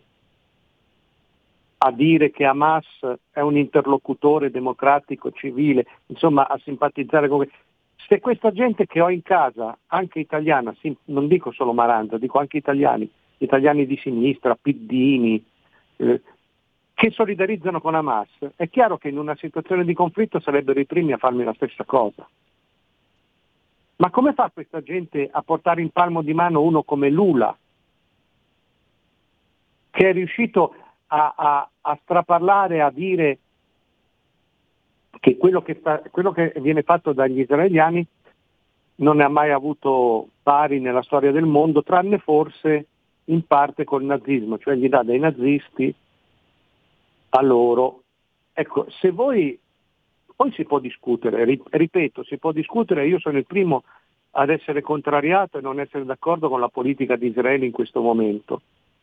a dire che Hamas è un interlocutore democratico, civile, insomma a simpatizzare con... Se questa gente che ho in casa, anche italiana, non dico solo Maranza, dico anche italiani, italiani di sinistra, piddini, eh, che solidarizzano con Hamas, è chiaro che in una situazione di conflitto sarebbero i primi a farmi la stessa cosa. Ma come fa questa gente a portare in palmo di mano uno come Lula, che è riuscito a, a, a straparlare, a dire che quello che, fa, quello che viene fatto dagli israeliani non ne ha mai avuto pari nella storia del mondo, tranne forse in parte col nazismo, cioè gli dà dei nazisti a loro. Ecco, se voi, poi si può discutere, ripeto, si può discutere, io sono il primo ad essere contrariato e non essere d'accordo con la politica di Israele in questo momento.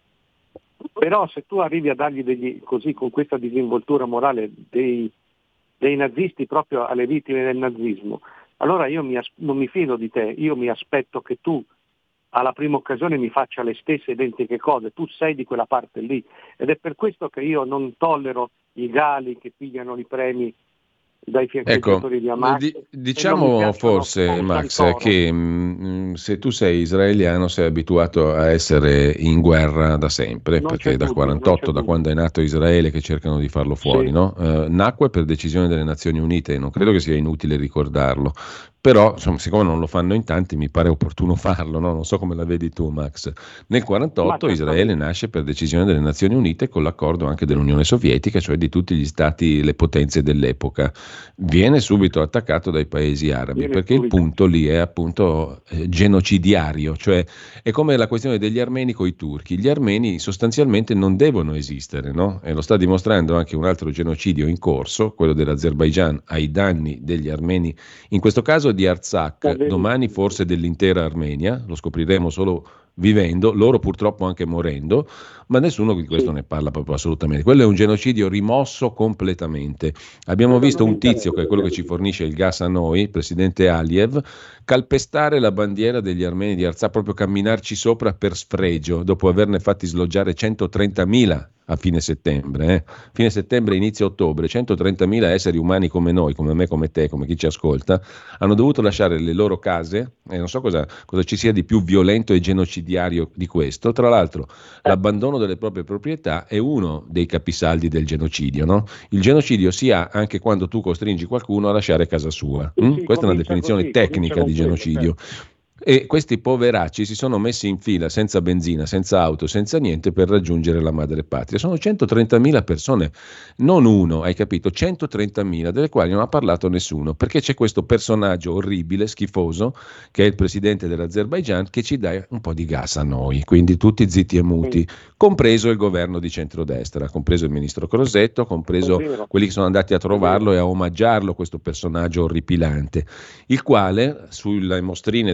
Però se tu arrivi a dargli degli, così con questa disinvoltura morale dei, dei nazisti proprio alle vittime del nazismo, allora io mi, non mi fido di te, io mi aspetto che tu alla prima occasione mi faccia le stesse identiche cose, tu sei di quella parte lì, ed è per questo che io non tollero i gali che pigliano i premi dai fiancheggiatori ecco, di Hamas. Di, diciamo forse, Max, che mh, se tu sei israeliano sei abituato a essere in guerra da sempre, non perché dal quarantotto, da quando è nato Israele, che cercano di farlo fuori, sì. no? Uh, nacque per decisione delle Nazioni Unite, non credo che sia inutile ricordarlo. Però, insomma, siccome non lo fanno in tanti, mi pare opportuno farlo, no? Non so come la vedi tu, Max. Nel quarantotto Israele nasce per decisione delle Nazioni Unite con l'accordo anche dell'Unione Sovietica, cioè di tutti gli stati, le potenze dell'epoca. Viene subito attaccato dai paesi arabi, Viene perché subito. il punto lì è appunto eh, genocidiario, cioè è come la questione degli armeni coi turchi. Gli armeni sostanzialmente non devono esistere, no? E lo sta dimostrando anche un altro genocidio in corso, quello dell'Azerbaigian ai danni degli armeni, in questo caso di Artsakh, domani forse dell'intera Armenia, lo scopriremo solo vivendo, loro purtroppo anche morendo, ma nessuno di questo sì. ne parla proprio assolutamente. Quello è un genocidio rimosso completamente. Abbiamo visto un tizio, che è quello che ci fornisce il gas a noi, il presidente Aliyev, calpestare la bandiera degli armeni di Artsakh, proprio camminarci sopra per sfregio, dopo averne fatti sloggiare centotrentamila a fine settembre, eh? fine settembre, inizio ottobre, centotrentamila esseri umani come noi, come me, come te, come chi ci ascolta, hanno dovuto lasciare le loro case, e non so cosa, cosa ci sia di più violento e genocidiario di questo. Tra l'altro l'abbandono delle proprie proprietà è uno dei capisaldi del genocidio, no? Il genocidio si ha anche quando tu costringi qualcuno a lasciare casa sua. Sì, sì, questa è una definizione così, tecnica di genocidio. Questo, E questi poveracci si sono messi in fila senza benzina, senza auto, senza niente per raggiungere la madre patria. Sono centotrentamila persone, non uno, hai capito? centotrentamila, delle quali non ha parlato nessuno, perché c'è questo personaggio orribile, schifoso, che è il presidente dell'Azerbaigian, che ci dà un po' di gas a noi, quindi tutti zitti e muti, compreso il governo di centrodestra, compreso il ministro Crosetto, compreso quelli che sono andati a trovarlo e a omaggiarlo, questo personaggio orripilante, il quale sulle mostrine del suo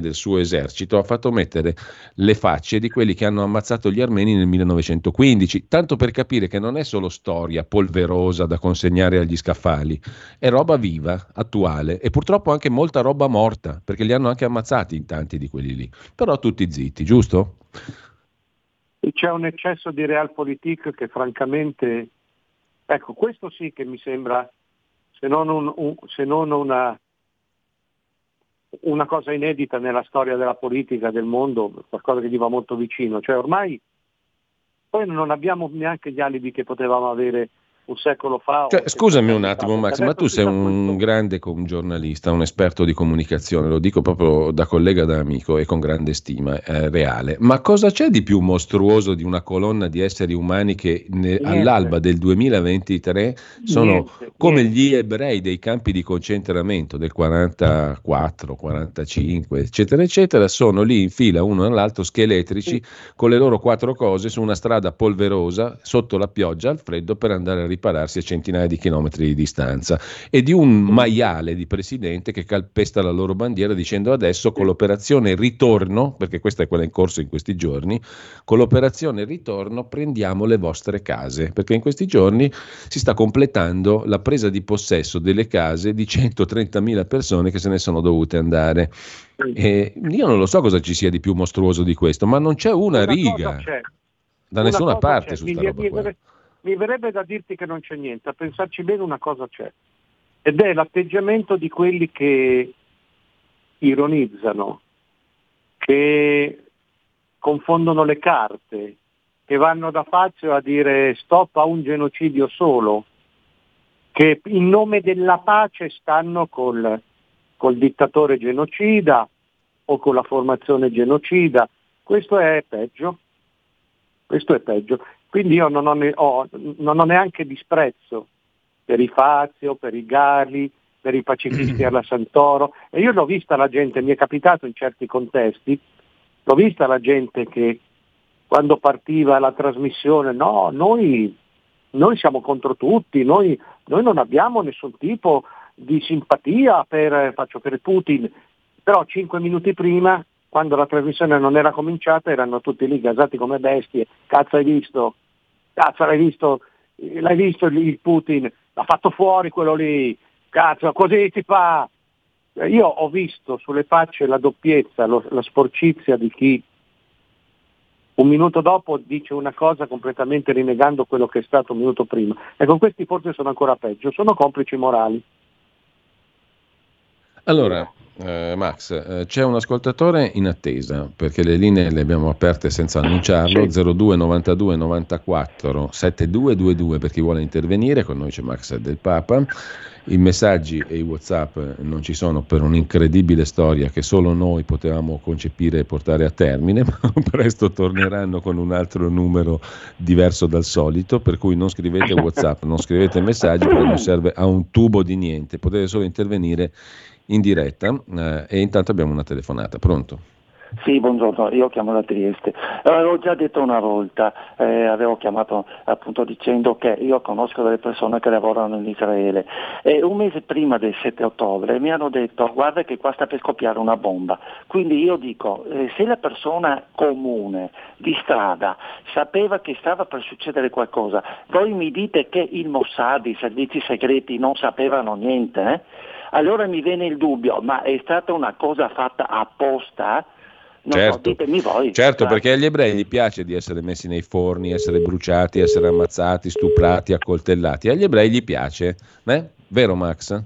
esercito ha fatto mettere le facce di quelli che hanno ammazzato gli armeni nel millenovecentoquindici, tanto per capire che non è solo storia polverosa da consegnare agli scaffali, è roba viva, attuale e purtroppo anche molta roba morta, perché li hanno anche ammazzati in tanti di quelli lì, però tutti zitti, giusto? C'è un eccesso di realpolitik che francamente, ecco, questo sì che mi sembra, se non, un, un, se non una, una cosa inedita nella storia della politica del mondo, qualcosa che gli va molto vicino, cioè ormai poi non abbiamo neanche gli alibi che potevamo avere un secolo fa. Cioè, scusami un attimo Max, ma tu sei un grande un giornalista, un esperto di comunicazione, lo dico proprio da collega, da amico e con grande stima eh, reale, ma cosa c'è di più mostruoso di una colonna di esseri umani che ne, all'alba del duemilaventitré sono niente, come niente. Gli ebrei dei campi di concentramento del quarantaquattro, quarantacinque eccetera eccetera, sono lì in fila uno all'altro scheletrici sì. con le loro quattro cose su una strada polverosa sotto la pioggia al freddo per andare a ripararsi a centinaia di chilometri di distanza, e di un maiale di presidente che calpesta la loro bandiera dicendo adesso con l'operazione ritorno, perché questa è quella in corso in questi giorni, con l'operazione ritorno prendiamo le vostre case, perché in questi giorni si sta completando la presa di possesso delle case di centotrentamila persone che se ne sono dovute andare. E io non lo so cosa ci sia di più mostruoso di questo, ma non c'è una, una riga da una nessuna parte c'è. su sta roba qua. Mi verrebbe da dirti che non c'è niente, a pensarci bene una cosa c'è, ed è l'atteggiamento di quelli che ironizzano, che confondono le carte, che vanno da Fazio a dire stop a un genocidio solo, che in nome della pace stanno col, col dittatore genocida o con la formazione genocida. Questo è peggio, questo è peggio. Quindi io non ho, ne- ho, non ho neanche disprezzo per i Fazio, per i Gali, per i pacifisti alla Santoro, e io l'ho vista la gente, mi è capitato in certi contesti, l'ho vista la gente che quando partiva la trasmissione, no, noi, noi siamo contro tutti, noi, noi non abbiamo nessun tipo di simpatia per, faccio, per Putin, però cinque minuti prima, quando la trasmissione non era cominciata, erano tutti lì gasati come bestie. Cazzo hai visto? Cazzo l'hai visto? L'hai visto il Putin? L'ha fatto fuori quello lì. Cazzo, così si fa. Io ho visto sulle facce la doppiezza, lo, la sporcizia di chi un minuto dopo dice una cosa completamente rinnegando quello che è stato un minuto prima. E con questi forse sono ancora peggio, sono complici morali. Allora, eh, Max, eh, c'è un ascoltatore in attesa, perché le linee le abbiamo aperte senza annunciarlo, zero due novantadue novantaquattro settantadue ventidue per chi vuole intervenire, con noi c'è Max del Papa. I messaggi e i WhatsApp non ci sono per un'incredibile storia che solo noi potevamo concepire e portare a termine, ma presto torneranno con un altro numero diverso dal solito, per cui non scrivete WhatsApp, non scrivete messaggi, perché non serve a un tubo di niente, potete solo intervenire in diretta eh, e intanto abbiamo una telefonata. Pronto? Sì, buongiorno, io chiamo da Trieste. Avevo già detto una volta, eh, avevo chiamato appunto dicendo che io conosco delle persone che lavorano in Israele e un mese prima del sette ottobre mi hanno detto guarda che qua sta per scoppiare una bomba. Quindi io dico, eh, se la persona comune di strada sapeva che stava per succedere qualcosa, voi mi dite che il Mossad, i servizi segreti non sapevano niente, eh? Allora mi viene il dubbio, ma è stata una cosa fatta apposta? Non certo, so, ditemi voi. certo, perché agli ebrei gli piace di essere messi nei forni, essere bruciati, essere ammazzati, stuprati, accoltellati. Agli ebrei gli piace, eh? Vero Max?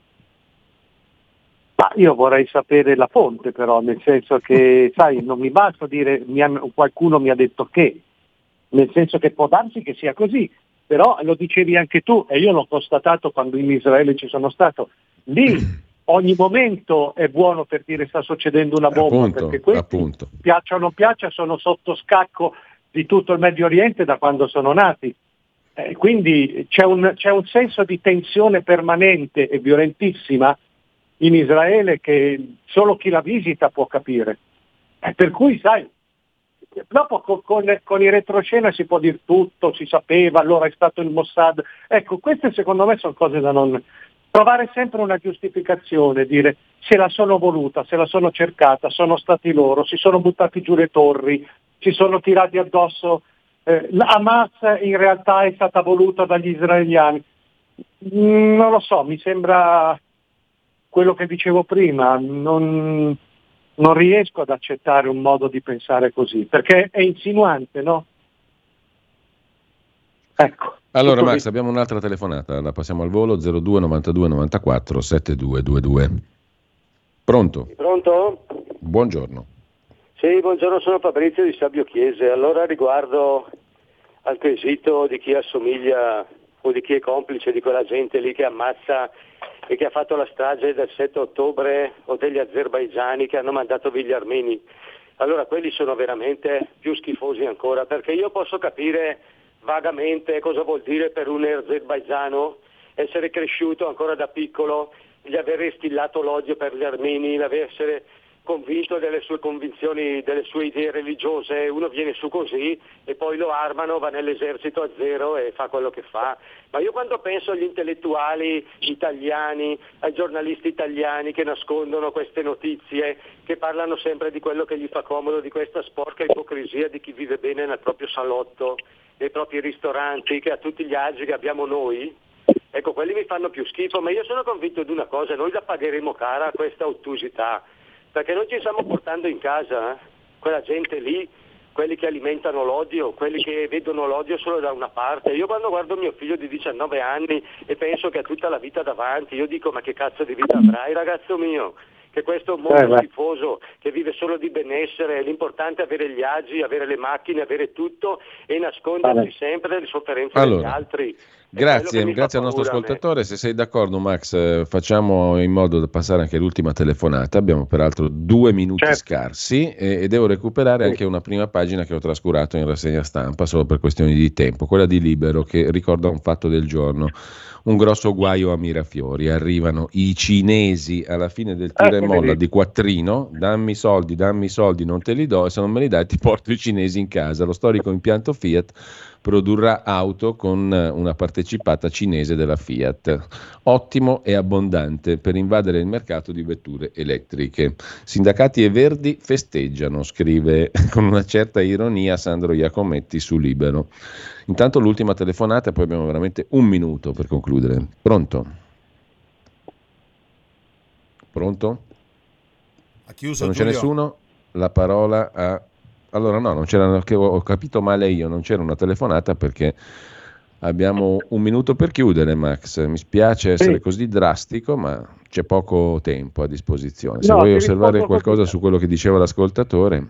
Ma io vorrei sapere la fonte però, nel senso che, sai, non mi basta dire mi hanno, qualcuno mi ha detto che, nel senso che può darsi che sia così, però lo dicevi anche tu e io l'ho constatato quando in Israele ci sono stato. Lì ogni momento è buono per dire sta succedendo una bomba, appunto, perché questi, appunto. piaccia o non piaccia, sono sotto scacco di tutto il Medio Oriente da quando sono nati. Eh, quindi c'è un, c'è un senso di tensione permanente e violentissima in Israele che solo chi la visita può capire. Eh, per cui, sai, dopo con, con, con i retroscena si può dire tutto, si sapeva, allora è stato il Mossad. Ecco, queste secondo me sono cose da non... Trovare sempre una giustificazione, dire se la sono voluta, se la sono cercata, sono stati loro, si sono buttati giù le torri, si sono tirati addosso. Eh, Hamas in realtà è stata voluta dagli israeliani. Mm, non lo so, mi sembra quello che dicevo prima, non, non riesco ad accettare un modo di pensare così, perché è insinuante, no? Ecco. Allora Max, lì. Abbiamo un'altra telefonata, la passiamo al volo, zero due novantadue novantaquattro settantadue ventidue. Pronto? Pronto? Buongiorno. Sì, buongiorno, sono Fabrizio di Sabio Chiese. Allora, riguardo al quesito di chi assomiglia o di chi è complice di quella gente lì che ammazza e che ha fatto la strage del sette ottobre, o degli azerbaigiani che hanno mandato via gli armeni, allora quelli sono veramente più schifosi ancora, perché io posso capire vagamente cosa vuol dire per un azerbaigiano essere cresciuto ancora da piccolo, gli aver instillato l'odio per gli armeni, l'essere convinto delle sue convinzioni, delle sue idee religiose. Uno viene su così e poi lo armano, va nell'esercito a zero e fa quello che fa. Ma io quando penso agli intellettuali italiani, ai giornalisti italiani che nascondono queste notizie, che parlano sempre di quello che gli fa comodo, di questa sporca ipocrisia di chi vive bene nel proprio salotto, nei propri ristoranti, che ha tutti gli agi che abbiamo noi, ecco, quelli mi fanno più schifo. Ma io sono convinto di una cosa: noi la pagheremo cara questa ottusità, perché noi ci stiamo portando in casa eh? quella gente lì, quelli che alimentano l'odio, quelli che vedono l'odio solo da una parte. Io quando guardo mio figlio di diciannove anni e penso che ha tutta la vita davanti, io dico: ma che cazzo di vita avrai, ragazzo mio? Che questo è un mondo eh, schifoso, che vive solo di benessere, l'importante è avere gli agi, avere le macchine, avere tutto e nascondersi vale. sempre delle sofferenze allora, degli altri. Grazie, grazie al nostro ascoltatore. Se sei d'accordo, Max, eh, facciamo in modo da passare anche l'ultima telefonata. Abbiamo peraltro due minuti certo. scarsi e, e devo recuperare sì. anche una prima pagina che ho trascurato in rassegna stampa solo per questioni di tempo, quella di Libero, che ricorda un fatto del giorno. Un grosso guaio a Mirafiori, arrivano i cinesi alla fine del tira e molla di Quattrino, dammi soldi, dammi soldi, non te li do, e se non me li dai ti porto i cinesi in casa. Lo storico impianto Fiat produrrà auto con una partecipata cinese della Fiat, ottimo e abbondante per invadere il mercato di vetture elettriche. Sindacati e Verdi festeggiano, scrive con una certa ironia Sandro Iacometti su Libero. Intanto l'ultima telefonata e poi abbiamo veramente un minuto per concludere. Pronto? Pronto? Ha chiuso. Se non Giulio. c'è nessuno, la parola a... Allora no, non c'era, che ho capito male io, non c'era una telefonata perché abbiamo un minuto per chiudere, Max. Mi spiace essere sì. così drastico, ma c'è poco tempo a disposizione. Se no, vuoi osservare qualcosa così. su quello che diceva l'ascoltatore...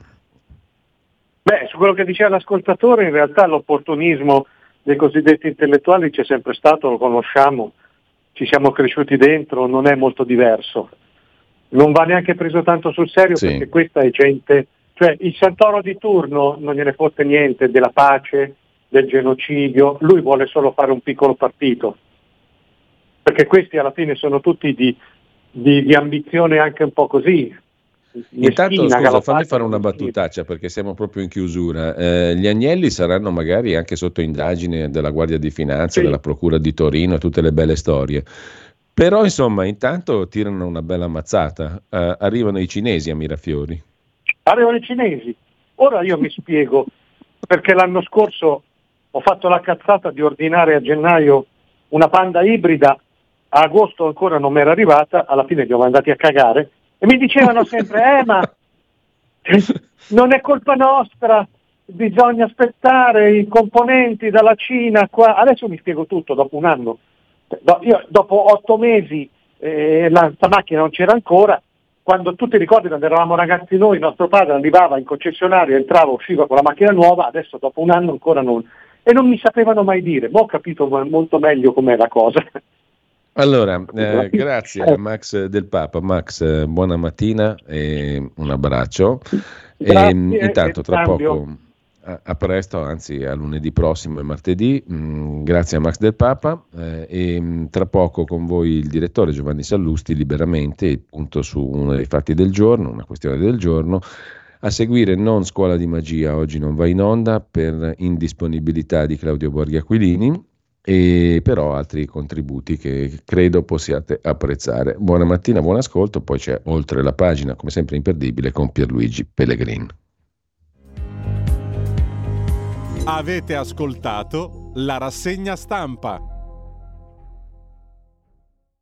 Beh, su quello che diceva l'ascoltatore, in realtà l'opportunismo dei cosiddetti intellettuali c'è sempre stato, lo conosciamo, ci siamo cresciuti dentro, non è molto diverso. Non va neanche preso tanto sul serio sì. perché questa è gente, cioè il Santoro di turno non gliene fotte niente della pace, del genocidio, lui vuole solo fare un piccolo partito, perché questi alla fine sono tutti di, di, di ambizione anche un po' così. Intanto scusa, fammi fare una battutaccia perché siamo proprio in chiusura. Eh, gli Agnelli saranno magari anche sotto indagine della Guardia di Finanza, sì. della Procura di Torino e tutte le belle storie. Però insomma intanto tirano una bella mazzata. Eh, arrivano i cinesi a Mirafiori. Arrivano i cinesi. Ora io mi spiego perché l'anno scorso ho fatto la cazzata di ordinare a gennaio una Panda ibrida, a agosto ancora non mi era arrivata, alla fine li ho mandati a cagare. E mi dicevano sempre, eh ma non è colpa nostra, bisogna aspettare i componenti dalla Cina qua. Adesso mi spiego tutto dopo un anno. Io dopo otto mesi eh, la, la macchina non c'era ancora, quando tu ti ricordi quando eravamo ragazzi noi, nostro padre arrivava in concessionario, entrava, usciva con la macchina nuova, adesso dopo un anno ancora non. E non mi sapevano mai dire, ma ho capito molto meglio com'è la cosa. Allora, eh, grazie a Max Del Papa. Max, buona mattina e un abbraccio. E, intanto tra poco, a, a presto, anzi a lunedì prossimo e martedì, mh, grazie a Max Del Papa. Eh, e mh, tra poco con voi il direttore Giovanni Sallusti, liberamente, punto su uno dei fatti del giorno, una questione del giorno. A seguire non Scuola di Magia, oggi non va in onda per indisponibilità di Claudio Borghi Aquilini. e però altri contributi che credo possiate apprezzare. Buona mattina, buon ascolto, poi c'è Oltre la pagina, come sempre imperdibile, con Pierluigi Pellegrin. Avete ascoltato la rassegna stampa.